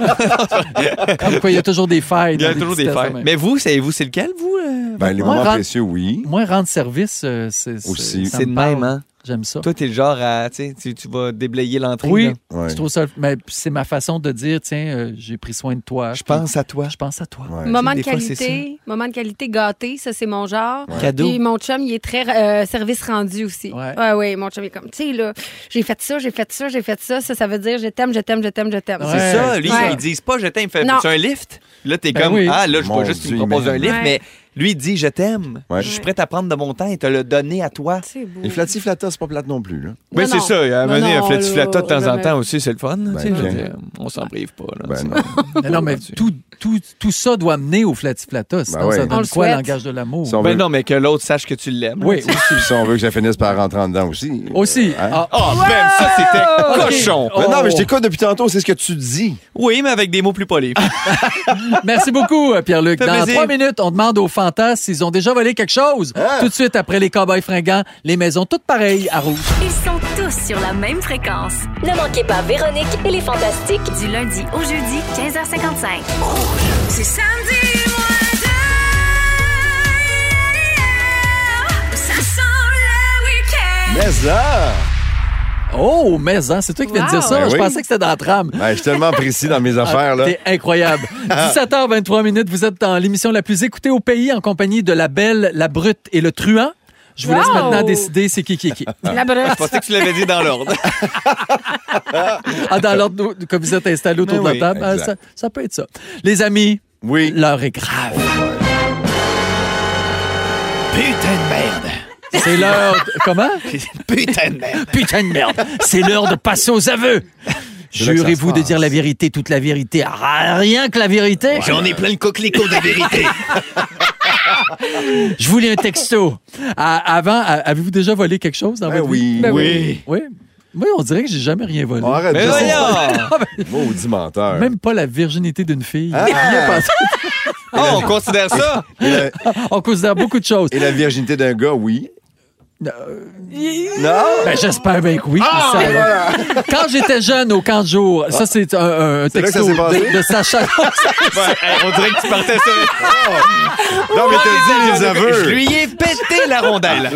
[SPEAKER 3] pas.
[SPEAKER 2] Comme quoi, il y a toujours des failles.
[SPEAKER 3] Il y a
[SPEAKER 2] dans
[SPEAKER 3] toujours
[SPEAKER 2] petits
[SPEAKER 3] des
[SPEAKER 2] tests
[SPEAKER 3] failles.
[SPEAKER 2] de même.
[SPEAKER 3] Mais vous, savez-vous, c'est lequel, vous? euh?
[SPEAKER 4] Ben, les
[SPEAKER 2] Moi,
[SPEAKER 4] moments
[SPEAKER 2] rend-
[SPEAKER 4] précieux, oui.
[SPEAKER 2] Moi, rendre service, euh, c'est c'est-
[SPEAKER 4] Aussi.
[SPEAKER 2] ça
[SPEAKER 3] C'est
[SPEAKER 2] me
[SPEAKER 3] de
[SPEAKER 2] parle.
[SPEAKER 3] même, hein?
[SPEAKER 2] J'aime ça.
[SPEAKER 3] Toi, t'es le genre à, tu sais, tu, tu vas déblayer l'entrée.
[SPEAKER 2] Oui,
[SPEAKER 3] là.
[SPEAKER 4] Ouais.
[SPEAKER 2] je trouve ça. Mais c'est ma façon de dire, tiens, euh, j'ai pris soin de toi.
[SPEAKER 3] Je
[SPEAKER 2] puis
[SPEAKER 3] pense à toi.
[SPEAKER 2] Je pense à toi.
[SPEAKER 4] Ouais.
[SPEAKER 5] Moment
[SPEAKER 3] Des
[SPEAKER 5] de
[SPEAKER 3] fois, c'est
[SPEAKER 5] qualité, moment de qualité gâté, ça c'est mon genre.
[SPEAKER 3] Cadeau.
[SPEAKER 5] Puis mon chum, il est très euh, service rendu aussi.
[SPEAKER 2] Ouais.
[SPEAKER 5] ouais, ouais, mon chum il est comme, tu sais là, j'ai fait ça, j'ai fait ça, j'ai fait ça, ça, ça veut dire je t'aime, je t'aime, je t'aime, je t'aime.
[SPEAKER 2] Ouais.
[SPEAKER 3] C'est ça, lui,
[SPEAKER 5] Ouais.
[SPEAKER 3] ils disent pas je t'aime, il fait
[SPEAKER 5] Non.
[SPEAKER 3] tu un lift? Là, t'es
[SPEAKER 2] Ben
[SPEAKER 3] comme,
[SPEAKER 2] oui.
[SPEAKER 3] ah, là, je
[SPEAKER 4] Mon
[SPEAKER 3] vois juste qu'il me
[SPEAKER 4] Dieu,
[SPEAKER 3] propose un
[SPEAKER 4] mais-
[SPEAKER 3] lift,
[SPEAKER 5] Ouais.
[SPEAKER 3] mais lui, il dit je t'aime.
[SPEAKER 4] Ouais.
[SPEAKER 3] Je suis prêt à prendre de mon temps et te le donner à toi.
[SPEAKER 5] C'est beau.
[SPEAKER 4] Les flatty flatta, c'est pas plate non plus, là.
[SPEAKER 3] Mais
[SPEAKER 5] Non,
[SPEAKER 3] c'est
[SPEAKER 5] non.
[SPEAKER 3] ça, il y a
[SPEAKER 5] Non,
[SPEAKER 3] amené un
[SPEAKER 5] non,
[SPEAKER 3] flatty flatta de temps en
[SPEAKER 5] jamais.
[SPEAKER 3] temps aussi, c'est le fun. là, tu sais,
[SPEAKER 4] Ben,
[SPEAKER 3] je veux
[SPEAKER 4] ok.
[SPEAKER 3] dire, on s'en prive pas. Là,
[SPEAKER 4] Ben
[SPEAKER 3] tu sais.
[SPEAKER 4] non.
[SPEAKER 2] Mais non, mais tout, tout, tout ça doit mener au flatiflata. Sinon,
[SPEAKER 4] ouais.
[SPEAKER 2] ça
[SPEAKER 5] On
[SPEAKER 2] donne
[SPEAKER 5] le
[SPEAKER 2] quoi, le
[SPEAKER 5] souhaite.
[SPEAKER 2] langage de l'amour?
[SPEAKER 4] Si on
[SPEAKER 3] Ben
[SPEAKER 4] veut-
[SPEAKER 3] non, mais que l'autre sache que tu l'aimes.
[SPEAKER 2] Oui,
[SPEAKER 3] là, tu sais.
[SPEAKER 4] Puis si on veut que ça finisse par rentrer en dedans aussi.
[SPEAKER 2] aussi.
[SPEAKER 4] Hein?
[SPEAKER 2] Ah,
[SPEAKER 3] Oh, Ben, ça, c'était cochon.
[SPEAKER 2] Oh.
[SPEAKER 4] Mais non, mais je t'écoute depuis tantôt, c'est ce que tu dis.
[SPEAKER 3] Oui, mais avec des mots plus polis.
[SPEAKER 2] Merci beaucoup, euh, Pierre-Luc.
[SPEAKER 3] Fait
[SPEAKER 2] Dans
[SPEAKER 3] plaisir.
[SPEAKER 2] trois minutes, on demande aux fantasmes s'ils ont déjà volé quelque chose.
[SPEAKER 4] Ah.
[SPEAKER 2] Tout de suite après les Cowboys fringants, les maisons toutes pareilles à Rouge.
[SPEAKER 1] Ils sont tous sur la même fréquence.
[SPEAKER 9] Ne manquez pas Véronique et les Fantastiques.
[SPEAKER 1] Du lundi au jeudi, quinze heures cinquante-cinq. C'est samedi, ça sent le week-end.
[SPEAKER 4] Mais ça!
[SPEAKER 2] Oh, mais hein, c'est toi qui viens de dire
[SPEAKER 5] Wow.
[SPEAKER 2] ça.
[SPEAKER 4] Ben
[SPEAKER 2] Je
[SPEAKER 4] oui.
[SPEAKER 2] pensais que c'était dans la trame.
[SPEAKER 4] Ben, je suis tellement précis dans mes affaires, là.
[SPEAKER 2] C'est incroyable. dix-sept heures vingt-trois minutes, vous êtes dans l'émission la plus écoutée au pays en compagnie de la belle, la brute et le truand. Je vous laisse
[SPEAKER 5] Wow.
[SPEAKER 2] maintenant décider c'est qui qui est qui.
[SPEAKER 5] La brute.
[SPEAKER 3] Je pensais que tu l'avais dit dans l'ordre.
[SPEAKER 2] Ah, dans l'ordre où- que vous êtes installés autour
[SPEAKER 3] Ben
[SPEAKER 2] de
[SPEAKER 3] oui,
[SPEAKER 2] la table, ah,
[SPEAKER 4] exact.
[SPEAKER 2] ça, ça peut être ça. Les amis,
[SPEAKER 4] Oui.
[SPEAKER 2] l'heure est grave.
[SPEAKER 3] Putain de merde.
[SPEAKER 2] C'est l'heure... de- Comment?
[SPEAKER 3] Putain de merde.
[SPEAKER 2] Putain de merde. C'est l'heure de passer aux aveux.
[SPEAKER 4] là que ça
[SPEAKER 2] Jurez-vous
[SPEAKER 4] se
[SPEAKER 2] de
[SPEAKER 4] passe.
[SPEAKER 2] dire la vérité, toute la vérité, ah, rien que la vérité?
[SPEAKER 3] J'en ai plein le coquelicot de vérité.
[SPEAKER 2] Je voulais un texto. Ah, avant, ah, avez-vous déjà volé quelque chose dans
[SPEAKER 4] Ben
[SPEAKER 2] votre vie?
[SPEAKER 4] oui.
[SPEAKER 5] Ben
[SPEAKER 3] Oui.
[SPEAKER 2] Oui. Oui, on dirait que j'ai jamais rien volé.
[SPEAKER 4] On arrête
[SPEAKER 3] Mais
[SPEAKER 4] de
[SPEAKER 3] voyons.
[SPEAKER 4] Maudit menteur.
[SPEAKER 2] Même pas la virginité d'une fille.
[SPEAKER 4] Ah.
[SPEAKER 2] Rien passé.
[SPEAKER 3] Oh, on considère ça.
[SPEAKER 4] Et la,
[SPEAKER 2] On considère beaucoup de choses.
[SPEAKER 4] et la virginité d'un gars, oui.
[SPEAKER 2] Euh,
[SPEAKER 4] Non?
[SPEAKER 2] Ben, j'espère bien que oui.
[SPEAKER 4] Ah,
[SPEAKER 2] Ça,
[SPEAKER 4] voilà.
[SPEAKER 2] Quand j'étais jeune, au camp de jour, ça, c'est un, un- un
[SPEAKER 4] C'est là que ça
[SPEAKER 2] texto
[SPEAKER 4] s'est passé?
[SPEAKER 2] de, de Sacha.
[SPEAKER 3] Ouais, hey, on dirait que tu partais sur...
[SPEAKER 4] Non, mais t'as dit les
[SPEAKER 3] Je
[SPEAKER 4] aveux.
[SPEAKER 3] lui ai pété la rondelle.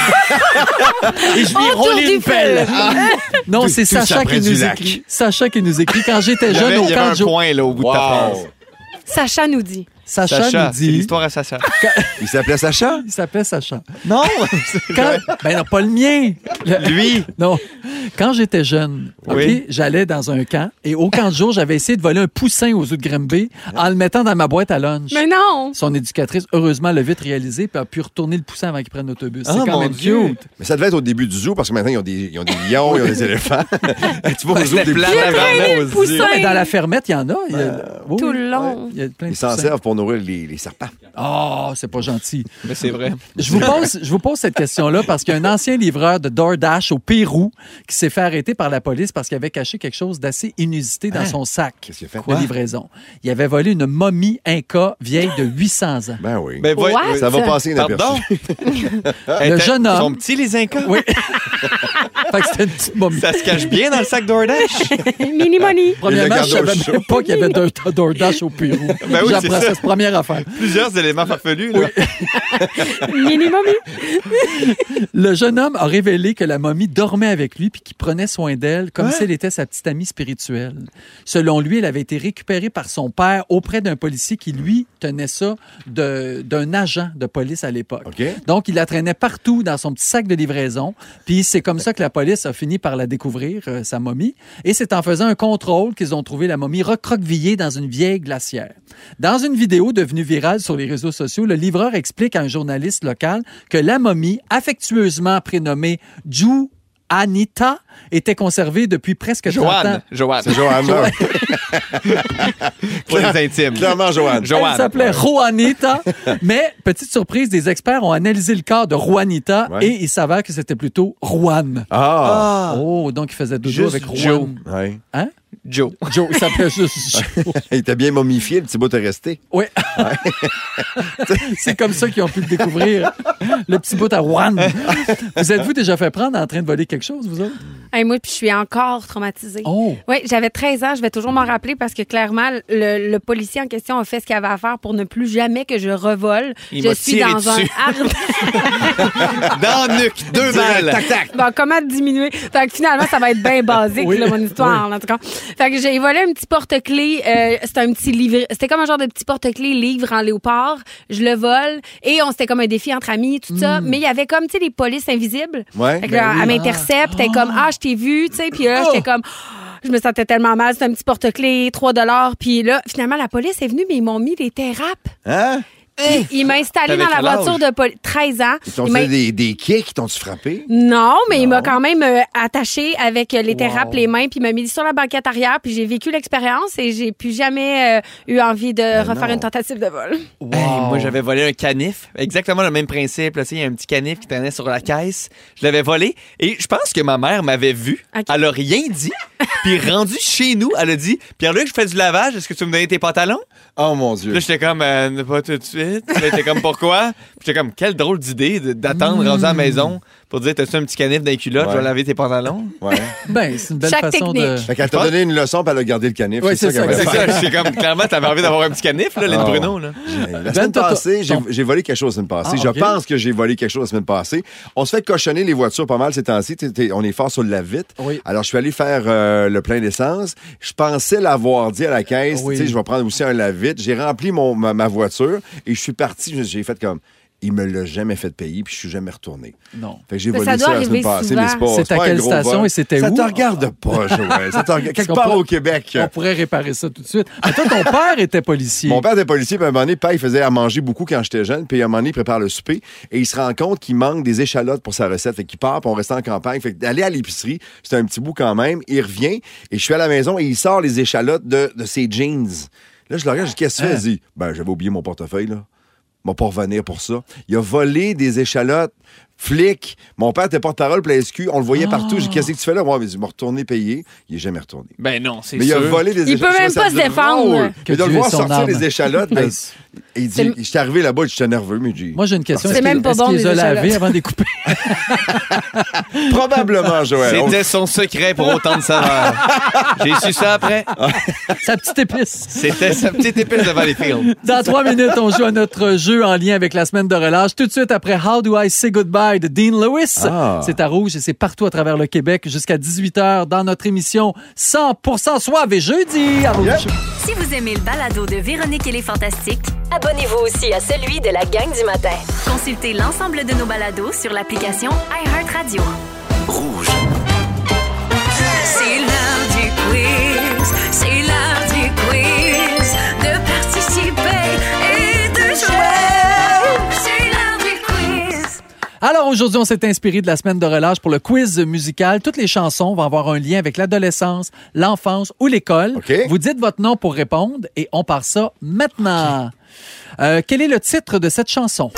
[SPEAKER 2] Et je lui ai
[SPEAKER 5] Autour
[SPEAKER 2] roulé
[SPEAKER 5] du
[SPEAKER 2] une pelle. Non,
[SPEAKER 4] Tout-
[SPEAKER 2] c'est
[SPEAKER 4] tout
[SPEAKER 2] Sacha
[SPEAKER 4] ça
[SPEAKER 2] qui
[SPEAKER 4] près du
[SPEAKER 2] nous
[SPEAKER 4] lac.
[SPEAKER 2] écrit. Sacha qui nous écrit. Quand j'étais
[SPEAKER 3] Il y
[SPEAKER 2] jeune,
[SPEAKER 3] avait,
[SPEAKER 2] au
[SPEAKER 3] il y
[SPEAKER 2] camp
[SPEAKER 3] avait
[SPEAKER 2] de
[SPEAKER 3] un
[SPEAKER 2] jour.
[SPEAKER 3] point là, au bout de ta phrase.
[SPEAKER 4] Wow.
[SPEAKER 5] Sacha nous dit.
[SPEAKER 2] Sacha,
[SPEAKER 3] Sacha,
[SPEAKER 2] nous
[SPEAKER 3] c'est
[SPEAKER 2] dit.
[SPEAKER 3] l'histoire à Sacha.
[SPEAKER 4] Il s'appelait Sacha?
[SPEAKER 2] Il s'appelait Sacha.
[SPEAKER 3] Non.
[SPEAKER 2] Quand... Ben non, pas le mien. Le-
[SPEAKER 3] Lui.
[SPEAKER 2] Non. Quand j'étais jeune, OK,
[SPEAKER 3] Oui.
[SPEAKER 2] j'allais dans un camp et au camp de jour, j'avais essayé de voler un poussin aux œufs de Grimby en le mettant dans ma boîte à lunch.
[SPEAKER 5] Mais non!
[SPEAKER 2] Son éducatrice, heureusement, l'a vite réalisé puis a pu retourner le poussin avant qu'il prenne l'autobus.
[SPEAKER 3] Ah,
[SPEAKER 2] C'est quand
[SPEAKER 3] mon
[SPEAKER 2] même
[SPEAKER 3] Dieu.
[SPEAKER 2] cute.
[SPEAKER 4] Mais ça devait être au début du zoo parce que maintenant, ils ont des, ils ont des lions, ils ont des éléphants. Tu vois, au zoo,
[SPEAKER 3] c'était
[SPEAKER 4] des
[SPEAKER 3] plat,
[SPEAKER 4] poussins.
[SPEAKER 3] la
[SPEAKER 5] traîné le
[SPEAKER 4] Maudit.
[SPEAKER 5] poussin.
[SPEAKER 2] Mais dans la fermette, il y en a. Il y a- oui,
[SPEAKER 5] Tout
[SPEAKER 2] oui,
[SPEAKER 5] le long.
[SPEAKER 2] ouais, il y a plein de
[SPEAKER 4] Ils s'en
[SPEAKER 2] poussins.
[SPEAKER 4] servent pour nourrir les, les serpents.
[SPEAKER 2] Oh, c'est pas gentil.
[SPEAKER 3] Mais c'est vrai.
[SPEAKER 2] Je vous pose, je vous pose cette question-là parce qu'il y a un ancien livreur de DoorDash au Pérou qui s'est fait arrêter par la police parce qu'il avait caché quelque chose d'assez inusité dans
[SPEAKER 4] Hein?
[SPEAKER 2] son sac
[SPEAKER 4] Qu'est-ce qu'il a fait?
[SPEAKER 2] de livraison. Il avait volé une momie Inca vieille de huit cents ans.
[SPEAKER 4] Ben oui.
[SPEAKER 3] Ben, voy-
[SPEAKER 5] What?
[SPEAKER 4] Ça va passer
[SPEAKER 3] Pardon?
[SPEAKER 4] inaperçu.
[SPEAKER 3] Hey,
[SPEAKER 2] Le
[SPEAKER 3] t'as-
[SPEAKER 2] jeune
[SPEAKER 3] Ils
[SPEAKER 2] homme.
[SPEAKER 3] sont petits, les Incas?
[SPEAKER 2] Oui. Fait que c'était une petite momie.
[SPEAKER 3] Ça se cache bien dans le sac DoorDash?
[SPEAKER 5] Mini money.
[SPEAKER 2] Premièrement,
[SPEAKER 4] le
[SPEAKER 2] je savais
[SPEAKER 4] garde au
[SPEAKER 2] même pas qu'il y avait de DoorDash au Pérou.
[SPEAKER 3] Ben oui,
[SPEAKER 2] J'apprends
[SPEAKER 3] c'est ça.
[SPEAKER 2] ça, c'est première affaire.
[SPEAKER 3] Plusieurs éléments farfelus, là.
[SPEAKER 5] Mini mommy.
[SPEAKER 2] Le jeune homme a révélé que la momie dormait avec lui puis qu'il prenait soin d'elle comme
[SPEAKER 3] Ouais.
[SPEAKER 2] si elle était sa petite amie spirituelle. Selon lui, elle avait été récupérée par son père auprès d'un policier qui, lui, tenait ça de- d'un agent de police à l'époque.
[SPEAKER 4] OK.
[SPEAKER 2] Donc, il la traînait partout dans son petit sac de livraison. Puis c'est comme ça que la police a fini par la découvrir, euh, sa momie. Et c'est en faisant un contrôle qu'ils ont trouvé la momie recroquevillée dans une vieille glacière. Dans une vidéo devenue virale sur les réseaux sociaux, le livreur explique à un journaliste local que la momie, affectueusement prénommée Ju Anita, était conservée depuis presque trente ans.
[SPEAKER 3] Joanne. Joanne.
[SPEAKER 4] C'est Johanna.
[SPEAKER 3] Pour les intimes.
[SPEAKER 4] Clairement, Joanne.
[SPEAKER 3] Joanne.
[SPEAKER 2] Elle s'appelait Juanita. Mais, petite surprise, des experts ont analysé le corps de Juanita
[SPEAKER 4] Ouais.
[SPEAKER 2] et il s'avère que c'était plutôt Juan.
[SPEAKER 4] Ah!
[SPEAKER 2] Oh, donc il faisait dodo
[SPEAKER 3] Juste
[SPEAKER 2] avec
[SPEAKER 3] Joe.
[SPEAKER 2] Juan.
[SPEAKER 4] Ouais.
[SPEAKER 2] Hein?
[SPEAKER 3] Joe.
[SPEAKER 2] Joe, il s'appelait juste Joe.
[SPEAKER 4] Il était bien momifié, le petit bout est resté.
[SPEAKER 2] Oui. C'est comme ça qu'ils ont pu le découvrir. Le petit bout à Juan. Vous êtes-vous déjà fait prendre en train de voler quelque chose, vous autres?
[SPEAKER 5] Hey, moi, puis je suis encore traumatisée.
[SPEAKER 2] Oh!
[SPEAKER 5] Oui, j'avais treize ans, je vais toujours m'en rappeler parce que clairement, le, le policier en question a fait ce qu'il avait à faire pour ne plus jamais que je revole.
[SPEAKER 3] Il
[SPEAKER 5] je
[SPEAKER 3] m'a
[SPEAKER 5] suis
[SPEAKER 3] tiré
[SPEAKER 5] dans un
[SPEAKER 3] dessus.
[SPEAKER 5] arbre.
[SPEAKER 3] Dans le nuque, deux balles.
[SPEAKER 4] Tac, tac.
[SPEAKER 5] Bon, comment diminuer? Fait que finalement, ça va être bien basique,
[SPEAKER 2] Oui.
[SPEAKER 5] là, mon histoire, en tout cas. Fait que j'ai volé un petit porte-clés. Euh, c'était un petit livre. C'était comme un genre de petit porte-clés livre en léopard. Je le vole. Et on c'était comme un défi entre amis, tout ça. Mais il y avait comme, tu sais, les polices invisibles.
[SPEAKER 4] Ouais.
[SPEAKER 5] Fait que là,
[SPEAKER 2] Ben oui.
[SPEAKER 5] elle m'intercepte. Elle est comme, ah, je t'ai vu, tu sais. Puis là,
[SPEAKER 2] Oh.
[SPEAKER 5] j'étais comme, je me sentais tellement mal. C'était un petit porte-clés, trois dollars. Puis là, finalement, la police est venue, mais ils m'ont mis des terrapes.
[SPEAKER 4] Hein?
[SPEAKER 5] Puis il m'a installé
[SPEAKER 3] T'avais
[SPEAKER 5] dans la
[SPEAKER 3] quel âge?
[SPEAKER 5] voiture de police. treize ans.
[SPEAKER 4] Ils t'ont
[SPEAKER 5] Il m'a-
[SPEAKER 4] fait des, des kicks, t'ont-tu frappé?
[SPEAKER 5] non, mais il
[SPEAKER 4] Non.
[SPEAKER 5] m'a quand même euh, attaché avec euh, les terrapes,
[SPEAKER 2] Wow.
[SPEAKER 5] les mains, puis il m'a mis sur la banquette arrière, puis j'ai vécu l'expérience et j'ai plus jamais euh, eu envie de refaire
[SPEAKER 4] non.
[SPEAKER 5] une tentative de vol.
[SPEAKER 3] Hey, moi, j'avais volé un canif. Exactement le même principe. Là, tu sais, il y a un petit canif qui traînait sur la caisse. Je l'avais volé. Et je pense que ma mère m'avait vu.
[SPEAKER 5] Ok.
[SPEAKER 3] Elle a rien dit. Puis rendu chez nous, elle a dit Pierre-Luc, je fais du lavage. Est-ce que tu veux me donner tes pantalons?
[SPEAKER 4] Oh mon Dieu.
[SPEAKER 3] Puis là, j'étais comme, euh, pas tout de suite. Puis là, j'étais comme, pourquoi? Puis j'étais comme, quelle drôle d'idée de- d'attendre rendu à la maison pour dire, t'as-tu un petit canif dans les culottes,
[SPEAKER 4] Ouais.
[SPEAKER 3] je vais laver tes pantalons?
[SPEAKER 4] Ouais.
[SPEAKER 2] Ben, c'est une belle
[SPEAKER 5] Chaque
[SPEAKER 2] façon de...
[SPEAKER 5] technique.
[SPEAKER 4] Fait qu'elle t'a donné une leçon, puis elle a gardé le canif.
[SPEAKER 2] Ouais, c'est ça,
[SPEAKER 4] qu'elle
[SPEAKER 3] C'est
[SPEAKER 4] va faire.
[SPEAKER 3] ça, j'étais comme, clairement, t'avais envie d'avoir un petit canif, là, Lynn
[SPEAKER 4] Ah.
[SPEAKER 3] Bruno, là.
[SPEAKER 4] La semaine
[SPEAKER 2] toi,
[SPEAKER 4] passée, j'ai
[SPEAKER 2] ton-
[SPEAKER 4] j'ai volé quelque chose la semaine passée.
[SPEAKER 2] Ah,
[SPEAKER 4] Je
[SPEAKER 2] ok.
[SPEAKER 4] pense que j'ai volé quelque chose la semaine passée. On se fait cochonner les voitures pas mal ces temps-ci. T'es- t'es- On est fort sur le lave-vite.
[SPEAKER 2] Oui.
[SPEAKER 4] Alors, je suis allé faire euh, le plein d'essence. Je pensais l'avoir dit à la caisse.
[SPEAKER 2] Oui.
[SPEAKER 4] Tu sais, je vais prendre aussi un lave-vite. J'ai rempli mon, ma, ma voiture et je suis parti. J'ai fait comme... il me l'a jamais fait payer, puis je suis jamais retourné.
[SPEAKER 2] Non.
[SPEAKER 4] Fait que j'ai
[SPEAKER 5] Mais
[SPEAKER 4] volé
[SPEAKER 5] ça
[SPEAKER 4] ça,
[SPEAKER 5] doit
[SPEAKER 4] la semaine
[SPEAKER 5] arriver
[SPEAKER 4] passée,
[SPEAKER 5] souvent.
[SPEAKER 4] mais c'est pas
[SPEAKER 2] C'est
[SPEAKER 4] c'est
[SPEAKER 2] à
[SPEAKER 4] pas un
[SPEAKER 2] quelle
[SPEAKER 4] gros
[SPEAKER 2] station
[SPEAKER 4] vol.
[SPEAKER 2] et c'était
[SPEAKER 4] Ça
[SPEAKER 2] où?
[SPEAKER 4] te regarde pas, Joël. Ça te regarde quelque
[SPEAKER 2] qu'on
[SPEAKER 4] part
[SPEAKER 2] peut-
[SPEAKER 4] au Québec.
[SPEAKER 2] On pourrait réparer ça tout de suite. Mais toi, ton père était policier.
[SPEAKER 4] Mon père était policier, puis à un moment donné, père, il faisait à manger beaucoup quand j'étais jeune, puis à un moment donné, il prépare le souper, et il se rend compte qu'il manque des échalotes pour sa recette. Fait qu'il part, puis on reste en campagne. Fait d'aller à l'épicerie, c'était un petit bout quand même. Il revient, et je suis à la maison, et il sort les échalotes de, de ses jeans. Là, je le regarde, je dis, qu'est-ce que tu fais? Il dit, ben, j'avais oublié mon portefeuille, là. Il m'a pas revenir pour ça. Il a volé des échalotes. Flic. Mon père était porte-parole pour la S Q. On le voyait
[SPEAKER 2] Oh.
[SPEAKER 4] partout. J'ai dit, qu'est-ce que tu fais là? Moi, il m'a retourné payer. Il est jamais retourné.
[SPEAKER 3] Ben non, c'est
[SPEAKER 4] Mais il
[SPEAKER 3] sûr.
[SPEAKER 4] a volé des
[SPEAKER 5] Il peut
[SPEAKER 4] échalotes.
[SPEAKER 5] même
[SPEAKER 4] Ça
[SPEAKER 5] pas
[SPEAKER 4] me
[SPEAKER 5] se défendre.
[SPEAKER 4] drôle.
[SPEAKER 2] Que
[SPEAKER 4] Mais de le
[SPEAKER 2] Dieu
[SPEAKER 4] voir
[SPEAKER 2] ait son
[SPEAKER 4] sortir
[SPEAKER 2] âme.
[SPEAKER 4] les échalotes, là,
[SPEAKER 2] Hey.
[SPEAKER 4] il dit, je suis arrivé là-bas, j'étais nerveux, mais j'ai...
[SPEAKER 2] Moi, j'ai une question.
[SPEAKER 5] C'est
[SPEAKER 2] Est-ce
[SPEAKER 5] même
[SPEAKER 2] qu'il-
[SPEAKER 5] pas
[SPEAKER 2] est-ce
[SPEAKER 5] bon,
[SPEAKER 2] qu'il
[SPEAKER 5] les
[SPEAKER 2] les a lavés
[SPEAKER 5] échalotes.
[SPEAKER 2] avant de les couper?
[SPEAKER 4] Probablement, Joël. On-
[SPEAKER 3] C'était son secret pour autant de saveur. J'ai su ça après.
[SPEAKER 2] Sa petite épice.
[SPEAKER 3] C'était sa petite épice de Valleyfield.
[SPEAKER 2] Dans trois minutes, on joue à notre jeu en lien avec la semaine de relâche. Tout de suite après How Do I Say Goodbye de Dean Lewis.
[SPEAKER 4] Ah.
[SPEAKER 2] C'est à Rouge et c'est partout à travers le Québec jusqu'à dix-huit heures dans notre émission cent pour cent Soave et jeudi à Rouge.
[SPEAKER 4] Yep.
[SPEAKER 1] Si vous aimez le balado de Véronique et les Fantastiques,
[SPEAKER 9] Abonnez-vous aussi à celui de la gang du matin.
[SPEAKER 1] consultez l'ensemble de nos balados sur l'application iHeartRadio.
[SPEAKER 10] Rouge.
[SPEAKER 1] C'est l'heure du quiz, c'est l'heure du quiz, de participer et de jouer. C'est l'heure du quiz.
[SPEAKER 2] Alors aujourd'hui, on s'est inspiré de la semaine de relâche pour le quiz musical. Toutes les chansons vont avoir un lien avec l'adolescence, l'enfance ou l'école.
[SPEAKER 4] OK.
[SPEAKER 2] Vous dites votre nom pour répondre et on part ça maintenant. Euh, quel est le titre de cette chanson?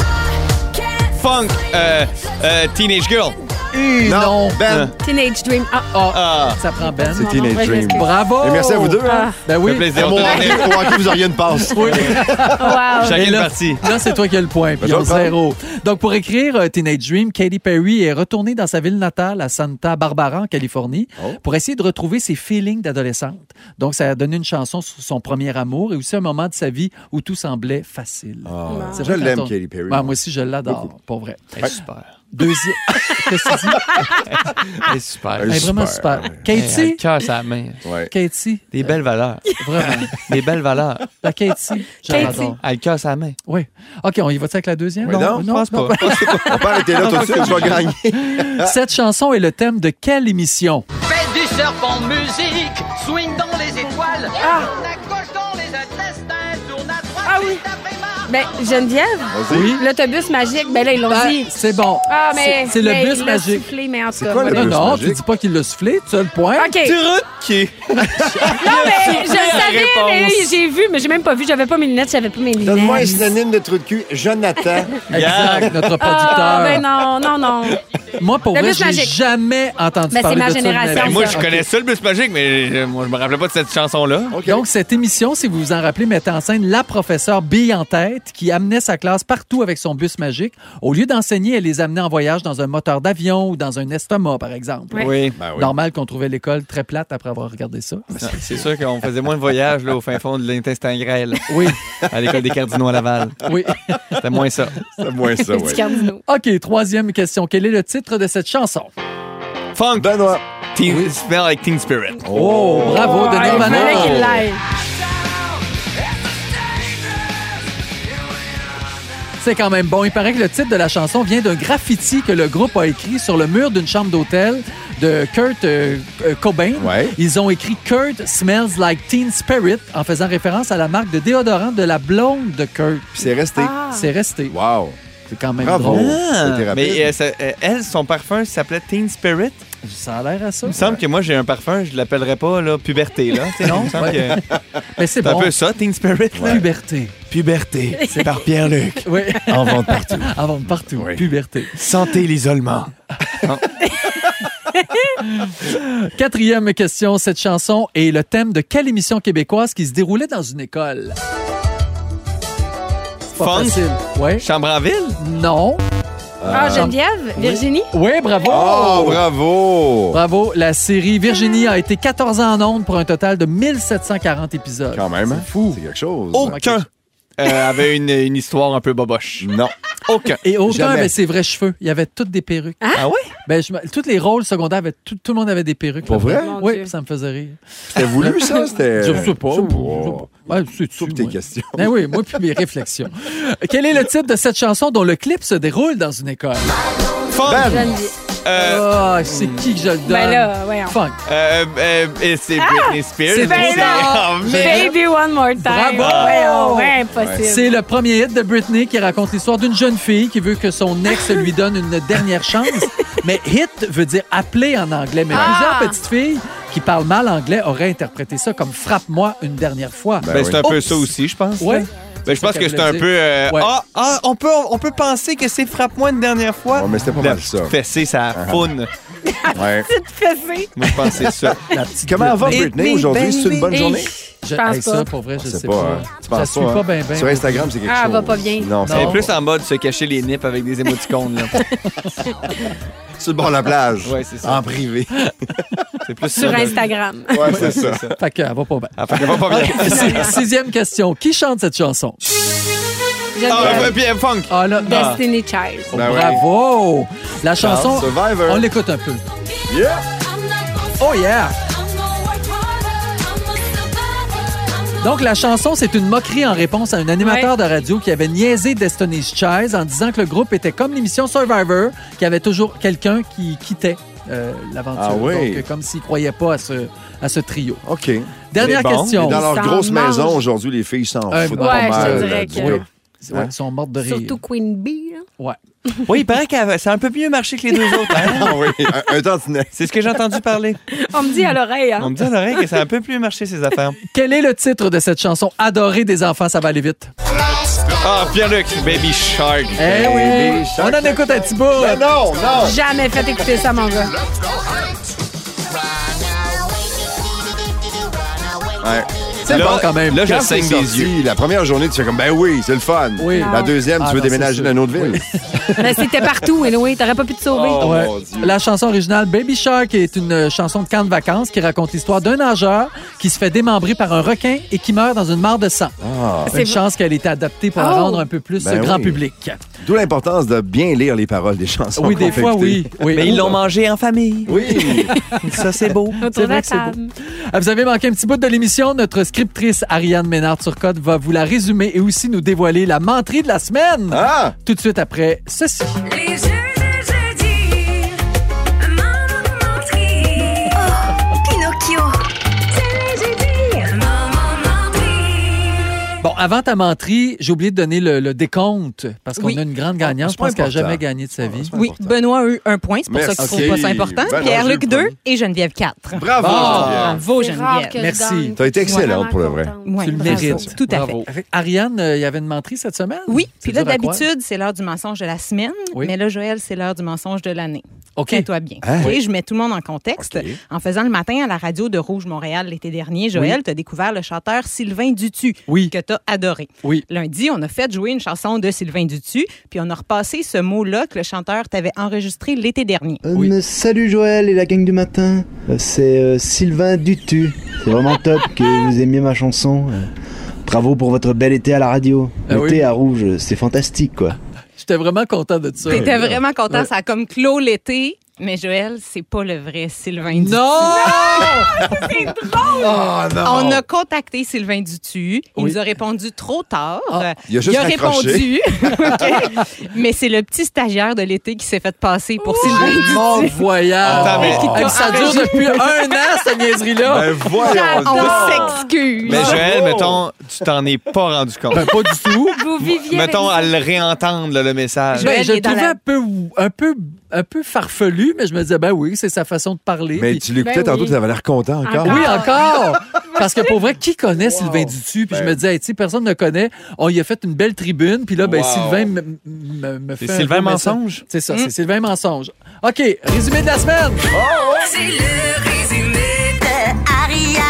[SPEAKER 3] Funk, euh, euh, Teenage Girl.
[SPEAKER 2] Non.
[SPEAKER 4] Ben.
[SPEAKER 5] Teenage Dream. Ah,
[SPEAKER 2] Ah,
[SPEAKER 3] Ah,
[SPEAKER 2] ça prend Ben.
[SPEAKER 4] C'est Teenage
[SPEAKER 5] Ouais, je
[SPEAKER 4] Dream.
[SPEAKER 5] m'excuse.
[SPEAKER 2] Bravo!
[SPEAKER 4] Et merci à vous deux.
[SPEAKER 5] ah.
[SPEAKER 4] Hein?
[SPEAKER 2] Ben
[SPEAKER 3] ça
[SPEAKER 2] oui.
[SPEAKER 3] fait plaisir.
[SPEAKER 4] Au
[SPEAKER 3] On te
[SPEAKER 4] hockey,
[SPEAKER 3] donne-
[SPEAKER 4] au hockey, vous auriez une passe.
[SPEAKER 2] Oui.
[SPEAKER 5] Wow.
[SPEAKER 3] Chacun une
[SPEAKER 2] là,
[SPEAKER 3] partie.
[SPEAKER 2] là, c'est toi qui as le point. Puis
[SPEAKER 4] Ben,
[SPEAKER 2] on
[SPEAKER 4] je vais le
[SPEAKER 2] zéro. Donc, pour écrire euh, Teenage Dream, Katy Perry est retournée dans sa ville natale à Santa Barbara, en Californie,
[SPEAKER 4] Oh.
[SPEAKER 2] pour essayer de retrouver ses feelings d'adolescente. Donc, ça a donné une chanson sur son premier amour et aussi un moment de sa vie où tout semblait facile.
[SPEAKER 4] Ah,
[SPEAKER 2] C'est
[SPEAKER 4] je
[SPEAKER 2] vrai,
[SPEAKER 4] l'aime,
[SPEAKER 2] quand on-
[SPEAKER 4] Katy Perry.
[SPEAKER 2] Ouais, moi aussi, je l'adore, pour vrai.
[SPEAKER 3] Elle est super.
[SPEAKER 2] Deuxième. Qu'est-ce que tu dis?
[SPEAKER 3] Elle est super.
[SPEAKER 4] Elle
[SPEAKER 2] Elle est vraiment
[SPEAKER 4] super,
[SPEAKER 2] super.
[SPEAKER 4] ouais.
[SPEAKER 3] Elle a le
[SPEAKER 2] Katy?
[SPEAKER 3] cœur sur la main.
[SPEAKER 4] Ouais.
[SPEAKER 2] Katy?
[SPEAKER 3] Des belles valeurs.
[SPEAKER 2] Vraiment.
[SPEAKER 3] Des belles valeurs.
[SPEAKER 2] La Katy, je
[SPEAKER 5] Katy.
[SPEAKER 2] l'adore.
[SPEAKER 3] Elle a le cœur sur la main.
[SPEAKER 2] Oui. OK, on y va-tu avec la deuxième?
[SPEAKER 4] Oui, non,
[SPEAKER 3] Je pense pas.
[SPEAKER 4] On peut arrêter là tout de suite, je vais gagner.
[SPEAKER 2] Cette chanson est le thème de quelle émission?
[SPEAKER 11] Fais du surf en musique, swing dans les étoiles,
[SPEAKER 5] Ah.
[SPEAKER 11] tourne à gauche dans les intestins, tourne à droite,
[SPEAKER 5] Ah oui.
[SPEAKER 11] c'est après marche.
[SPEAKER 5] Ben, Geneviève,
[SPEAKER 4] Vas-y.
[SPEAKER 2] Oui.
[SPEAKER 5] l'autobus magique, ben là, ils l'ont
[SPEAKER 2] Ah,
[SPEAKER 5] dit.
[SPEAKER 2] c'est bon.
[SPEAKER 5] Ah, mais.
[SPEAKER 2] C'est c'est le
[SPEAKER 5] mais
[SPEAKER 2] bus
[SPEAKER 5] il l'a
[SPEAKER 2] magique.
[SPEAKER 5] soufflé, mais en tout
[SPEAKER 4] C'est
[SPEAKER 5] cas.
[SPEAKER 4] quoi le
[SPEAKER 5] voilà.
[SPEAKER 2] Non,
[SPEAKER 4] bus
[SPEAKER 2] non,
[SPEAKER 4] magique?
[SPEAKER 2] tu dis pas qu'il l'a soufflé, tu as le point.
[SPEAKER 5] OK.
[SPEAKER 3] Truqué.
[SPEAKER 5] Non, mais je le savais, mais là, j'ai vu, mais j'ai même pas vu. J'avais pas mes lunettes, j'avais pas mes lunettes.
[SPEAKER 4] Donne-moi un synonyme de trou de cul. Jonathan.
[SPEAKER 2] Exact, notre producteur.
[SPEAKER 5] Ah, ben non, non, non.
[SPEAKER 2] Moi, pour
[SPEAKER 5] Le
[SPEAKER 2] vrai,
[SPEAKER 5] bus
[SPEAKER 2] j'ai
[SPEAKER 5] magique.
[SPEAKER 2] jamais entendu
[SPEAKER 5] Ben,
[SPEAKER 2] parler
[SPEAKER 5] c'est ma
[SPEAKER 2] de ça de
[SPEAKER 5] génération,
[SPEAKER 2] vie.
[SPEAKER 3] Ben, moi,
[SPEAKER 5] ça.
[SPEAKER 3] je connais ça, le bus magique, mais euh, moi, je me rappelais pas de cette chanson-là.
[SPEAKER 4] OK.
[SPEAKER 2] Donc, cette émission, si vous vous en rappelez, mettait en scène la professeure Bille en tête qui amenait sa classe partout avec son bus magique. Au lieu d'enseigner, elle les amenait en voyage dans un moteur d'avion ou dans un estomac, par exemple.
[SPEAKER 5] Ouais.
[SPEAKER 3] Oui.
[SPEAKER 4] Ben oui.
[SPEAKER 2] Normal qu'on trouvait l'école très plate après avoir regardé ça.
[SPEAKER 3] C'est sûr qu'on faisait moins de voyages là, au fin fond de l'intestin grêle,
[SPEAKER 2] Oui,
[SPEAKER 3] à l'école des Cardinaux à Laval.
[SPEAKER 2] oui.
[SPEAKER 3] C'était moins ça.
[SPEAKER 4] C'est moins ça,
[SPEAKER 5] Les petits
[SPEAKER 4] ouais.
[SPEAKER 5] cardinaux.
[SPEAKER 2] OK, troisième question. Quel est le titre de cette chanson?
[SPEAKER 3] Funk,
[SPEAKER 4] Benoît.
[SPEAKER 3] teen, Smell Like Teen Spirit.
[SPEAKER 2] Oh, bravo, de
[SPEAKER 5] Ah, il
[SPEAKER 2] Nirvana.
[SPEAKER 5] fallait qu'il l'aille.
[SPEAKER 2] C'est quand même bon. Il paraît que le titre de la chanson vient d'un graffiti que le groupe a écrit sur le mur d'une chambre d'hôtel de Kurt euh, euh, Cobain.
[SPEAKER 4] Ouais.
[SPEAKER 2] Ils ont écrit Kurt Smells Like Teen Spirit en faisant référence à la marque de déodorant de la blonde de Kurt.
[SPEAKER 4] Puis c'est resté.
[SPEAKER 5] Ah.
[SPEAKER 2] C'est resté.
[SPEAKER 4] Wow.
[SPEAKER 2] C'est quand même
[SPEAKER 4] Bravo.
[SPEAKER 2] drôle.
[SPEAKER 3] Ah,
[SPEAKER 4] C'était rapide.
[SPEAKER 3] mais euh, ça- euh, elle, son parfum s'appelait Teen Spirit.
[SPEAKER 2] Ça a l'air à ça.
[SPEAKER 3] Il me semble que moi, j'ai un parfum, je l'appellerais pas là, puberté. Là. Tu sais,
[SPEAKER 2] Non,
[SPEAKER 3] il me semble
[SPEAKER 2] ouais.
[SPEAKER 3] que
[SPEAKER 2] Mais c'est
[SPEAKER 3] c'est un
[SPEAKER 2] bon.
[SPEAKER 3] peu ça, Teen Spirit. là.
[SPEAKER 2] Puberté.
[SPEAKER 3] Puberté, c'est par Pierre-Luc.
[SPEAKER 2] Oui.
[SPEAKER 4] En vente partout.
[SPEAKER 2] Avant de partout.
[SPEAKER 4] Oui.
[SPEAKER 2] Puberté.
[SPEAKER 3] Sentez l'isolement.
[SPEAKER 2] Quatrième question. Cette chanson est le thème de quelle émission québécoise qui se déroulait dans une école? C'est pas
[SPEAKER 3] Funk?
[SPEAKER 2] facile. Ouais.
[SPEAKER 3] Chambre en ville?
[SPEAKER 2] Non.
[SPEAKER 5] Ah, Geneviève, Virginie.
[SPEAKER 2] Oui, bravo.
[SPEAKER 4] Oh, bravo.
[SPEAKER 2] Bravo. La série Virginie a été quatorze ans en ondes pour un total de mille sept cent quarante épisodes.
[SPEAKER 4] Quand même. hein?
[SPEAKER 2] C'est fou.
[SPEAKER 4] C'est quelque chose.
[SPEAKER 3] Aucun euh, avait une, une histoire un peu boboche.
[SPEAKER 4] Non.
[SPEAKER 3] Aucun.
[SPEAKER 2] Et aucun
[SPEAKER 4] Jamais.
[SPEAKER 2] avait ses vrais cheveux. Il y avait toutes des perruques.
[SPEAKER 3] Ah oui?
[SPEAKER 2] Ben, je me- tous les rôles secondaires, avaient, tout, tout le monde avait des perruques.
[SPEAKER 4] Pour vrai?
[SPEAKER 5] Mon
[SPEAKER 2] Oui,
[SPEAKER 5] Dieu.
[SPEAKER 2] ça me faisait rire.
[SPEAKER 4] C'était voulu, ça? C'était...
[SPEAKER 2] Je sais pas.
[SPEAKER 4] Je sais
[SPEAKER 2] Je sais pas. Ouais, c'est
[SPEAKER 4] Toutes tes questions.
[SPEAKER 2] Ben oui, moi puis mes réflexions. Quel est le titre de cette chanson dont le clip se déroule dans une école?
[SPEAKER 3] Funk.
[SPEAKER 4] Ben.
[SPEAKER 5] Geneviève.
[SPEAKER 3] Euh,
[SPEAKER 2] Ah, c'est qui que je le donne?
[SPEAKER 5] Ben là, voyons.
[SPEAKER 2] Funk.
[SPEAKER 3] euh, euh, et c'est Britney Spears.
[SPEAKER 2] C'est
[SPEAKER 3] mais
[SPEAKER 2] ben
[SPEAKER 3] c'est-
[SPEAKER 2] là.
[SPEAKER 3] Oh, man.
[SPEAKER 5] Baby One More Time.
[SPEAKER 2] Bravo.
[SPEAKER 5] Voyons, ouais, impossible.
[SPEAKER 2] C'est le premier hit de Britney qui raconte l'histoire d'une jeune fille qui veut que son ex lui donne une dernière chance. Mais hit veut dire appeler en anglais. Mais
[SPEAKER 5] Ah.
[SPEAKER 2] plusieurs petites filles qui parlent mal anglais auraient interprété ça comme frappe-moi une dernière fois.
[SPEAKER 4] Ben
[SPEAKER 3] Ben, c'est un peu
[SPEAKER 2] Oups.
[SPEAKER 3] ça aussi, je pense.
[SPEAKER 2] Ouais.
[SPEAKER 3] là. Ben, je pense
[SPEAKER 2] ça
[SPEAKER 3] que
[SPEAKER 2] qu'elle
[SPEAKER 3] c'est un
[SPEAKER 2] voulait
[SPEAKER 3] peu. euh,
[SPEAKER 2] Ouais.
[SPEAKER 3] Ah, ah, on peut, on peut penser que c'est frappe-moi une dernière fois.
[SPEAKER 4] Ouais, mais c'était pas
[SPEAKER 3] La
[SPEAKER 4] mal ça.
[SPEAKER 3] petite fessée, ça foune.
[SPEAKER 4] Ouais.
[SPEAKER 5] Petite fessée.
[SPEAKER 3] Moi, je pense que c'est ça.
[SPEAKER 2] La petite
[SPEAKER 4] Comment va
[SPEAKER 2] Britney.
[SPEAKER 4] Britney aujourd'hui? C'est une bonne
[SPEAKER 5] Et-
[SPEAKER 4] journée?
[SPEAKER 2] Je,
[SPEAKER 5] Je pense
[SPEAKER 2] hey, ça,
[SPEAKER 5] pas.
[SPEAKER 2] pour vrai, je
[SPEAKER 4] Je sais
[SPEAKER 2] sais
[SPEAKER 4] pas.
[SPEAKER 2] pas.
[SPEAKER 4] hein. Tu
[SPEAKER 2] Je
[SPEAKER 4] penses
[SPEAKER 2] la suis
[SPEAKER 4] pas?
[SPEAKER 2] pas
[SPEAKER 4] hein?
[SPEAKER 2] bien, bien.
[SPEAKER 4] Sur Instagram, c'est quelque
[SPEAKER 5] Ah,
[SPEAKER 4] chose.
[SPEAKER 5] elle va pas bien.
[SPEAKER 4] Non,
[SPEAKER 3] C'est
[SPEAKER 4] c'est
[SPEAKER 3] plus en mode se cacher les nippes avec des émoticônes. Là.
[SPEAKER 4] sur le bord de la plage.
[SPEAKER 3] Ouais, c'est ça.
[SPEAKER 4] En privé.
[SPEAKER 3] C'est plus
[SPEAKER 5] Sur
[SPEAKER 3] ça.
[SPEAKER 5] Instagram.
[SPEAKER 4] Ouais, c'est ça.
[SPEAKER 2] Fait qu'elle va pas bien.
[SPEAKER 3] Ah, fait qu'elle va pas bien.
[SPEAKER 2] Si- Sixième question. Qui chante cette chanson?
[SPEAKER 3] Ah,
[SPEAKER 5] Geneviève.
[SPEAKER 3] ouais, puis euh, funk.
[SPEAKER 2] Ah là, ah.
[SPEAKER 5] Destiny Child.
[SPEAKER 2] Oh,
[SPEAKER 4] Ben ouais.
[SPEAKER 2] bravo! La chanson,
[SPEAKER 4] Survivor.
[SPEAKER 2] on l'écoute un peu.
[SPEAKER 4] Yeah!
[SPEAKER 2] Oh yeah! Donc, la chanson, c'est une moquerie en réponse à un animateur de radio qui avait niaisé Destiny's Child en disant que le groupe était comme l'émission Survivor, qu'il y avait toujours quelqu'un qui quittait euh, l'aventure.
[SPEAKER 4] Ah oui.
[SPEAKER 2] Donc, euh, comme s'il ne croyait pas à ce, à ce trio.
[SPEAKER 4] OK.
[SPEAKER 2] Dernière
[SPEAKER 3] C'est bon.
[SPEAKER 2] question.
[SPEAKER 4] Et dans leur
[SPEAKER 5] Ça
[SPEAKER 4] grosse
[SPEAKER 5] mange.
[SPEAKER 4] maison, aujourd'hui, les filles s'en
[SPEAKER 2] Euh,
[SPEAKER 4] foutent
[SPEAKER 2] ouais,
[SPEAKER 4] pas
[SPEAKER 5] je
[SPEAKER 4] mal.
[SPEAKER 5] te dirais
[SPEAKER 4] là,
[SPEAKER 5] que-
[SPEAKER 4] du
[SPEAKER 2] Oui.
[SPEAKER 4] groupe.
[SPEAKER 2] Ouais, ils sont mortes de rire.
[SPEAKER 5] Surtout Queen Bee. Là.
[SPEAKER 2] Ouais.
[SPEAKER 3] Oui, il paraît que ça a un peu mieux marché que les deux autres. Hein?
[SPEAKER 4] Ah oui, un, un tantinet.
[SPEAKER 3] C'est ce que j'ai entendu parler.
[SPEAKER 5] On me dit à l'oreille. Hein?
[SPEAKER 3] On me dit à l'oreille que ça a un peu plus marché, ces affaires.
[SPEAKER 2] Quel est le titre de cette chanson adorée des enfants? Ça va aller vite.
[SPEAKER 3] Ah, Pierre-Luc, Baby Shark.
[SPEAKER 2] Eh oui!
[SPEAKER 4] Baby
[SPEAKER 2] On
[SPEAKER 4] Shark.
[SPEAKER 2] en écoute un petit bout.
[SPEAKER 4] Ben non, non!
[SPEAKER 5] Jamais fait écouter ça, mon gars.
[SPEAKER 4] Ouais.
[SPEAKER 2] C'est
[SPEAKER 3] Là-
[SPEAKER 2] bon quand même.
[SPEAKER 3] là, je
[SPEAKER 4] Quand
[SPEAKER 3] saigne
[SPEAKER 4] c'est
[SPEAKER 3] des
[SPEAKER 4] sorti,
[SPEAKER 3] yeux.
[SPEAKER 4] La première journée, tu fais comme, ben oui, c'est le fun.
[SPEAKER 2] Oui.
[SPEAKER 4] La deuxième,
[SPEAKER 2] Ah
[SPEAKER 4] tu veux
[SPEAKER 2] non, c'est
[SPEAKER 4] déménager
[SPEAKER 2] sûr.
[SPEAKER 4] dans une autre ville.
[SPEAKER 5] Mais c'était partout, anyway. T'aurais pas pu te sauver.
[SPEAKER 4] Oh,
[SPEAKER 2] Ouais.
[SPEAKER 4] mon Dieu.
[SPEAKER 2] La chanson originale Baby Shark est une chanson de camp de vacances qui raconte l'histoire d'un nageur qui se fait démembrer par un requin et qui meurt dans une mare de sang.
[SPEAKER 4] Ah.
[SPEAKER 2] Une chance qu'elle ait été adaptée pour la
[SPEAKER 5] Oh.
[SPEAKER 2] rendre un peu plus
[SPEAKER 4] Ben
[SPEAKER 2] grand
[SPEAKER 4] oui.
[SPEAKER 2] public.
[SPEAKER 4] D'où l'importance de bien lire les paroles des chansons.
[SPEAKER 2] Oui,
[SPEAKER 4] qu'on
[SPEAKER 2] des
[SPEAKER 4] fait
[SPEAKER 2] fois,
[SPEAKER 4] écouter.
[SPEAKER 2] oui. oui.
[SPEAKER 3] Mais ils l'ont mangé en famille.
[SPEAKER 4] Oui.
[SPEAKER 3] Ça, c'est beau.
[SPEAKER 2] C'est
[SPEAKER 5] Autour de
[SPEAKER 2] vrai
[SPEAKER 5] la
[SPEAKER 2] que c'est beau.
[SPEAKER 5] table.
[SPEAKER 2] Ah, vous avez manqué un petit bout de l'émission. Notre scriptrice Ariane Ménard-Turcotte va vous la résumer et aussi nous dévoiler la menterie de la semaine.
[SPEAKER 4] Ah!
[SPEAKER 2] Tout de suite après ceci.
[SPEAKER 1] Les jeux de jeudi, maman menterie. Oh, Pinocchio. C'est les jeudis, maman menterie.
[SPEAKER 2] Bon, avant ta menterie, j'ai oublié de donner le, le décompte parce qu'on
[SPEAKER 10] Oui.
[SPEAKER 2] a une grande gagnante.
[SPEAKER 4] c'est
[SPEAKER 2] Je pense
[SPEAKER 4] pas
[SPEAKER 2] qu'elle n'a
[SPEAKER 4] important.
[SPEAKER 2] jamais gagné de sa vie.
[SPEAKER 4] C'est
[SPEAKER 10] Oui,
[SPEAKER 4] important.
[SPEAKER 10] Benoît a eu un point, c'est pour ça
[SPEAKER 4] Merci.
[SPEAKER 10] qu'il ne trouve pas ça important.
[SPEAKER 4] Ben non,
[SPEAKER 10] Pierre-Luc
[SPEAKER 4] j'ai eu le
[SPEAKER 10] deux
[SPEAKER 4] premier.
[SPEAKER 10] et Geneviève quatre.
[SPEAKER 4] Bravo,
[SPEAKER 2] Bon.
[SPEAKER 4] Geneviève.
[SPEAKER 10] Bravo,
[SPEAKER 5] C'est rare
[SPEAKER 10] Geneviève.
[SPEAKER 5] que je
[SPEAKER 2] Merci.
[SPEAKER 5] gagne.
[SPEAKER 4] T'as été
[SPEAKER 5] Je suis
[SPEAKER 4] excellente,
[SPEAKER 5] vraiment
[SPEAKER 4] pour le vrai.
[SPEAKER 5] contente.
[SPEAKER 10] Ouais,
[SPEAKER 2] Tu le
[SPEAKER 10] bravo.
[SPEAKER 2] mérites.
[SPEAKER 10] Tout à
[SPEAKER 2] Bravo.
[SPEAKER 10] fait.
[SPEAKER 2] Avec Ariane, euh, il y avait une menterie cette semaine?
[SPEAKER 10] Oui,
[SPEAKER 2] C'est
[SPEAKER 10] puis là,
[SPEAKER 2] dur à croire.
[SPEAKER 10] d'habitude, c'est l'heure du mensonge de la semaine.
[SPEAKER 2] Oui.
[SPEAKER 10] Mais là, Joël, c'est l'heure du mensonge de l'année.
[SPEAKER 2] OK.
[SPEAKER 10] Tiens-toi bien.
[SPEAKER 4] Hein?
[SPEAKER 10] OK, je mets tout le monde en contexte.
[SPEAKER 4] OK.
[SPEAKER 10] En faisant le matin à la radio de Rouge Montréal l'été dernier, Joël,
[SPEAKER 2] Oui.
[SPEAKER 10] tu as découvert le chanteur Sylvain Dutu,
[SPEAKER 2] Oui.
[SPEAKER 10] que tu as adoré.
[SPEAKER 2] Oui.
[SPEAKER 10] Lundi, on a fait jouer une chanson de Sylvain Dutu, puis on a repassé ce mot-là que le chanteur t'avait enregistré l'été dernier.
[SPEAKER 12] Euh,
[SPEAKER 2] Oui.
[SPEAKER 12] mais salut Joël et la gang du matin, Euh, c'est euh, Sylvain Dutu. C'est vraiment top que vous aimiez ma chanson. Euh, bravo pour votre bel été à la radio.
[SPEAKER 2] Ah
[SPEAKER 12] L'été
[SPEAKER 2] oui.
[SPEAKER 12] à Rouge, c'est fantastique quoi.
[SPEAKER 2] J'étais vraiment content de ça.
[SPEAKER 10] T'étais vraiment content,
[SPEAKER 2] Ouais.
[SPEAKER 10] ça a comme clos l'été. Mais Joël, c'est pas le vrai Sylvain Dutu.
[SPEAKER 2] Non!
[SPEAKER 10] C'est drôle!
[SPEAKER 4] Oh non!
[SPEAKER 10] On a contacté Sylvain Dutu. Il
[SPEAKER 2] Oui.
[SPEAKER 10] nous a répondu trop tard.
[SPEAKER 2] Ah,
[SPEAKER 4] il a juste
[SPEAKER 10] répondu. OK. Mais c'est le petit stagiaire de l'été qui s'est fait passer pour Sylvain Dutu.
[SPEAKER 2] Mon voyage!
[SPEAKER 3] Attends, mais-
[SPEAKER 2] Hey, ça dure depuis un an, cette niaiserie-là.
[SPEAKER 4] Ben voyons
[SPEAKER 10] On
[SPEAKER 4] donc.
[SPEAKER 10] s'excuse.
[SPEAKER 3] Mais Joël,
[SPEAKER 4] Bravo.
[SPEAKER 3] mettons, tu t'en es pas rendu compte.
[SPEAKER 2] Ben, pas du tout.
[SPEAKER 5] Vous viviez
[SPEAKER 3] Mettons, à
[SPEAKER 5] avec ça.
[SPEAKER 3] le réentendre, là, le message.
[SPEAKER 10] Joël,
[SPEAKER 2] Ben, je
[SPEAKER 10] il
[SPEAKER 2] le
[SPEAKER 10] est dans
[SPEAKER 2] trouvais
[SPEAKER 10] la-
[SPEAKER 2] un, peu, un, peu, un peu farfelu, mais je me disais, ben oui, c'est sa façon de parler.
[SPEAKER 4] Mais
[SPEAKER 2] Puis-
[SPEAKER 4] tu l'écoutais
[SPEAKER 5] Ben
[SPEAKER 4] tantôt,
[SPEAKER 5] oui.
[SPEAKER 4] tu avais l'air content encore.
[SPEAKER 5] Encore.
[SPEAKER 2] Oui, encore. Parce que pour vrai, qui connaît Sylvain Dutu? Puis je me disais, hey, tu sais, personne ne le connaît. On y a fait une belle tribune. Puis là, ben,
[SPEAKER 3] Wow.
[SPEAKER 2] Sylvain me, me, me fait.
[SPEAKER 3] C'est
[SPEAKER 2] un
[SPEAKER 3] Sylvain
[SPEAKER 2] beau message.
[SPEAKER 3] Mensonge?
[SPEAKER 2] C'est ça, c'est Sylvain Mensonge. OK, résumé de la semaine.
[SPEAKER 1] C'est le résumé de Ariane.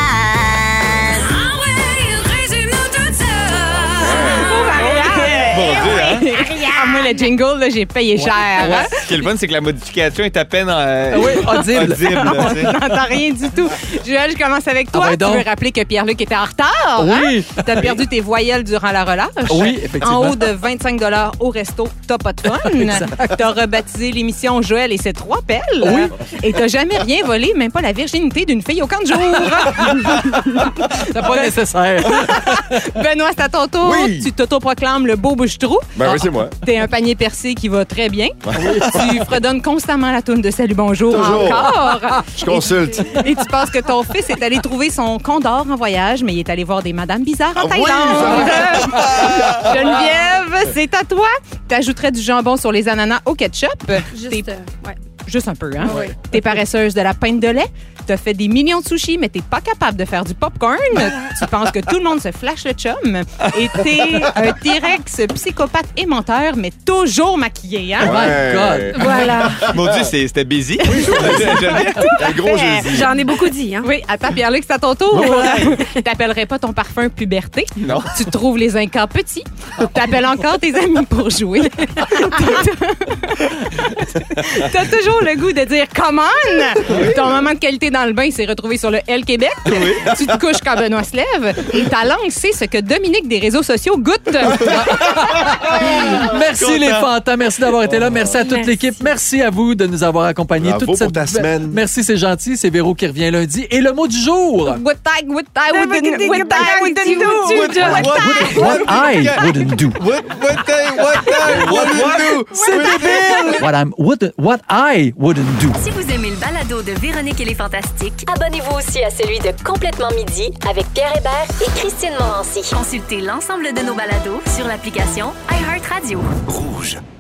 [SPEAKER 1] Ah ouais, résume-nous tout ça.
[SPEAKER 3] Bon Dieu, hein?
[SPEAKER 10] Ah, Moi, le jingle, là, j'ai payé cher. hein.
[SPEAKER 3] Ce qui est le fun, c'est que la modification est à peine euh,
[SPEAKER 2] Oui, audible.
[SPEAKER 3] audible, là, tu sais.
[SPEAKER 10] On n'entend rien du tout. Joël, je commence avec toi.
[SPEAKER 2] Ah ben donc.
[SPEAKER 10] Tu veux rappeler que Pierre-Luc était en retard?
[SPEAKER 2] Oui.
[SPEAKER 10] Hein? Tu as perdu tes voyelles durant la relâche.
[SPEAKER 2] Oui, effectivement.
[SPEAKER 10] En haut de vingt-cinq dollars au resto, t'as pas de fun. Tu as rebaptisé l'émission Joël et ses trois pelles.
[SPEAKER 2] Oui.
[SPEAKER 10] Et t'as jamais rien volé, même pas la virginité d'une fille au camp de jour.
[SPEAKER 2] C'est pas nécessaire.
[SPEAKER 10] Benoît, c'est à ton tour.
[SPEAKER 4] Oui.
[SPEAKER 10] Tu t'autoproclames le beau bouche-trou.
[SPEAKER 4] Ben oui, c'est moi.
[SPEAKER 10] T'es un panier percé qui va très bien. Tu fredonnes constamment la toune de Salut Bonjour
[SPEAKER 4] Toujours.
[SPEAKER 10] encore.
[SPEAKER 4] Je consulte.
[SPEAKER 10] Et tu penses que ton fils est allé trouver son condor en voyage, mais il est allé voir des madames bizarres en
[SPEAKER 4] Ah oui,
[SPEAKER 10] Thaïlande. Geneviève, c'est à toi. T'ajouterais du jambon sur les ananas au ketchup.
[SPEAKER 5] Juste,
[SPEAKER 10] T'es-
[SPEAKER 5] euh, ouais.
[SPEAKER 10] Juste un peu, hein?
[SPEAKER 5] Oui.
[SPEAKER 10] T'es paresseuse de la pinte de lait. T'as fait des millions de sushis, mais t'es pas capable de faire du popcorn. Tu penses que tout le monde se flash le chum. Et t'es un T-Rex psychopathe et menteur, mais toujours maquillé, hein?
[SPEAKER 2] Oh my God.
[SPEAKER 5] Voilà.
[SPEAKER 3] Mon Dieu, c'est- c'était busy.
[SPEAKER 4] Un gros jeudi.
[SPEAKER 5] J'en ai beaucoup dit, hein.
[SPEAKER 10] Oui, attends, Pierre-Luc, c'est à ton tour. T'appellerais pas ton parfum puberté.
[SPEAKER 3] Non.
[SPEAKER 10] Tu trouves les incas petits. T'appelles encore tes amis pour jouer. T'as toujours le goût de dire « Come on! » Ton moment de qualité dans le bain s'est retrouvé sur le L Québec. Tu te couches quand Benoît se lève. Et ta langue sait ce que Dominique des réseaux sociaux goûte.
[SPEAKER 2] Merci
[SPEAKER 3] Content.
[SPEAKER 2] les fantas, merci d'avoir été là. Merci à toute
[SPEAKER 5] Merci.
[SPEAKER 2] l'équipe. Merci à vous de nous avoir accompagnés
[SPEAKER 4] Bravo
[SPEAKER 2] toute
[SPEAKER 4] pour
[SPEAKER 2] cette
[SPEAKER 4] ta semaine.
[SPEAKER 2] Merci, c'est gentil. C'est Véro qui revient lundi. Et le mot du jour.
[SPEAKER 10] What I, what I wouldn't, what I wouldn't do.
[SPEAKER 2] What I wouldn't do.
[SPEAKER 3] What, what, I- what, I- what, what do?
[SPEAKER 2] C'est débile. What, I'm, what, what I wouldn't do.
[SPEAKER 9] Si vous aimez le balado de Véronique et les Fantastiques, abonnez-vous aussi à celui de Complètement Midi avec Pierre Hébert et Christine Morancy. Consultez l'ensemble de nos balados sur l'application iHeartRadio.
[SPEAKER 13] Rouge.